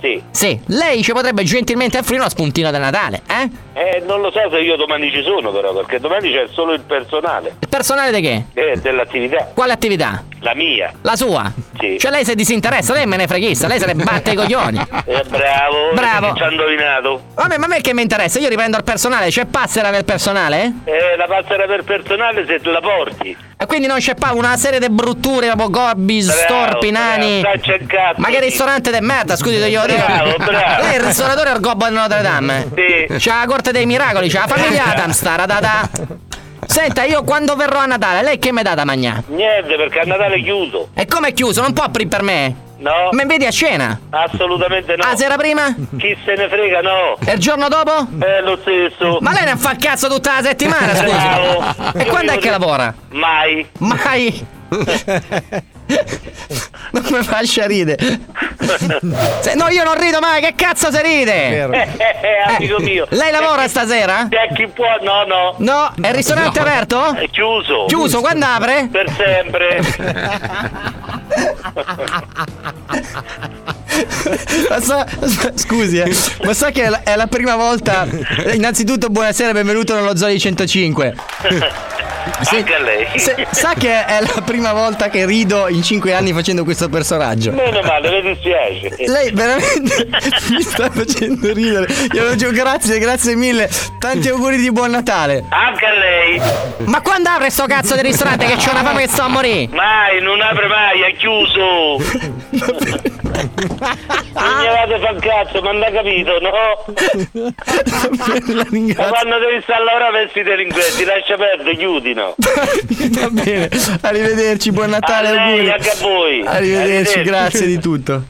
Q: Sì. Sì, lei ci potrebbe gentilmente offrire uno spuntino da Natale, eh?
R: Eh, non lo so se io domani ci sono però, perché domani c'è solo il personale.
Q: Il personale di che?
R: Eh, dell'attività.
Q: Quale attività?
R: La mia.
Q: La sua?
R: Sì.
Q: Cioè lei si disinteressa, lei me ne freghissa, lei se ne batte i coglioni.
R: Eh, bravo.
Q: Bravo.
R: Ci ha indovinato.
Q: Vabbè, ma a me che mi interessa? Io riprendo il personale, c'è passera per personale?
R: Eh, la passera per personale se te la porti.
Q: E quindi non c'è pa- una serie di brutture, proprio gobbi, storpi, nani.
R: bravo, caccia il cazzo.
Q: Ma che ristorante de merda, scusi, te glielo dico.
R: Bravo, bravo.
Q: Lei è il ristoratore al gobbo di Notre Dame?
R: Sì.
Q: C'ha la corte dei miracoli, c'ha la famiglia Adams, sta radata. Senta, io quando verrò a Natale, lei che mi dà da mangiare?
R: Niente, perché a Natale è chiuso.
Q: E come è chiuso? Non può aprire per me?
R: No.
Q: Mi vedi a cena?
R: Assolutamente no.
Q: La sera prima?
R: Chi se ne frega, no.
Q: E il giorno dopo?
R: È lo stesso.
Q: Ma lei ne fa il cazzo tutta la settimana, scusi.
R: Bravo.
Q: E quando è che lavora?
R: Mai.
Q: Mai. Non mi faccia ridere. Se- no, io non rido mai, che cazzo si ride?
R: Eh, amico mio.
Q: Lei lavora stasera?
R: Se chi può, no, no.
Q: No, è il ristorante
R: No.
Q: aperto?
R: È chiuso.
Q: Chiuso, quando apre?
R: Per sempre.
Q: Ma sa- scusi, eh, ma sa che è la, è la prima volta. Innanzitutto, buonasera, benvenuto nello Zoo di centocinque. Se-
R: Anche a lei.
Q: se- sa che è la prima volta che rido in cinque anni facendo questo personaggio.
R: Meno male, mi dispiace.
Q: Lei veramente mi sta facendo ridere. Io lo dico grazie, grazie mille. Tanti auguri di buon Natale.
R: Anche a lei.
Q: Ma quando apre sto cazzo di ristorante che c'ho una fame che sto a morire?
R: Mai, non apre mai, è chiuso. Non mi avete fa cazzo, ma non ha capito, no? Ma quando devi stare a lavorare per questi delinquenti, lascia perdere, chiudi, no?
Q: Va bene, arrivederci, buon Natale,
R: A lei,
Q: auguri.
R: anche a voi.
Q: Arrivederci,
R: Arrivederci.
Q: grazie di tutto.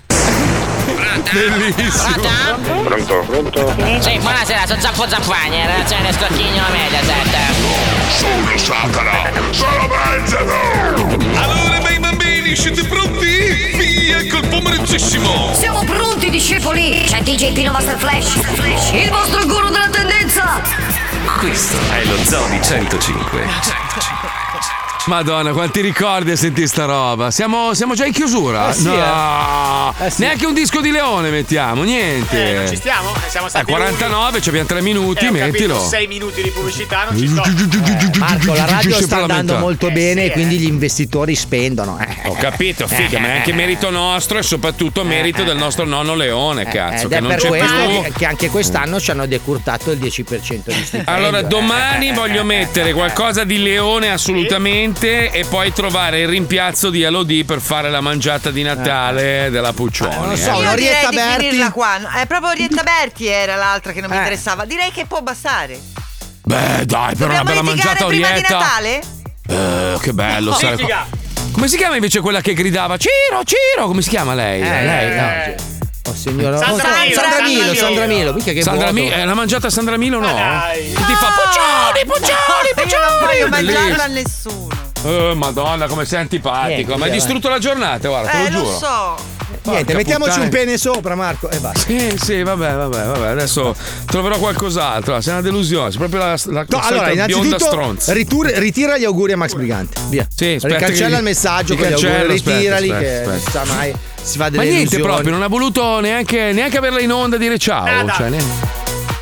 B: Bellissimo.
R: Pronto? Pronto?
Q: Sì, buonasera, sono Zappo Zampagni, redazione del Scocchigno Mediaset.
H: Sono Satana, sono Benzato!
B: Allora, bei bambini, siete pronti? Via col pomeriggissimo!
W: Siamo pronti, discepoli! C'è D J Pino Master Flash, il vostro guru della tendenza!
M: Questo è lo Zoo di centocinque.
B: Madonna, quanti ricordi a sentire sta roba. Siamo, siamo già in chiusura?
D: Eh sì,
B: no,
D: eh. Eh sì.
B: neanche un disco di Leone mettiamo, niente.
D: Eh, non ci stiamo? Siamo
B: Eh,
D: stati
B: quarantanove, ci abbiamo tre minuti,
D: Eh, ho
B: mettilo.
D: capito, sei minuti di pubblicità, non ci sto.
E: Marco, la radio sta andando molto bene
D: sì,
E: e quindi gli investitori spendono. Eh.
B: Ho capito, figa, ma è anche merito nostro e soprattutto merito del nostro nonno Leone, cazzo,
E: Ed
B: che
E: è
B: non
E: per
B: c'è
E: questo
B: più.
E: che, che anche quest'anno ci hanno decurtato il dieci per cento di stipendio.
B: Allora, domani
E: Eh.
B: voglio mettere qualcosa di Leone assolutamente e poi trovare il rimpiazzo di Elodie per fare la mangiata di Natale della Puccioni.
E: non lo
B: eh.
E: so,
F: Io direi
E: Orietta
F: di
E: Berti.
F: finirla qua. È proprio Orietta Berti era l'altra che non mi
E: Eh.
F: interessava. Direi che può bastare.
B: Beh, dai, per una
F: Dobbiamo
B: bella
F: litigare
B: mangiata
F: prima di
B: Orietta.
F: Natale?
B: Eh, che bello,
F: No.
B: sai.
F: Litiga.
B: Come si chiama invece quella che gridava Ciro, Ciro? Come si chiama lei?
E: Eh,
B: lei, no.
E: eh. Oh signora,
F: Sandra
E: oh,
F: Milo,
E: Sandra
F: Sandra
E: Milo,
F: Milo.
E: Sandra Milo, mica che
B: Sandra
E: vuoto.
B: Milo, eh, l'ha mangiata Sandra Milo no?
D: dai.
B: Che ti fa Puccioni, Puccioni,
F: Io non voglio
B: Puccioni.
F: mangiarla a nessuno.
B: Eh, madonna, come sei antipatico.
E: Niente,
B: Ma hai
E: via,
B: distrutto la giornata, guarda, te
F: Eh,
B: lo
F: lo
B: giuro.
F: so.
E: Niente,
B: Porca
E: mettiamoci
B: puttana.
E: un pene sopra, Marco, e basta.
B: Sì, sì, vabbè, vabbè, vabbè. Adesso troverò qualcos'altro. Sei una delusione, sei proprio la, la,
E: No,
B: la
E: allora,
B: solita bionda
E: innanzitutto
B: stronza.
E: ritur- ritira gli auguri a Max Brigante. Via.
B: Sì, aspetta
E: Ricancella
B: che-
E: il messaggio
B: li
E: con gli auguri,
B: cancello, aspetta,
E: ritirali
B: aspetta,
E: che non
B: aspetta.
E: sa mai. Si fa
B: Ma
E: delle
B: niente
E: illusioni.
B: proprio, non ha voluto neanche, neanche averla in onda a dire ciao.
D: Nada.
B: Cioè, neanche-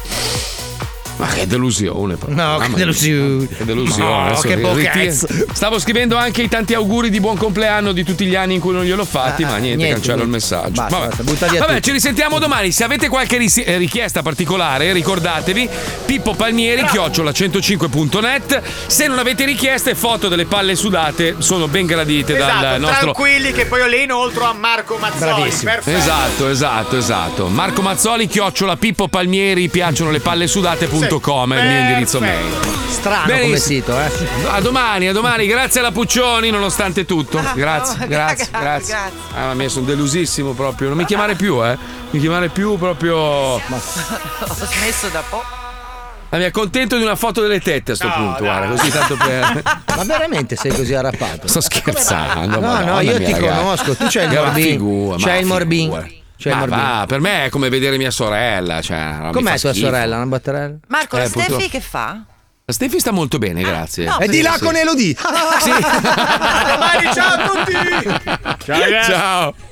B: Ma che delusione proprio.
E: No,
B: Mamma
E: che
B: mia.
E: delusione.
B: Che delusione.
E: No,
B: Adesso
E: che
B: ri-
E: pochezza.
B: ritiro- Stavo scrivendo anche i tanti auguri di buon compleanno di tutti gli anni in cui non gliel'ho fatti,
E: Ah,
B: ma niente,
E: niente,
B: cancello
E: niente.
B: il messaggio.
E: Basta,
B: Vabbè,
E: basta, butta via
B: Vabbè
E: tutto.
B: ci risentiamo domani. Se avete qualche ris- eh, richiesta particolare, ricordatevi Pippo Palmieri chiocciola centocinque punto net. Se non avete richieste, foto delle palle sudate sono ben gradite
D: Esatto,
B: dal nostro.
D: tranquilli che poi io le inoltro a Marco Mazzoli.
E: Bravissimo.
D: Perfetto.
B: Esatto, esatto, esatto. Marco Mazzoli, chiocciola Pippo Palmieri, piacciono le palle sudate punto com è il mio indirizzo mail.
E: Strano
B: Benissimo.
E: come sito, eh.
B: A domani, a domani, grazie alla Puccioni, nonostante tutto. Grazie,
F: no,
B: grazie,
F: grazie,
B: grazie.
F: grazie.
B: Ah, ma mi sono delusissimo proprio. Non mi chiamare più, eh. Mi chiamare più proprio.
F: Ho smesso da poco.
B: Ma mi accontento di una foto delle tette a sto
D: No,
B: punto,
D: dai.
B: guarda, così tanto per.
E: Ma veramente sei così arrabbiato?
B: Sto scherzando.
E: No,
B: Madonna
E: no, io
B: mia,
E: ti
B: ragazzi.
E: conosco, tu c'hai il
B: Che va
E: morbin.
B: figura, ma
E: C'hai il morbin.
B: figura.
E: C'hai il
B: Ma
E: morbin.
B: va, per me è come vedere mia sorella. Cioè, no, mi
E: Com'è
B: fa
E: tua
B: schifo.
E: sorella, una batterella?
F: Marco,
B: Eh,
F: la Steffi
B: purtroppo-
F: che fa?
B: La Steffi sta molto bene, grazie.
F: no,
E: E di là
B: Sì.
E: con Elodie.
D: Domani, ciao a tutti.
B: Ciao.